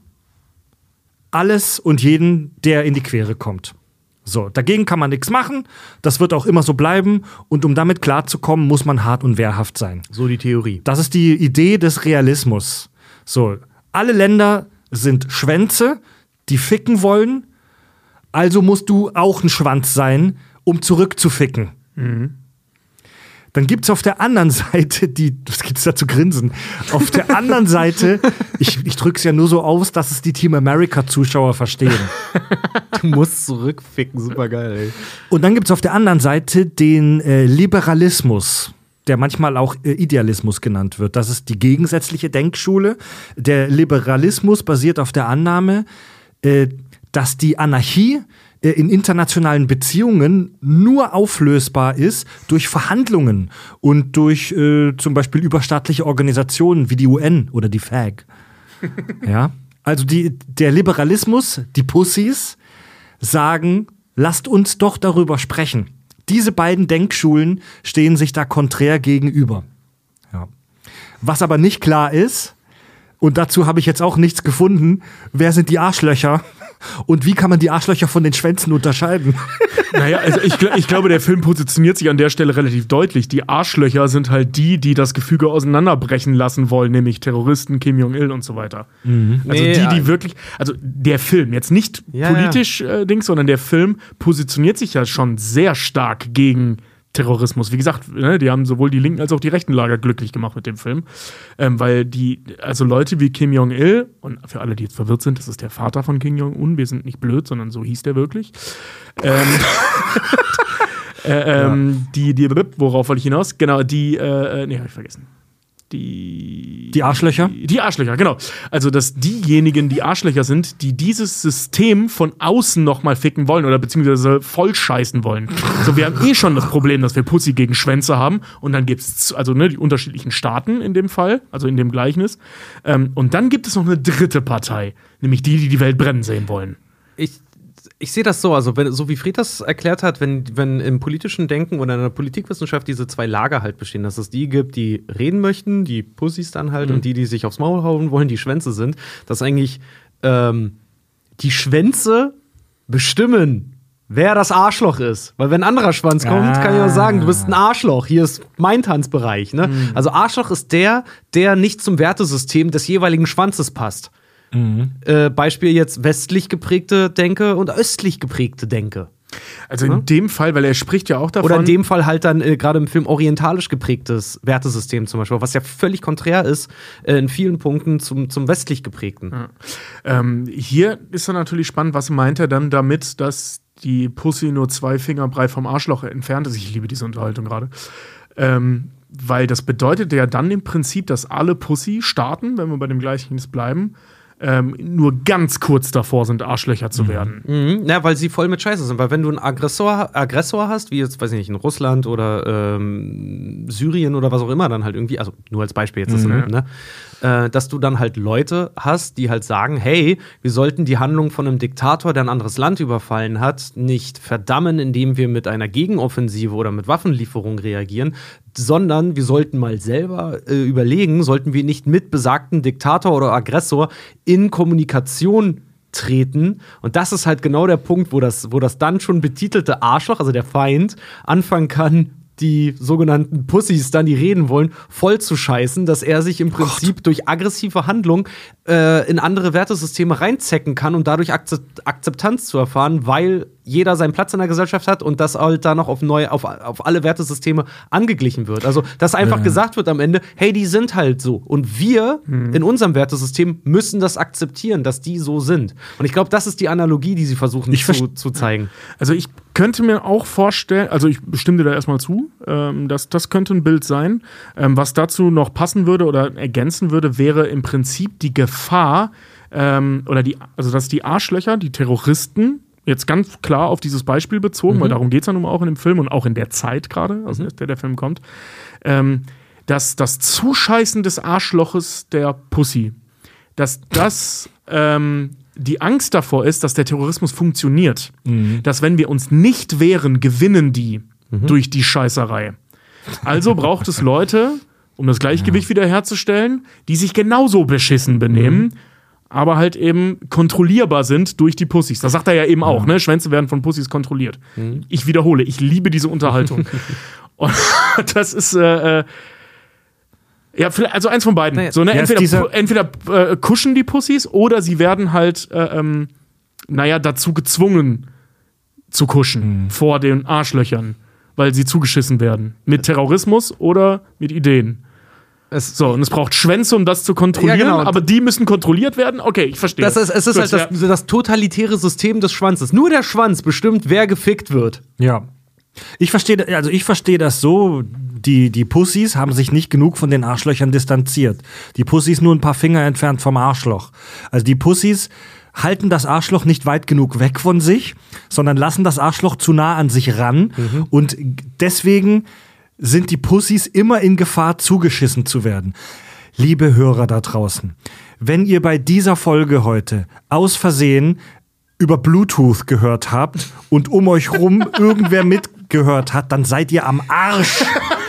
alles und jeden, der in die Quere kommt. So, dagegen kann man nichts machen, das wird auch immer so bleiben und um damit klarzukommen, muss man hart und wehrhaft sein. So die Theorie. Das ist die Idee des Realismus. So, alle Länder sind Schwänze, die ficken wollen, also musst du auch ein Schwanz sein, um zurückzuficken. Mhm. Dann gibt's auf der anderen Seite die, was gibt's da zu grinsen? Auf der anderen Seite, ich, ich drück's ja nur so aus, dass es die Team America-Zuschauer verstehen. Du musst zurückficken, super geil, ey. Und dann gibt's auf der anderen Seite den äh, Liberalismus, der manchmal auch äh, Idealismus genannt wird. Das ist die gegensätzliche Denkschule. Der Liberalismus basiert auf der Annahme, äh, dass die Anarchie äh, in internationalen Beziehungen nur auflösbar ist durch Verhandlungen und durch äh, zum Beispiel überstaatliche Organisationen wie die U N oder die F A G. Ja? Also die, der Liberalismus, die Pussys, sagen, lasst uns doch darüber sprechen. Diese beiden Denkschulen stehen sich da konträr gegenüber. Ja. Was aber nicht klar ist, und dazu habe ich jetzt auch nichts gefunden, wer sind die Arschlöcher und wie kann man die Arschlöcher von den Schwänzen unterscheiden? Naja, also ich, ich glaube, der Film positioniert sich an der Stelle relativ deutlich. Die Arschlöcher sind halt die, die das Gefüge auseinanderbrechen lassen wollen, nämlich Terroristen, Kim Jong-il und so weiter. Mhm. Also Nee, die, die ja. wirklich, also der Film, jetzt nicht Ja, politisch Äh, Dings, sondern der Film positioniert sich ja schon sehr stark gegen Terrorismus. Wie gesagt, ne, die haben sowohl die linken als auch die rechten Lager glücklich gemacht mit dem Film. Ähm, weil die, also Leute wie Kim Jong-il, und für alle, die jetzt verwirrt sind, das ist der Vater von Kim Jong-un, wir sind nicht blöd, sondern so hieß der wirklich. Ähm, äh, ähm, die, die, worauf wollte ich hinaus? Genau, die, äh, nee, hab ich vergessen. Die, Die Arschlöcher? Die, die Arschlöcher, genau. Also, dass diejenigen, die Arschlöcher sind, die dieses System von außen nochmal ficken wollen oder beziehungsweise voll scheißen wollen. So, wir haben eh schon das Problem, dass wir Pussy gegen Schwänze haben und dann gibt's, also, ne, die unterschiedlichen Staaten in dem Fall, also in dem Gleichnis. Ähm, und dann gibt es noch eine dritte Partei, nämlich die, die die Welt brennen sehen wollen. Ich, ich sehe das so, also wenn, so wie Fried das erklärt hat, wenn, wenn im politischen Denken oder in der Politikwissenschaft diese zwei Lager halt bestehen, dass es die gibt, die reden möchten, die Pussys dann halt, mhm. und die, die sich aufs Maul hauen wollen, die Schwänze sind, dass eigentlich ähm, die Schwänze bestimmen, wer das Arschloch ist. Weil wenn ein anderer Schwanz kommt, Ah. kann ich auch sagen, du bist ein Arschloch, hier ist mein Tanzbereich. Ne? Mhm. Also Arschloch ist der, der nicht zum Wertesystem des jeweiligen Schwanzes passt. Mhm. Äh, Beispiel jetzt westlich geprägte Denke und östlich geprägte Denke. Also in Ja. dem Fall, weil er spricht ja auch davon. Oder in dem Fall halt dann äh, gerade im Film orientalisch geprägtes Wertesystem zum Beispiel, was ja völlig konträr ist äh, in vielen Punkten zum, zum westlich geprägten. Ja. Ähm, hier ist dann natürlich spannend, was meint er dann damit, dass die Pussy nur zwei Finger breit vom Arschloch entfernt ist. Ich liebe diese Unterhaltung gerade. Ähm, weil das bedeutet ja dann im Prinzip, dass alle Pussy-Staaten, wenn wir bei dem Gleichnis bleiben, ähm, nur ganz kurz davor sind, Arschlöcher zu werden. Mhm. Ja, weil sie voll mit Scheiße sind. Weil wenn du einen Aggressor, Aggressor hast, wie jetzt, weiß ich nicht, in Russland oder ähm, Syrien oder was auch immer, dann halt irgendwie, also nur als Beispiel jetzt, Mhm. das, ne, äh, dass du dann halt Leute hast, die halt sagen, hey, wir sollten die Handlung von einem Diktator, der ein anderes Land überfallen hat, nicht verdammen, indem wir mit einer Gegenoffensive oder mit Waffenlieferung reagieren, sondern wir sollten mal selber äh, überlegen, sollten wir nicht mit besagten Diktator oder Aggressor in Kommunikation treten. Und das ist halt genau der Punkt, wo das, wo das dann schon betitelte Arschloch, also der Feind, anfangen kann, die sogenannten Pussys dann, die reden wollen, voll zu scheißen, dass er sich im Prinzip Gott. durch aggressive Handlung äh, in andere Wertesysteme reinzecken kann und dadurch Akzept- Akzeptanz zu erfahren, weil jeder seinen Platz in der Gesellschaft hat und das halt dann noch auf, neue, auf, auf alle Wertesysteme angeglichen wird. Also, dass einfach ja. gesagt wird am Ende, hey, die sind halt so. Und wir mhm. in unserem Wertesystem müssen das akzeptieren, dass die so sind. Und ich glaube, das ist die Analogie, die sie versuchen ich zu, zu zeigen. Also ich könnte mir auch vorstellen, also ich stimme dir da erstmal zu, ähm, dass das könnte ein Bild sein. Ähm, was dazu noch passen würde oder ergänzen würde, wäre im Prinzip die Gefahr, ähm, oder die, also dass die Arschlöcher, die Terroristen, jetzt ganz klar auf dieses Beispiel bezogen, mhm. weil darum geht es ja nun mal auch in dem Film und auch in der Zeit gerade, aus mhm. der der Film kommt, ähm, dass das Zuscheißen des Arschloches der Pussy, dass das ähm, die Angst davor ist, dass der Terrorismus funktioniert. Mhm. Dass wenn wir uns nicht wehren, gewinnen die mhm. durch die Scheißerei. Also braucht es Leute, um das Gleichgewicht ja. wiederherzustellen, die sich genauso beschissen benehmen, mhm. aber halt eben kontrollierbar sind durch die Pussys. Das sagt er ja eben ja. auch, ne? Schwänze werden von Pussys kontrolliert. Mhm. Ich wiederhole, ich liebe diese Unterhaltung. Und das ist äh, ja, also eins von beiden. Naja, so, ne? ja, Entweder, entweder äh, kuschen die Pussys oder sie werden halt, äh, ähm, naja, dazu gezwungen zu kuschen mhm. vor den Arschlöchern, weil sie zugeschissen werden. Mit Terrorismus oder mit Ideen. Es so, und es braucht Schwänze, um das zu kontrollieren, ja, genau. aber die müssen kontrolliert werden? Okay, ich verstehe. Das ist, es ist Gut, halt das, ja. das totalitäre System des Schwanzes. Nur der Schwanz bestimmt, wer gefickt wird. Ja. Ich verstehe, also ich verstehe das so, die, die Pussys haben sich nicht genug von den Arschlöchern distanziert. Die Pussys nur ein paar Finger entfernt vom Arschloch. Also die Pussys halten das Arschloch nicht weit genug weg von sich, sondern lassen das Arschloch zu nah an sich ran. Mhm. Und deswegen sind die Pussys immer in Gefahr, zugeschissen zu werden. Liebe Hörer da draußen, wenn ihr bei dieser Folge heute aus Versehen über Bluetooth gehört habt und um euch rum irgendwer mitgehört hat, dann seid ihr am Arsch.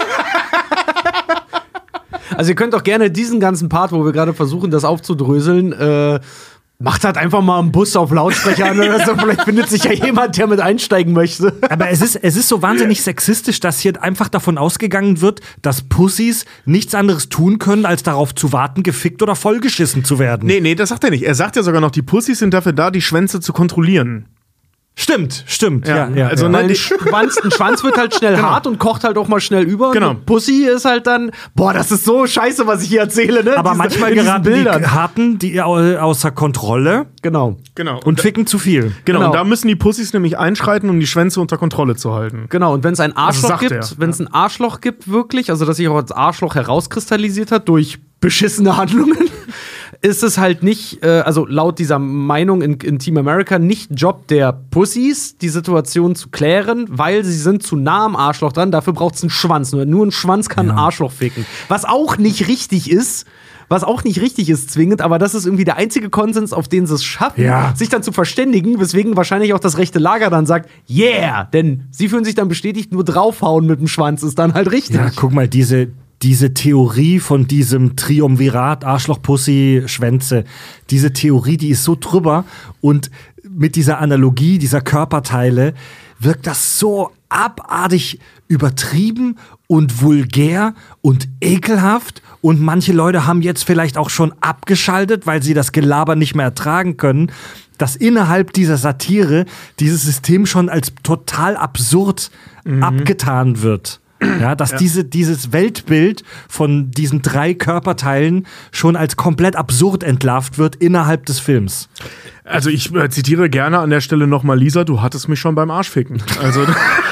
Also ihr könnt auch gerne diesen ganzen Part, wo wir gerade versuchen, das aufzudröseln, äh, macht halt einfach mal einen Bus auf Lautsprecher an oder so. Vielleicht findet sich ja jemand, der mit einsteigen möchte. Aber es ist, es ist so wahnsinnig sexistisch, dass hier einfach davon ausgegangen wird, dass Pussys nichts anderes tun können, als darauf zu warten, gefickt oder vollgeschissen zu werden. Nee, nee, das sagt er nicht. Er sagt ja sogar noch, die Pussys sind dafür da, die Schwänze zu kontrollieren. Stimmt, stimmt. Ja, Ja, ja, also, ja. ne, Weil ein die- Schwanz, ein Schwanz wird halt schnell Genau. hart und kocht halt auch mal schnell über. Genau. Und eine Pussy ist halt dann, boah, das ist so scheiße, was ich hier erzähle, ne? Aber Diese- manchmal in diesen geraten Bildern. die Harten die au- außer Kontrolle Genau. Genau. und ficken zu viel. genau. genau. Und da müssen die Pussys nämlich einschreiten, um die Schwänze unter Kontrolle zu halten. Genau, und wenn es ein Arschloch sagt gibt, er. wenn es ein Arschloch gibt, wirklich, also dass sich auch als Arschloch herauskristallisiert hat durch beschissene Handlungen, ist es halt nicht, äh, also laut dieser Meinung in, in Team America, nicht Job der Pussys, die Situation zu klären, weil sie sind zu nah am Arschloch dran, dafür braucht es einen Schwanz. Nur, nur ein Schwanz kann ein Arschloch ficken. Was auch nicht richtig ist, was auch nicht richtig ist zwingend, aber das ist irgendwie der einzige Konsens, auf den sie es schaffen, Ja. sich dann zu verständigen, weswegen wahrscheinlich auch das rechte Lager dann sagt, yeah, denn sie fühlen sich dann bestätigt, nur draufhauen mit dem Schwanz ist dann halt richtig. Ja, guck mal, diese, diese Theorie von diesem Triumvirat, Arschloch, Pussy, Schwänze, diese Theorie, die ist so drüber und mit dieser Analogie dieser Körperteile wirkt das so abartig übertrieben und vulgär und ekelhaft und manche Leute haben jetzt vielleicht auch schon abgeschaltet, weil sie das Gelaber nicht mehr ertragen können, dass innerhalb dieser Satire dieses System schon als total absurd abgetan wird. Ja, dass Diese, dieses Weltbild von diesen drei Körperteilen schon als komplett absurd entlarvt wird innerhalb des Films. Also ich äh, zitiere gerne an der Stelle nochmal Lisa, du hattest mich schon beim Arschficken. Also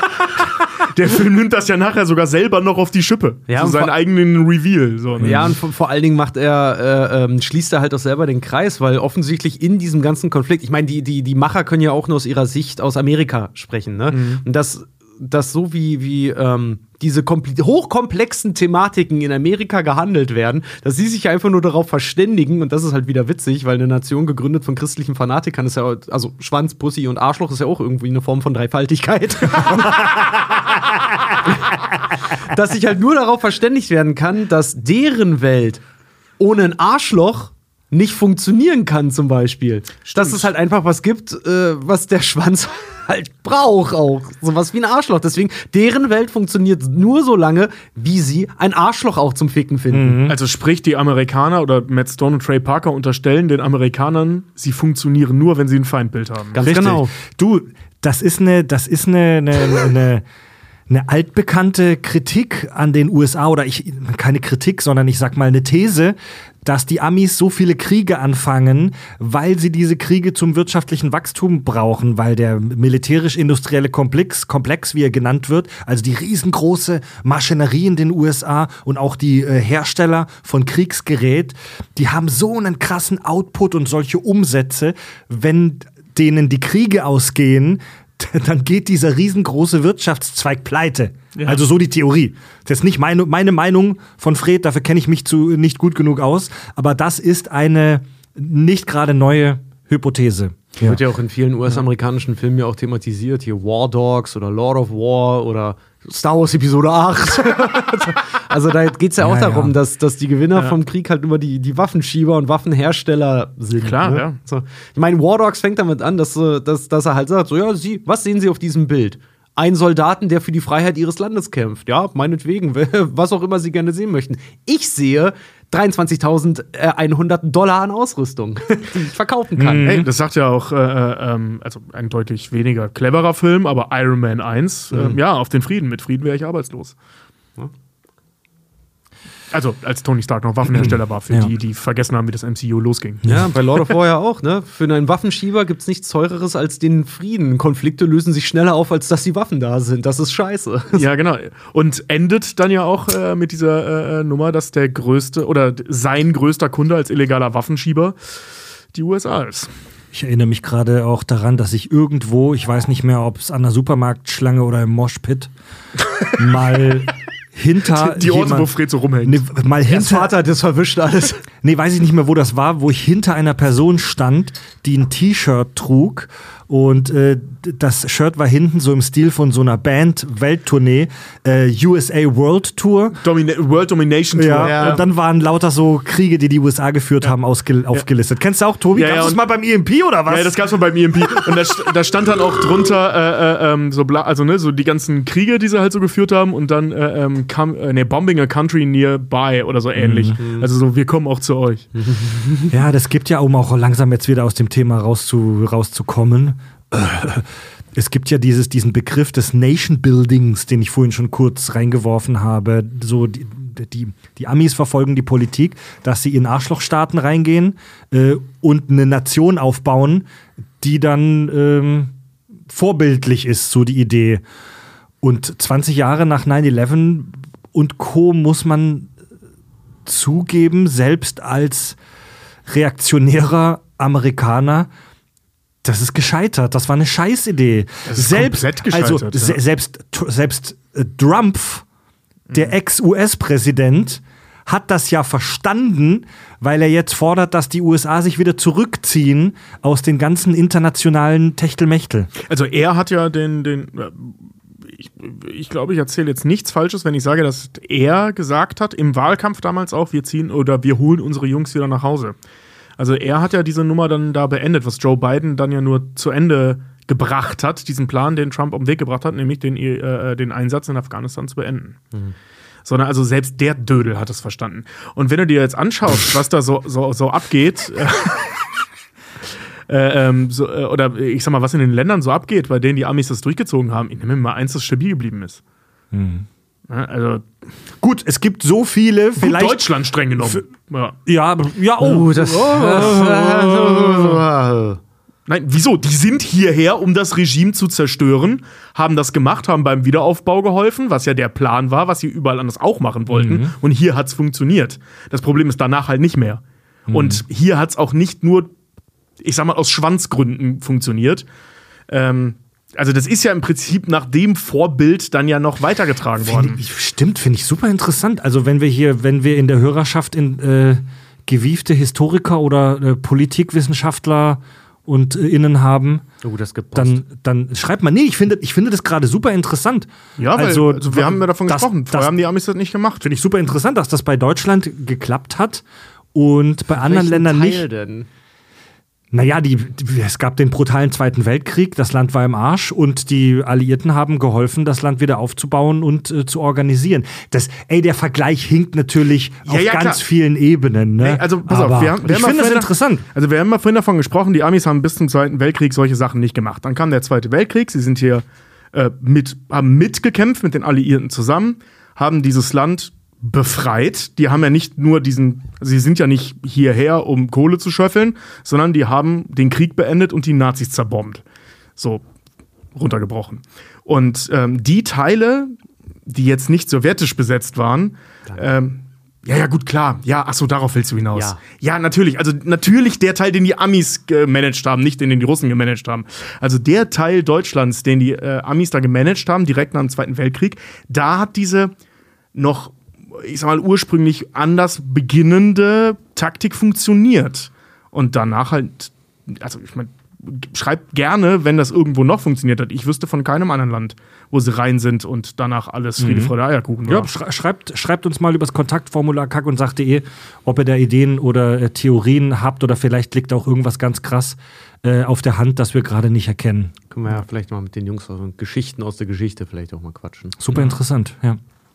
der Film nimmt das ja nachher sogar selber noch auf die Schippe. Ja, so und seinen vor- eigenen Reveal. So, ne? Ja, und vor, vor allen Dingen macht er, äh, ähm, schließt er halt auch selber den Kreis, weil offensichtlich in diesem ganzen Konflikt, ich meine, die, die, die Macher können ja auch nur aus ihrer Sicht aus Amerika sprechen, ne? Mhm. Und das, das so wie, wie ähm, diese kompl- hochkomplexen Thematiken in Amerika gehandelt werden, dass sie sich einfach nur darauf verständigen, und das ist halt wieder witzig, weil eine Nation gegründet von christlichen Fanatikern ist ja, also Schwanz, Pussy und Arschloch ist ja auch irgendwie eine Form von Dreifaltigkeit. Dass sich halt nur darauf verständigt werden kann, dass deren Welt ohne ein Arschloch nicht funktionieren kann, zum Beispiel. Dass es halt einfach was gibt, äh, was der Schwanz halt braucht auch. Sowas wie ein Arschloch. Deswegen, deren Welt funktioniert nur so lange, wie sie ein Arschloch auch zum Ficken finden. Also sprich, die Amerikaner oder Matt Stone und Trey Parker unterstellen den Amerikanern, sie funktionieren nur, wenn sie ein Feindbild haben. Ganz genau. Du, das ist eine, das ist eine, eine, eine, eine altbekannte Kritik an den U S A oder ich, keine Kritik, sondern ich sag mal eine These, dass die Amis so viele Kriege anfangen, weil sie diese Kriege zum wirtschaftlichen Wachstum brauchen, weil der militärisch-industrielle Komplex, Komplex, wie er genannt wird, also die riesengroße Maschinerie in den U S A und auch die äh, Hersteller von Kriegsgerät, die haben so einen krassen Output und solche Umsätze, wenn denen die Kriege ausgehen, dann geht dieser riesengroße Wirtschaftszweig pleite. Ja. Also so die Theorie. Das ist nicht meine, meine Meinung von Fred, dafür kenne ich mich zu, nicht gut genug aus, aber das ist eine nicht gerade neue Hypothese. Ja. Wird ja auch in vielen U S-amerikanischen Filmen ja auch thematisiert. Hier War Dogs oder Lord of War oder Star Wars Episode acht. Also da geht es ja auch Ja, darum, ja. Dass, dass die Gewinner vom Krieg halt immer die, die Waffenschieber und Waffenhersteller sind. Klar, ne? ja. So. Ich meine, War Dogs fängt damit an, dass, äh, dass, dass er halt sagt, so ja, Sie, was sehen Sie auf diesem Bild? Ein Soldaten, der für die Freiheit ihres Landes kämpft. Ja, meinetwegen, was auch immer Sie gerne sehen möchten. Ich sehe dreiundzwanzigtausendeinhundert Dollar an Ausrüstung, die ich verkaufen kann. Hey, das sagt ja auch, äh, ähm, also ein deutlich weniger cleverer Film, aber Iron Man eins, ähm, ja, auf den Frieden. Mit Frieden wäre ich arbeitslos. Ja. Also, als Tony Stark noch Waffenhersteller war, für Ja. die, die vergessen haben, wie das M C U losging. Ja, bei Lord of War ja auch, ne? Für einen Waffenschieber gibt's nichts Teureres als den Frieden. Konflikte lösen sich schneller auf, als dass die Waffen da sind. Das ist scheiße. Ja, genau. Und endet dann ja auch äh, mit dieser äh, Nummer, dass der größte oder sein größter Kunde als illegaler Waffenschieber die U S A ist. Ich erinnere mich gerade auch daran, dass ich irgendwo, ich weiß nicht mehr, ob es an der Supermarktschlange oder im Moshpit, mal hinter Die Orte, jemand, wo Fred so rumhängt. Nee, mal Das hinter, Vater, das verwischt alles. nee, weiß ich nicht mehr, wo das war, wo ich hinter einer Person stand, die ein T-Shirt trug. Und äh, das Shirt war hinten so im Stil von so einer Band-Welttournee, äh, U S A World Tour. Domina- World Domination Tour. Ja, Ja. und dann waren lauter so Kriege, die die U S A geführt haben, ausge- aufgelistet. Kennst du auch, Tobi? Ja, Gab's ja, das und- mal beim E M P oder was? Ja, das gab's mal beim E M P. Und da, st- da stand dann auch drunter, äh, äh, ähm, so, bla- also ne, so die ganzen Kriege, die sie halt so geführt haben und dann äh, ähm, kam, äh, ne, Bombing a Country nearby oder so ähnlich. Also so, wir kommen auch zu euch. Ja, das gibt ja, um auch langsam jetzt wieder aus dem Thema rauszu, rauszukommen. Es gibt ja dieses, diesen Begriff des Nation Buildings, den ich vorhin schon kurz reingeworfen habe. So die, die, die Amis verfolgen die Politik, dass sie in Arschlochstaaten reingehen äh, und eine Nation aufbauen, die dann ähm, vorbildlich ist, so die Idee. Und zwanzig Jahre nach nine eleven und Co. muss man zugeben, selbst als reaktionärer Amerikaner, das ist gescheitert. Das war eine Scheißidee. Das ist selbst, komplett gescheitert, also, ja. se- selbst, selbst äh, Trump, der Ex-U S-Präsident, hat das ja verstanden, weil er jetzt fordert, dass die U S A sich wieder zurückziehen aus den ganzen internationalen Techtelmechtel. Also er hat ja den, den äh, ich, ich glaube, ich erzähle jetzt nichts Falsches, wenn ich sage, dass er gesagt hat, im Wahlkampf damals auch, wir ziehen oder wir holen unsere Jungs wieder nach Hause. Also er hat ja diese Nummer dann da beendet, was Joe Biden dann ja nur zu Ende gebracht hat, diesen Plan, den Trump auf den Weg gebracht hat, nämlich den, äh, den Einsatz in Afghanistan zu beenden. Mhm. Sondern also selbst der Dödel hat es verstanden. Und wenn du dir jetzt anschaust, was da so, so, so abgeht, äh, ähm, so, äh, oder ich sag mal, was in den Ländern so abgeht, bei denen die Amis das durchgezogen haben, ich nehme mir mal eins, das stabil geblieben ist. Mhm. Ja, also Gut, es gibt so viele, gut vielleicht. Deutschland streng genommen. Ja. Ja, aber- ja, oh. Oh, das. Nein, wieso? Die sind hierher, um das Regime zu zerstören, haben das gemacht, haben beim Wiederaufbau geholfen, was ja der Plan war, was sie überall anders auch machen wollten. Mhm. Und hier hat's funktioniert. Das Problem ist danach halt nicht mehr. Mhm. Und hier hat's auch nicht nur, ich sag mal, aus Schwanzgründen funktioniert. Ähm, also das ist ja im Prinzip nach dem Vorbild dann ja noch weitergetragen worden. Find ich, stimmt, finde ich super interessant. Also wenn wir hier, wenn wir in der Hörerschaft in äh, gewiefte Historiker oder äh, Politikwissenschaftler und äh, innen haben, Oh, das gibt Post. dann, dann schreibt mal. Nee, ich finde, ich finde das gerade super interessant. Ja, weil, also, also wir haben ja davon das, gesprochen. Vorher das, haben die Amis das nicht gemacht. Finde ich super interessant, dass das bei Deutschland geklappt hat und bei anderen Welchen Ländern Teil nicht. Denn? Naja, die, die, es gab den brutalen Zweiten Weltkrieg, das Land war im Arsch und die Alliierten haben geholfen, das Land wieder aufzubauen und äh, zu organisieren. Das, ey, der Vergleich hinkt natürlich Ja, auf ja, ganz klar. vielen Ebenen. Ne? Nee, also pass Aber auf, wir haben, wir ich haben finde das vorhin- interessant. Also wir haben mal vorhin davon gesprochen, die Amis haben bis zum Zweiten Weltkrieg solche Sachen nicht gemacht. Dann kam der Zweite Weltkrieg, sie sind hier äh, mit, haben mitgekämpft mit den Alliierten zusammen, haben dieses Land befreit. Die haben ja nicht nur diesen, sie sind ja nicht hierher, um Kohle zu schöffeln, sondern die haben den Krieg beendet und die Nazis zerbombt. So runtergebrochen. Und ähm, die Teile, die jetzt nicht sowjetisch besetzt waren, ähm, ja, ja, gut, klar. Ja, ach so, darauf willst du hinaus. Ja. Ja, natürlich. Also natürlich der Teil, den die Amis gemanagt haben, nicht den, den die Russen gemanagt haben. Also der Teil Deutschlands, den die äh, Amis da gemanagt haben, direkt nach dem Zweiten Weltkrieg, da hat diese noch, ich sag mal, ursprünglich anders beginnende Taktik funktioniert. Und danach halt, also ich meine, schreibt gerne, wenn das irgendwo noch funktioniert hat. Ich wüsste von keinem anderen Land, wo sie rein sind und danach alles Friede, Freude, Eierkuchen war. Ja, schrei- schreibt, schreibt uns mal übers Kontaktformular kack und sach punkt de, ob ihr da Ideen oder äh, Theorien habt oder vielleicht liegt auch irgendwas ganz krass äh, auf der Hand, das wir gerade nicht erkennen. Können wir ja vielleicht mal mit den Jungs aus Geschichten aus der Geschichte vielleicht auch mal quatschen. Super interessant, ja.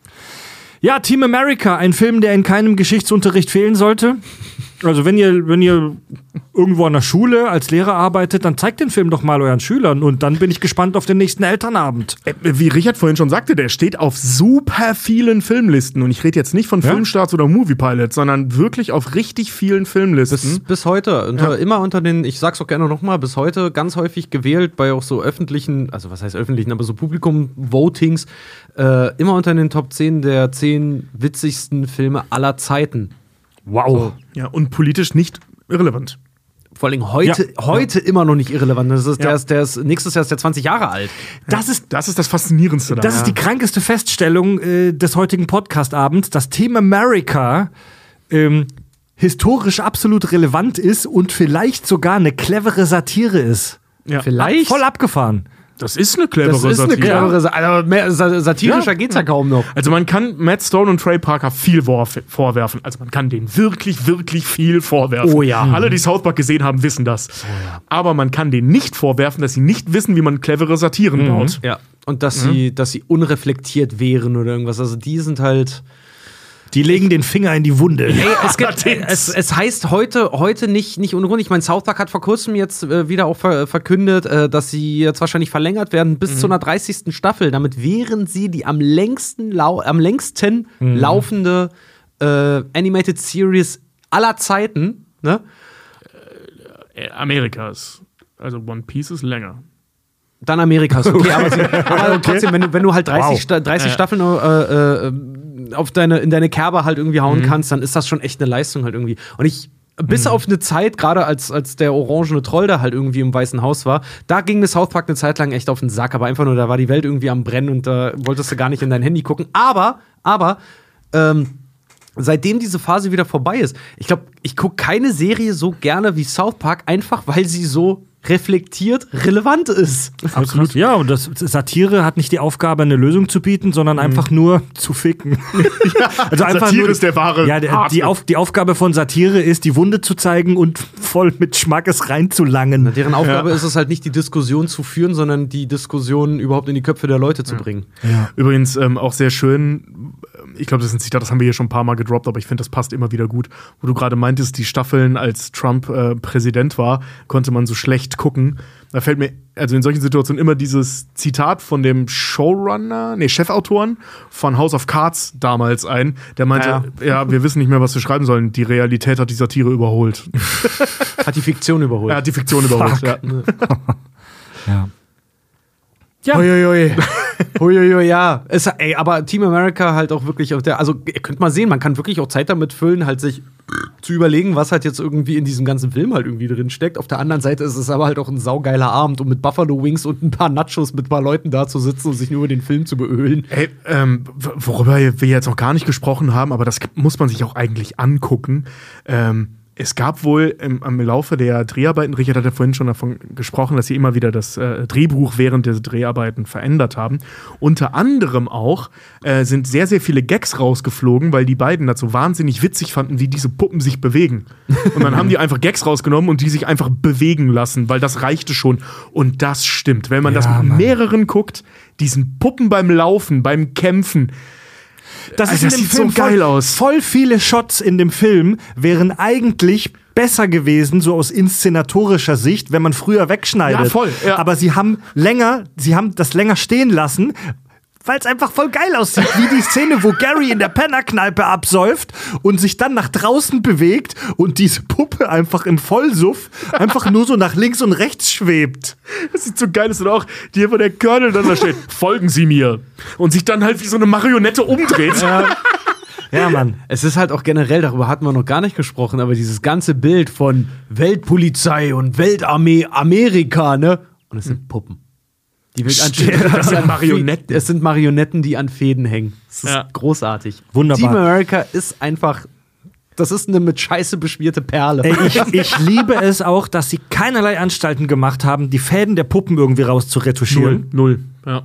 Ja, Team America, ein Film, der in keinem Geschichtsunterricht fehlen sollte. Also wenn ihr, wenn ihr irgendwo an der Schule als Lehrer arbeitet, dann zeigt den Film doch mal euren Schülern und dann bin ich gespannt auf den nächsten Elternabend. Äh, Wie Richard vorhin schon sagte, der steht auf super vielen Filmlisten. Und ich rede jetzt nicht von Ja? Filmstarts oder Movie-Pilot, sondern wirklich auf richtig vielen Filmlisten. Bis, bis heute, unter, immer unter den, ich sag's auch gerne nochmal, bis heute ganz häufig gewählt bei auch so öffentlichen, also was heißt öffentlichen, aber so Publikum-Votings, äh, immer unter den Top zehn der zehn witzigsten Filme aller Zeiten. Wow. Ja, und politisch nicht irrelevant. vor allem heute, Ja. heute immer noch nicht irrelevant. Das ist, Ja. der, ist, der ist, nächstes Jahr ist der zwanzig Jahre alt. Das ist Das ist das Faszinierendste daran. Das ist die krankeste Feststellung äh, des heutigen Podcast-Abends, dass Team America ähm, historisch absolut relevant ist und vielleicht sogar eine clevere Satire ist. Ja. Vielleicht. Voll abgefahren. Das ist eine clevere Das ist eine Satire. clevere Sa- also mehr sa- satirischer Ja. geht's ja kaum noch. Also man kann Matt Stone und Trey Parker viel vorf- vorwerfen. Also man kann denen wirklich, wirklich viel vorwerfen. Oh ja. Alle, die South Park gesehen haben, wissen das. Aber man kann denen nicht vorwerfen, dass sie nicht wissen, wie man clevere Satiren baut. Ja. Und dass sie, dass sie unreflektiert wären oder irgendwas. Also die sind halt. Die legen den Finger in die Wunde. Ey, es, gibt, es, es heißt heute, heute nicht, nicht ohne Grund. Ich meine, South Park hat vor kurzem jetzt äh, wieder auch ver verkündet, äh, dass sie jetzt wahrscheinlich verlängert werden bis zu einer dreißigsten Staffel. Damit wären sie die am längsten, lau am längsten laufende äh, Animated Series aller Zeiten. Ne? Äh, Amerikas. Also One Piece ist länger. Dann Amerikas, okay, aber, sie, aber trotzdem, wenn du, wenn du halt dreißig, Wow. Sta dreißig Ja. Staffeln äh, äh, auf deine, in deine Kerbe halt irgendwie hauen kannst, dann ist das schon echt eine Leistung halt irgendwie. Und ich, bis auf eine Zeit, gerade als, als der orangene Troll da halt irgendwie im Weißen Haus war, da ging mir South Park eine Zeit lang echt auf den Sack, aber einfach nur, da war die Welt irgendwie am Brennen und da wolltest du gar nicht in dein Handy gucken. Aber, aber, ähm, seitdem diese Phase wieder vorbei ist, ich glaube, ich gucke keine Serie so gerne wie South Park, einfach weil sie so reflektiert relevant ist. Absolut. Ja, und das Satire hat nicht die Aufgabe, eine Lösung zu bieten, sondern einfach nur zu ficken. also einfach Satire nur, ist der wahre Ja, der, Harte. die, Auf, die Aufgabe von Satire ist, die Wunde zu zeigen und voll mit Schmackes reinzulangen. Deren Aufgabe ist es halt nicht, die Diskussion zu führen, sondern die Diskussion überhaupt in die Köpfe der Leute zu bringen. Übrigens ähm, auch sehr schön, ich glaube, das ist ein Zitat, das haben wir hier schon ein paar Mal gedroppt, aber ich finde, das passt immer wieder gut. Wo du gerade meintest, die Staffeln, als Trump äh, Präsident war, konnte man so schlecht gucken. Da fällt mir also in solchen Situationen immer dieses Zitat von dem Showrunner, nee, Chefautoren von House of Cards damals ein, der meinte, ja, Ja, wir wissen nicht mehr, was wir schreiben sollen. Die Realität hat die Satire überholt. Hat die Fiktion überholt. Er hat die Fiktion überholt. Ja. Ja. Ja. Uiuiui. Uiuiui, ja. Es, ey, aber Team America halt auch wirklich auf der, also ihr könnt mal sehen, man kann wirklich auch Zeit damit füllen, halt sich zu überlegen, was halt jetzt irgendwie in diesem ganzen Film halt irgendwie drin steckt. Auf der anderen Seite ist es aber halt auch ein saugeiler Abend, um mit Buffalo Wings und ein paar Nachos mit ein paar Leuten da zu sitzen und sich nur über den Film zu beölen. Ey, ähm, worüber wir jetzt noch gar nicht gesprochen haben, aber das muss man sich auch eigentlich angucken. Ähm, es gab wohl im, im Laufe der Dreharbeiten, Richard hat ja vorhin schon davon gesprochen, dass sie immer wieder das äh, Drehbuch während der Dreharbeiten verändert haben. Unter anderem auch äh, sind sehr, sehr viele Gags rausgeflogen, weil die beiden das so wahnsinnig witzig fanden, wie diese Puppen sich bewegen. Und dann haben die einfach Gags rausgenommen und die sich einfach bewegen lassen, weil das reichte schon. Und das stimmt. Wenn man Ja, das mit Mann. mehreren guckt, diesen Puppen beim Laufen, beim Kämpfen, Das, Alter, ist in das dem sieht so Film geil voll, aus. Voll viele Shots in dem Film wären eigentlich besser gewesen, so aus inszenatorischer Sicht, wenn man früher wegschneidet. Ja, voll, ja. Aber sie haben länger, sie haben das länger stehen lassen, weil es einfach voll geil aussieht, wie die Szene, wo Gary in der Pennerkneipe absäuft und sich dann nach draußen bewegt und diese Puppe einfach im Vollsuff einfach nur so nach links und rechts schwebt. das sieht so geil aus. Und auch, die, wo der Colonel dann da steht, folgen Sie mir. Und sich dann halt wie so eine Marionette umdreht. Ja, Mann. Es ist halt auch generell, darüber hatten wir noch gar nicht gesprochen, aber dieses ganze Bild von Weltpolizei und Weltarmee Amerika, ne? Und es sind Puppen. Die wird an, das sind Marionetten. Es sind Marionetten, die an Fäden hängen. Das ist Ja. großartig. Wunderbar. Team America ist einfach, das ist eine mit Scheiße beschmierte Perle. Ey, ich, ich liebe es auch, dass sie keinerlei Anstalten gemacht haben, die Fäden der Puppen irgendwie rauszuretuschieren. Null. Ja.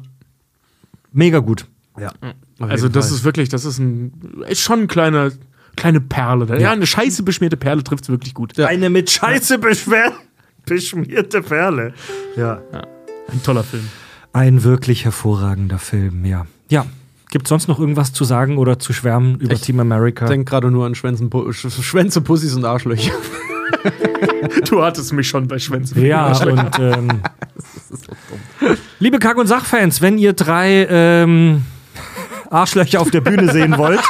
Mega gut. Ja. Also das ist wirklich, das ist ein, ist schon eine kleine, kleine Perle. Ja, ja, eine scheiße beschmierte Perle trifft es wirklich gut. Eine mit Scheiße beschwer beschmierte Perle. Ja. Ein toller Film. Ein wirklich hervorragender Film, ja. Ja. Gibt es sonst noch irgendwas zu sagen oder zu schwärmen über Ich Team America? Ich denke gerade nur an Schwänzen, Pu- Sch- Schwänze, Pussys und Arschlöcher. Du hattest mich schon bei Schwänzen. Ja, und ähm, liebe Kack- und Sachfans, wenn ihr drei ähm, Arschlöcher auf der Bühne sehen wollt,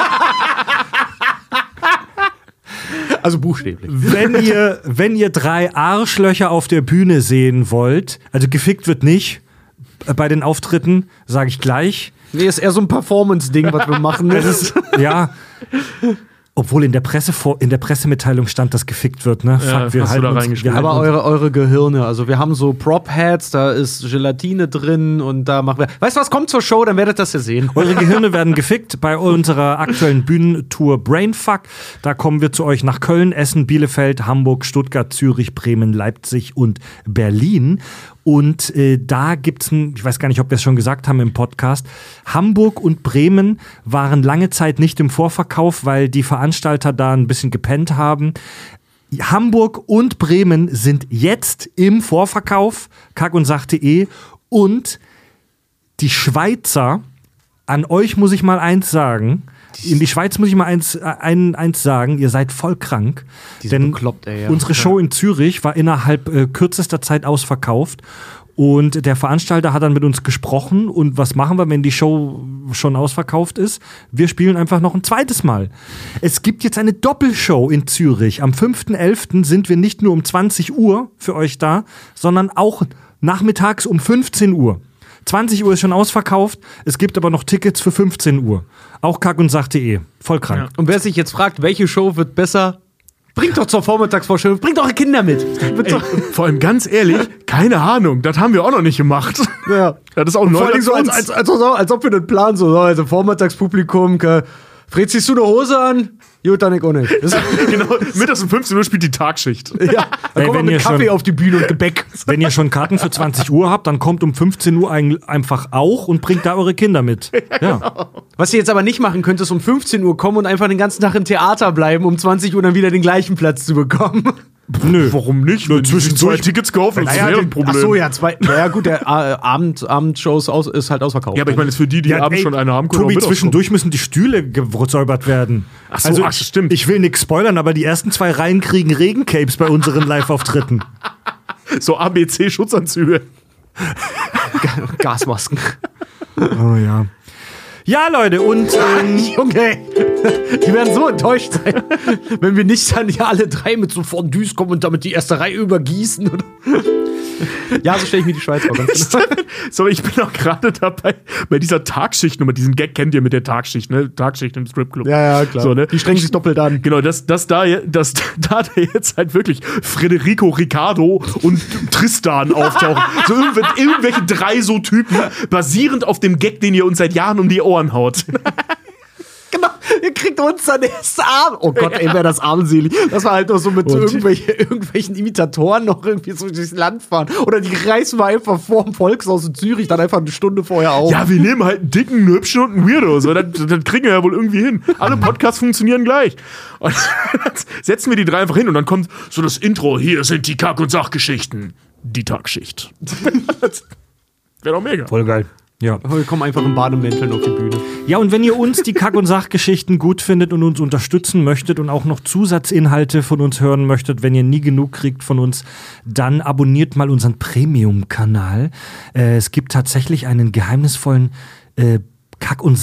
Also buchstäblich. wenn ihr, wenn ihr drei Arschlöcher auf der Bühne sehen wollt, also gefickt wird nicht äh, bei den Auftritten, sage ich gleich. Nee, ist eher so ein Performance-Ding, was wir machen. Es ist, ja. Obwohl in der, Presse in der Pressemitteilung stand, dass gefickt wird, ne? Ja, Fuck, wir hast halten du da uns, reingeschrieben. wir halten Aber uns- eure, eure Gehirne, also wir haben so Prop-Heads, da ist Gelatine drin und da machen wir. Weißt du was, kommt zur Show, dann werdet ihr das ja sehen. Eure Gehirne werden gefickt bei unserer aktuellen Bühnentour Brainfuck. Da kommen wir zu euch nach Köln, Essen, Bielefeld, Hamburg, Stuttgart, Zürich, Bremen, Leipzig und Berlin. Und äh, da gibt's ein, ich weiß gar nicht, ob wir es schon gesagt haben im Podcast, Hamburg und Bremen waren lange Zeit nicht im Vorverkauf, weil die Veranstalter da ein bisschen gepennt haben. Hamburg und Bremen sind jetzt im Vorverkauf, kack und sach punkt de, und die Schweizer, an euch muss ich mal eins sagen, in die Schweiz muss ich mal eins, äh, ein, eins sagen, ihr seid voll krank. Die sind denn bekloppt, ey, ja. unsere Show in Zürich war innerhalb äh, kürzester Zeit ausverkauft. Und der Veranstalter hat dann mit uns gesprochen. Und was machen wir, wenn die Show schon ausverkauft ist? Wir spielen einfach noch ein zweites Mal. Es gibt jetzt eine Doppelshow in Zürich. Am fünften elften sind wir nicht nur um zwanzig Uhr für euch da, sondern auch nachmittags um fünfzehn Uhr. zwanzig Uhr ist schon ausverkauft. Es gibt aber noch Tickets für fünfzehn Uhr. Auch kack und sach punkt de. Voll krank. Ja. Und wer sich jetzt fragt, welche Show wird besser, bringt doch zur Vormittagsvorstellung, bringt eure Kinder mit. Ey, vor allem ganz ehrlich, keine Ahnung, das haben wir auch noch nicht gemacht. Ja. Das ist auch neu. Vor allem so, als, als, als, als, als ob wir den Plan so, so also Vormittagspublikum, ke- Fred, ziehst du eine Hose an? Gut, dann ich auch nicht. Das, Genau, mittags um fünfzehn Uhr spielt die Tagschicht. ja, dann Ey, kommen wir wenn mit ihr Kaffee schon- auf die Bühne und Gebäck. Wenn ihr schon Karten für zwanzig Uhr habt, dann kommt um fünfzehn Uhr ein, einfach auch und bringt da eure Kinder mit. Ja. Was ihr jetzt aber nicht machen könnt, ist um fünfzehn Uhr kommen und einfach den ganzen Tag im Theater bleiben, um zwanzig Uhr dann wieder den gleichen Platz zu bekommen. Nö. Warum nicht? Wenn die sich zwei Tickets kaufen, das wäre ein Problem. Ach so, ja, zwei. Ja, gut, der äh, Abend, Abendshows aus, ist halt ausverkauft. Ja, aber ich meine, das ist für die, die Ja, abends ey, schon eine haben können. Tobi, auch mittags zwischendurch müssen die Stühle gesäubert werden. Ach so, ach, stimmt. Ich will nichts spoilern, aber die ersten zwei Reihen kriegen Regencapes bei unseren Live-Auftritten. kommen. So A B C-Schutzanzüge. Gasmasken. Oh ja. Ja, Leute, und ähm, Junge, die werden so enttäuscht sein, wenn wir nicht dann ja alle drei mit so Fondues kommen und damit die erste Reihe übergießen. Oder? Ja, so stelle ich mir die Schweiz vor. Ganz genau. So, ich bin auch gerade dabei, bei dieser Tagschichtnummer, diesen Gag kennt ihr mit der Tagschicht, ne? Tagschicht im Stripclub. Ja, ja, klar. So, ne? Die strengen sich doppelt an. Genau, dass das da, je- dass da da jetzt halt wirklich Federico Ricardo und Tristan auftauchen. So irgendw- irgendwelche drei so Typen, basierend auf dem Gag, den ihr uns seit Jahren um die Ohren haut. Genau, ihr kriegt uns dann erst arm. Oh Gott, ey, wäre das armselig. Das war halt noch so mit so irgendwelche, irgendwelchen Imitatoren noch irgendwie so durchs Land fahren. Oder die reißen wir einfach vorm Volkshaus in Zürich dann einfach eine Stunde vorher auf. Ja, wir nehmen halt einen dicken, einen hübschen und einen Weirdo. So, das, das kriegen wir ja wohl irgendwie hin. Alle Podcasts funktionieren gleich. Und dann setzen wir die drei einfach hin und dann kommt so das Intro. Hier sind die Kack- und Sachgeschichten. Die Tagschicht. Das wäre doch mega. voll geil. Ja. Wir kommen einfach im Bademänteln auf die Bühne. Ja, und wenn ihr uns die Kack- und Sachgeschichten gut findet und uns unterstützen möchtet und auch noch Zusatzinhalte von uns hören möchtet, wenn ihr nie genug kriegt von uns, dann abonniert mal unseren Premium-Kanal. Äh, es gibt tatsächlich einen geheimnisvollen äh, Kack- und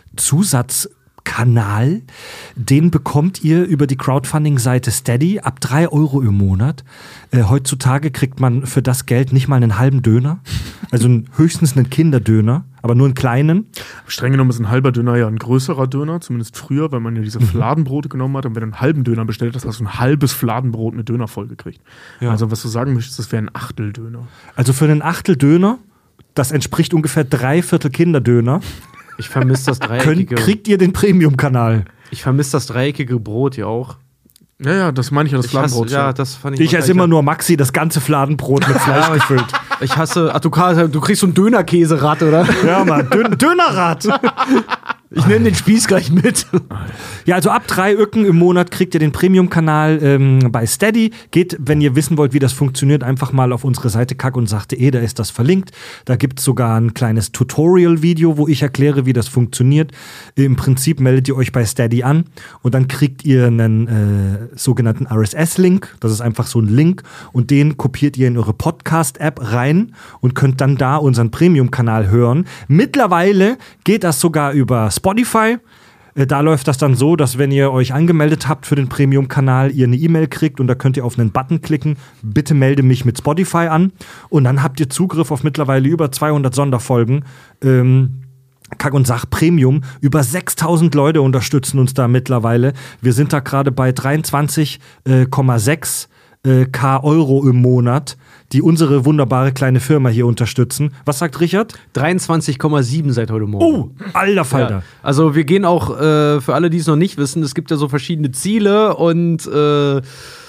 Sach-Zusatzkanal. Den bekommt ihr über die Crowdfunding-Seite Steady ab drei Euro im Monat. Äh, heutzutage kriegt man für das Geld nicht mal einen halben Döner. Also ein, höchstens einen Kinderdöner, aber nur einen kleinen. Streng genommen ist ein halber Döner ja ein größerer Döner, zumindest früher, weil man ja diese Fladenbrote genommen hat und wenn du einen halben Döner bestellt hast, hast du ein halbes Fladenbrot mit Döner vollgekriegt. Ja. Also was du sagen möchtest, das wäre ein Achteldöner. Also für einen Achtel Döner, das entspricht ungefähr drei Viertel Kinderdöner, Ich vermisse das könnt, dreieckige. kriegt ihr den Premium-Kanal. Ich vermisse das dreieckige Brot ja auch. Ja, ja, das meine ich ja, das Ich hasse, Fladenbrot. ja, das fand ich. Ich esse immer nur Maxi, das ganze Fladenbrot mit Fleisch Ja, ich- gefüllt. Ich hasse. Ach, du, kannst- du kriegst so ein Dönerkäserad, oder? Ja, Mann, Dön Dönerrad. Ich nehme den Spieß gleich mit. Ja, also ab drei Öcken im Monat kriegt ihr den Premium-Kanal ähm, bei Steady. Geht, wenn ihr wissen wollt, wie das funktioniert, einfach mal auf unsere Seite kack und sach punkt de, da ist das verlinkt. Da gibt es sogar ein kleines Tutorial-Video, wo ich erkläre, wie das funktioniert. Im Prinzip meldet ihr euch bei Steady an und dann kriegt ihr einen äh, sogenannten R S S-Link. Das ist einfach so ein Link und den kopiert ihr in eure Podcast-App rein und könnt dann da unseren Premium-Kanal hören. Mittlerweile geht das sogar über Spotify. Äh, Da läuft das dann so, dass wenn ihr euch angemeldet habt für den Premium-Kanal, ihr eine E-Mail kriegt und da könnt ihr auf einen Button klicken, bitte melde mich mit Spotify an und dann habt ihr Zugriff auf mittlerweile über zweihundert Sonderfolgen, ähm, Kack und Sach Premium. Über sechstausend Leute unterstützen uns da mittlerweile. Wir sind da gerade bei dreiundzwanzig Komma sechs K Euro im Monat, die unsere wunderbare kleine Firma hier unterstützen. Was sagt Richard? dreiundzwanzig Komma sieben seit heute Morgen. Oh, alter Falter. Ja. Also wir gehen auch, äh, für alle, die es noch nicht wissen, es gibt ja so verschiedene Ziele und äh,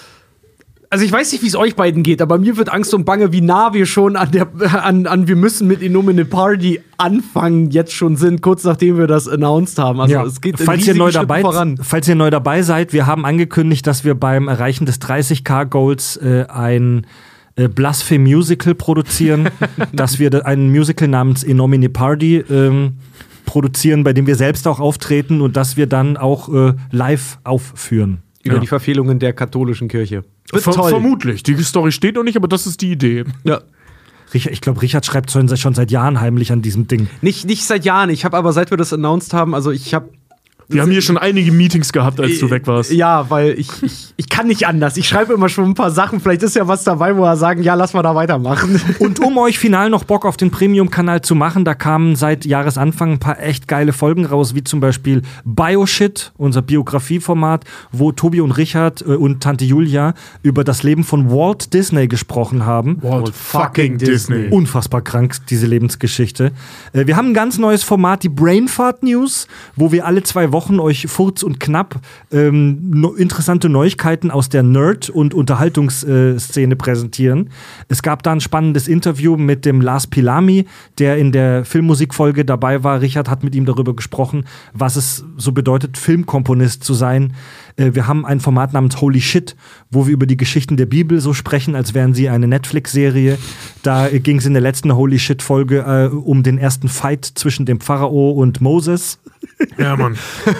also ich weiß nicht, wie es euch beiden geht, aber mir wird Angst und Bange, wie nah wir schon an der an, an wir müssen mit Innomine Party anfangen jetzt schon sind, kurz nachdem wir das announced haben. Also ja. es geht in falls ihr neu Schritten dabei, voran. Falls ihr neu dabei seid, wir haben angekündigt, dass wir beim Erreichen des dreißig K Goals äh, ein äh, Blasphemy-Musical produzieren, dass wir ein Musical namens Innomine Party ähm, produzieren, bei dem wir selbst auch auftreten und dass wir dann auch äh, live aufführen. Über Ja. die Verfehlungen der katholischen Kirche. Wird Ver toll. Vermutlich. Die Story steht noch nicht, aber das ist die Idee. Ja. Richard, ich glaube, Richard schreibt schon, schon seit Jahren heimlich an diesem Ding. Nicht, nicht seit Jahren. Ich habe aber, seit wir das announced haben, also ich habe Wir haben hier schon einige Meetings gehabt, als du weg warst. Ja, weil ich, ich, ich kann nicht anders. Ich schreibe immer schon ein paar Sachen. Vielleicht ist ja was dabei, wo wir sagen, ja, lass mal da weitermachen. Und um euch final noch Bock auf den Premium-Kanal zu machen, da kamen seit Jahresanfang ein paar echt geile Folgen raus, wie zum Beispiel Bioshit, unser Biografieformat, wo Tobi und Richard äh, und Tante Julia über das Leben von Walt Disney gesprochen haben. Walt fucking Disney. Unfassbar krank, diese Lebensgeschichte. Äh, wir haben ein ganz neues Format, die Brainfart News, wo wir alle zwei Wochen euch Furz und Knapp ähm, no, interessante Neuigkeiten aus der Nerd- und Unterhaltungsszene präsentieren. Es gab da ein spannendes Interview mit dem Lars Pilami, der in der Filmmusikfolge dabei war. Richard hat mit ihm darüber gesprochen, was es so bedeutet, Filmkomponist zu sein. Äh, wir haben ein Format namens Holy Shit, wo wir über die Geschichten der Bibel so sprechen, als wären sie eine Netflix-Serie. Da äh, ging es in der letzten Holy Shit-Folge äh, um den ersten Fight zwischen dem Pharao und Moses. Ja, Mann.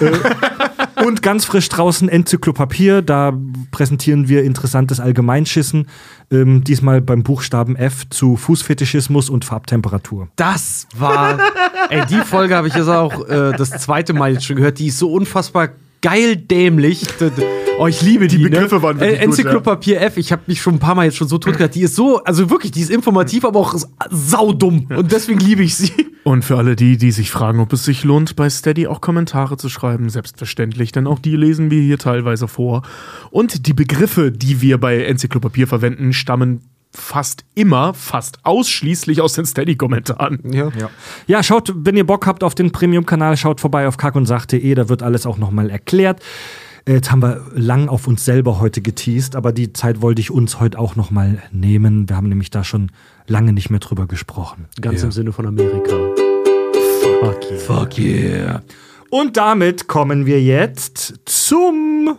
Und ganz frisch draußen Enzyklopapier, da präsentieren wir interessantes Allgemeinschissen, ähm, diesmal beim Buchstaben F zu Fußfetischismus und Farbtemperatur. Das war. Ey, die Folge habe ich jetzt auch äh, das zweite Mal jetzt schon gehört. Die ist so unfassbar geil dämlich. Oh, ich liebe die. Die Begriffe waren wirklich äh, gut, Enzyklopapier F, ich habe mich schon ein paar Mal jetzt schon so tot gehört. Die ist so, also wirklich, die ist informativ, aber auch saudumm. Und deswegen liebe ich sie. Und für alle die, die sich fragen, ob es sich lohnt, bei Steady auch Kommentare zu schreiben, selbstverständlich, denn auch die lesen wir hier teilweise vor. Und die Begriffe, die wir bei Enzyklopapier verwenden, stammen fast immer, fast ausschließlich aus den Steady-Kommentaren. Ja. Ja. ja, schaut, wenn ihr Bock habt auf den Premium-Kanal, schaut vorbei auf kackundsach punkt de, da wird alles auch nochmal erklärt. Jetzt haben wir lang auf uns selber heute geteast, aber die Zeit wollte ich uns heute auch nochmal nehmen. Wir haben nämlich da schon lange nicht mehr drüber gesprochen. Ganz ja. im Sinne von Amerika. Fuck yeah. Fuck yeah. Und damit kommen wir jetzt zum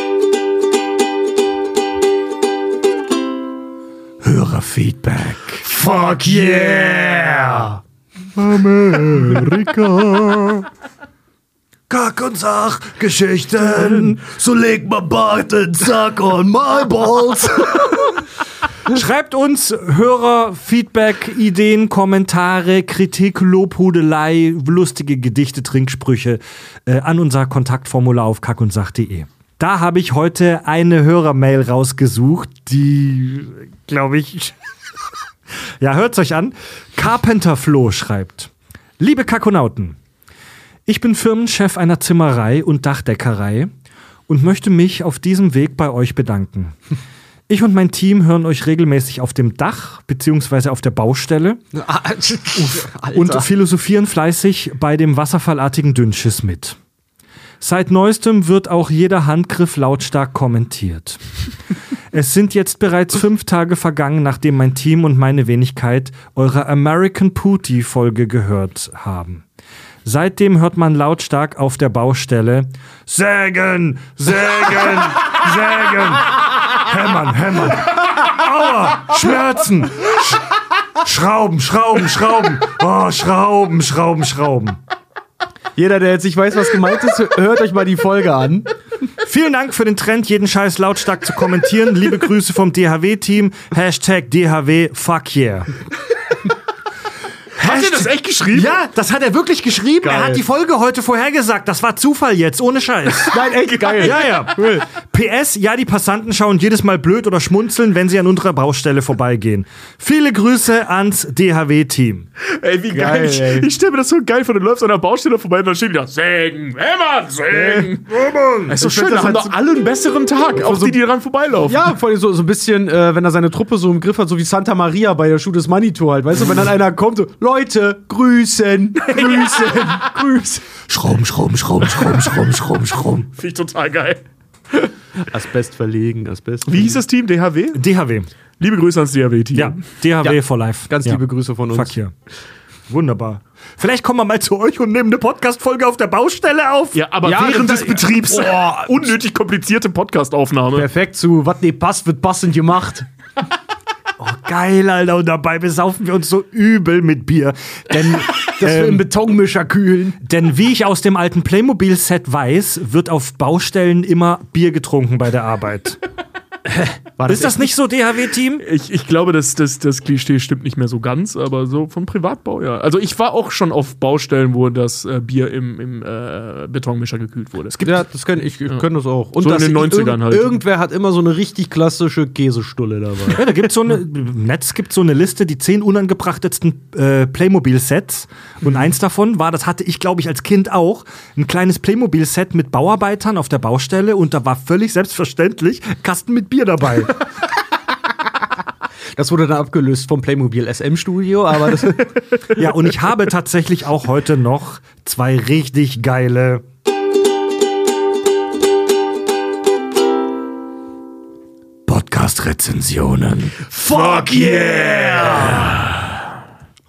Hörerfeedback. Fuck yeah! Amerika. Kack und Sach Geschichten. So leg mal Bart in Sack on my balls. Schreibt uns Hörerfeedback, Ideen, Kommentare, Kritik, Lobhudelei, lustige Gedichte, Trinksprüche äh, an unser Kontaktformular auf kackundsach punkt de. Da habe ich heute eine Hörermail rausgesucht, die, glaube ich, ja, hört's euch an. Carpenter Flo schreibt: Liebe Kakonauten, ich bin Firmenchef einer Zimmerei und Dachdeckerei und möchte mich auf diesem Weg bei euch bedanken. Ich und mein Team hören euch regelmäßig auf dem Dach bzw. auf der Baustelle und philosophieren fleißig bei dem wasserfallartigen Dünnschiss mit. Seit neuestem wird auch jeder Handgriff lautstark kommentiert. Es sind jetzt bereits fünf Tage vergangen, nachdem mein Team und meine Wenigkeit eure American Pooty-Folge gehört haben. Seitdem hört man lautstark auf der Baustelle: Sägen, sägen, sägen, hämmern, hämmern, aua, Schmerzen, Sch- Schrauben, Schrauben, Schrauben, oh, Schrauben, Schrauben, Schrauben. Jeder, der jetzt nicht weiß, was gemeint ist, hört euch mal die Folge an. Vielen Dank für den Trend, jeden Scheiß lautstark zu kommentieren. Liebe Grüße vom D H W-Team. Hashtag D H W, fuck yeah. Hat er das echt geschrieben? Ja, das hat er wirklich geschrieben. Geil. Er hat die Folge heute vorhergesagt. Das war Zufall jetzt, ohne Scheiß. Nein, echt geil. Ja, ja. P S, ja, die Passanten schauen jedes Mal blöd oder schmunzeln, wenn sie an unserer Baustelle vorbeigehen. Viele Grüße ans D H W-Team. Ey, wie geil. Geil, ich ey. ich stelle mir das so geil vor, du läufst an der Baustelle vorbei und dann steht wieder Sägen, Hämmern, Sägen. Das ist so Ich schön, find da das haben halt doch alle einen besseren Tag, auch so- die, die dran vorbeilaufen. Ja, vor allem so, so ein bisschen, äh, wenn er seine Truppe so im Griff hat, so wie Santa Maria bei der Shoot des Manitou halt. Weißt du, wenn dann einer kommt, so, Leute, grüßen, grüßen, grüßen. Schrauben, Schrauben, Schrauben, Schrauben, Schrauben, Schrauben, Schrauben. Finde ich total geil. Asbest verlegen, Asbest. Wie hieß das Team? D H W? D H W. Liebe Grüße ans D H W-Team. Ja, D H W Ja. for life. Ganz ja. liebe Grüße von uns. Fuck hier. Wunderbar. Vielleicht kommen wir mal zu euch und nehmen eine Podcast-Folge auf der Baustelle auf. Ja, aber Ja, während das- des Betriebs. Boah. Unnötig komplizierte Podcast-Aufnahme. Perfekt zu, was nicht passt, wird passend gemacht. Oh, geil, Alter. Und dabei besaufen wir uns so übel mit Bier. Denn, Dass wir im ähm, Betonmischer kühlen. denn wie ich aus dem alten Playmobil-Set weiß, wird auf Baustellen immer Bier getrunken bei der Arbeit. War Ist das nicht so, D H W-Team? Ich, ich glaube, das, das, das Klischee stimmt nicht mehr so ganz, aber so vom Privatbau, ja. Also ich war auch schon auf Baustellen, wo das äh, Bier im, im äh, Betonmischer gekühlt wurde. Es gibt Ja, das kann ich, ich kann das auch. Und So in das- den neunzigern halt. Irgendwer hat immer so eine richtig klassische Käsestulle dabei. Ja, da gibt's so eine, im Netz gibt so eine Liste, die zehn unangebrachtetsten äh, Playmobil-Sets. Und eins davon war, das hatte ich, glaube ich, als Kind auch, ein kleines Playmobil-Set mit Bauarbeitern auf der Baustelle. Und da war völlig selbstverständlich Kasten mit Bier dabei. Das wurde dann abgelöst vom Playmobil S M-Studio, aber das Ja, und ich habe tatsächlich auch heute noch zwei richtig geile Podcast-Rezensionen. Fuck yeah!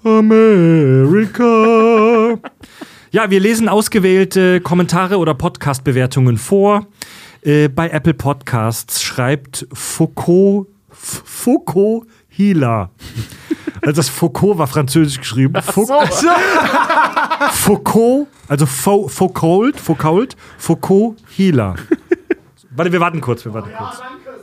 America. Ja, wir lesen ausgewählte Kommentare oder Podcast-Bewertungen vor. Äh, bei Apple Podcasts schreibt Foucault, F- Foucault Hila. Also das Foucault war französisch geschrieben. Fou- Foucault, also Fou- Foucault, Foucault, Foucault Hila. Warte, wir warten kurz, wir warten kurz.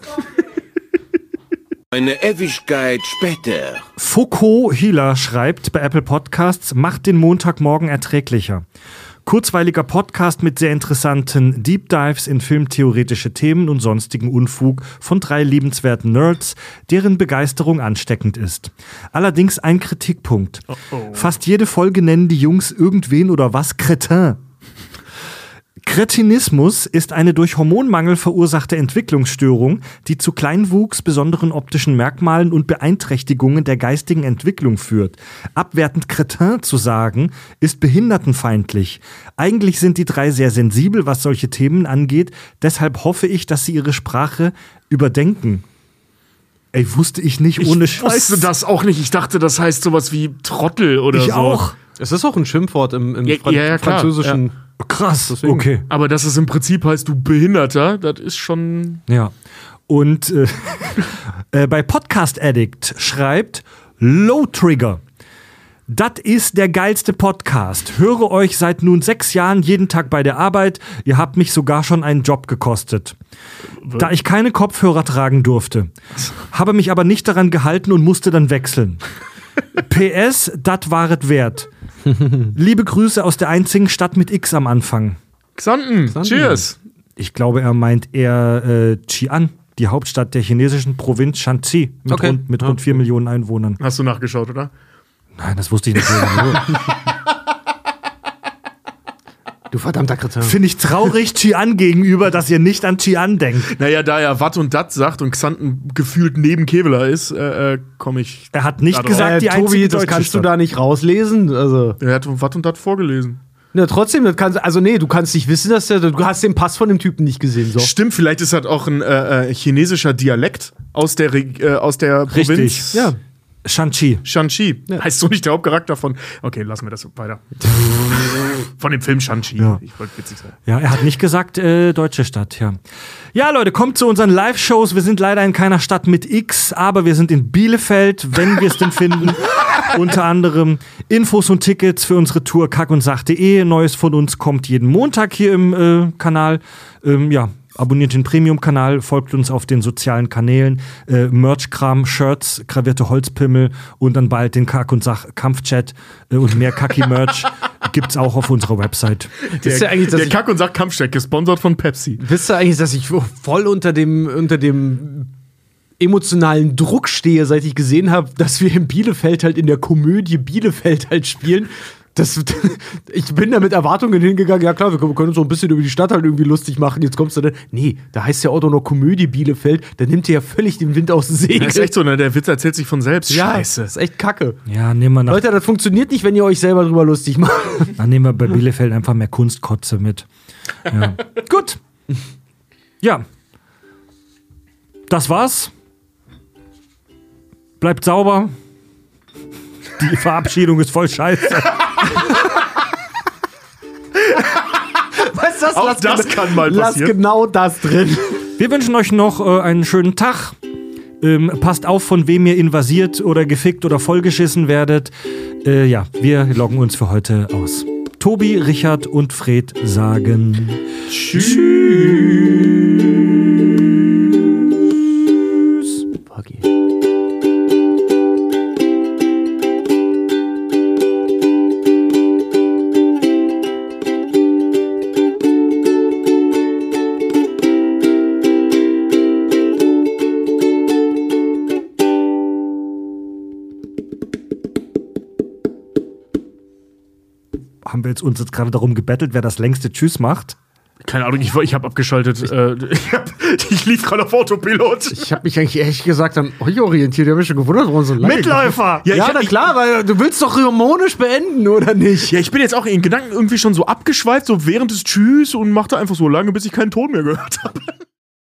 Eine Ewigkeit später. Foucault Hila schreibt bei Apple Podcasts, macht den Montagmorgen erträglicher. Kurzweiliger Podcast mit sehr interessanten Deep Dives in filmtheoretische Themen und sonstigen Unfug von drei liebenswerten Nerds, deren Begeisterung ansteckend ist. Allerdings ein Kritikpunkt. Fast jede Folge nennen die Jungs irgendwen oder was Kretin. Kretinismus ist eine durch Hormonmangel verursachte Entwicklungsstörung, die zu Kleinwuchs, besonderen optischen Merkmalen und Beeinträchtigungen der geistigen Entwicklung führt. Abwertend Kretin zu sagen, ist behindertenfeindlich. Eigentlich sind die drei sehr sensibel, was solche Themen angeht. Deshalb hoffe ich, dass sie ihre Sprache überdenken. Ey, wusste ich nicht, ohne Ich wusste das auch nicht. Ich dachte, das heißt sowas wie Trottel oder Ich so. auch. es ist auch ein Schimpfwort im, im Ja, Fran ja, ja, klar. französischen. Krass, Deswegen. okay. Aber dass es im Prinzip heißt, du Behinderter, das ist schon. Ja. Und äh, äh, bei Podcast Addict schreibt Low Trigger. Das ist der geilste Podcast. Höre euch seit nun sechs Jahren jeden Tag bei der Arbeit. Ihr habt mich sogar schon einen Job gekostet. Da ich keine Kopfhörer tragen durfte. Habe mich aber nicht daran gehalten und musste dann wechseln. P S, das waret wert. Liebe Grüße aus der einzigen Stadt mit X am Anfang. Xanten, cheers! Ich glaube, er meint eher äh, Xi'an, die Hauptstadt der chinesischen Provinz Shanxi mit, Okay. rund, mit rund vier Millionen Einwohnern. Hast du nachgeschaut, oder? Nein, das wusste ich nicht. Du verdammter Kretin. Finde ich traurig Xi'an gegenüber, dass ihr nicht an Xi'an denkt. Naja, da er Watt und Dat sagt und Xanten gefühlt neben Kevela ist, äh, äh, komme ich. Er hat nicht Dadurch. gesagt, Äh, die Tobi, einzige das deutsche kannst du Stadt. da nicht rauslesen. Also, Er hat Watt und Dat vorgelesen. ja, trotzdem, das kannst, also nee, du kannst nicht wissen, dass der, du hast den Pass von dem Typen nicht gesehen. So. Stimmt, vielleicht ist das auch ein äh, äh, chinesischer Dialekt aus der, Reg- äh, aus der Provinz. Richtig. Ja. Shanxi. Shang-Chi. Heißt so nicht der Hauptcharakter von. Okay, lassen wir das weiter. Von dem Film Shang-Chi. Ja. Ich wollte witzig sein. Ja, er hat nicht gesagt, äh, deutsche Stadt, ja. Ja, Leute, kommt zu unseren Live-Shows. Wir sind leider in keiner Stadt mit X, aber wir sind in Bielefeld, wenn wir es denn finden. Unter anderem Infos und Tickets für unsere Tour kack und sach punkt de. Neues von uns kommt jeden Montag hier im äh, Kanal. Ähm, ja, abonniert den Premium-Kanal, folgt uns auf den sozialen Kanälen. Äh, Merch-Kram, Shirts, gravierte Holzpimmel und dann bald den Kack und Sach Kampfchat äh, und mehr Kacki-Merch. gibt's auch auf unserer Website. Der, ja eigentlich, dass der ich- Kack- und Sach-Kampfsteck, gesponsert von Pepsi. Wisst ihr eigentlich, dass ich voll unter dem, unter dem emotionalen Druck stehe, seit ich gesehen habe, dass wir in Bielefeld halt in der Komödie Bielefeld halt spielen? Das, ich bin da mit Erwartungen hingegangen, ja klar, wir können uns so ein bisschen über die Stadt halt irgendwie lustig machen, jetzt kommst du dann, nee, da heißt ja auch noch Komödie Bielefeld, da nimmt ihr ja völlig den Wind aus dem Segel. Das ist echt so, ne? Der Witz erzählt sich von selbst. Ja, Scheiße. das ist echt kacke. Ja, nehmen wir nach, Leute, das funktioniert nicht, wenn ihr euch selber drüber lustig macht. dann nehmen wir bei Bielefeld einfach mehr Kunstkotze mit. Ja. Gut. Ja. Das war's. Bleibt sauber. Die Verabschiedung ist voll scheiße. Weißt du, das, Auch lass das gen- kann mal Lass passieren. genau das drin. Wir wünschen euch noch äh, einen schönen Tag. Ähm, passt auf, von wem ihr invasiert oder gefickt oder vollgeschissen werdet. Äh, ja, wir loggen uns für heute aus. Tobi, Richard und Fred sagen Tschüss. Okay. Haben wir jetzt uns jetzt gerade darum gebettelt, wer das längste Tschüss macht? Keine Ahnung, ich, ich habe abgeschaltet. Ich, äh, ich, hab, ich lief gerade auf Autopilot. Ich habe mich eigentlich ehrlich gesagt an euch orientiert. Ich habe mich schon gewundert, warum so lange. Mitläufer! Ja, Ja, ich- na ich- klar, weil du willst doch harmonisch beenden, oder nicht? Ja, ich bin jetzt auch in Gedanken irgendwie schon so abgeschweift, so während des Tschüss und machte einfach so lange, bis ich keinen Ton mehr gehört habe.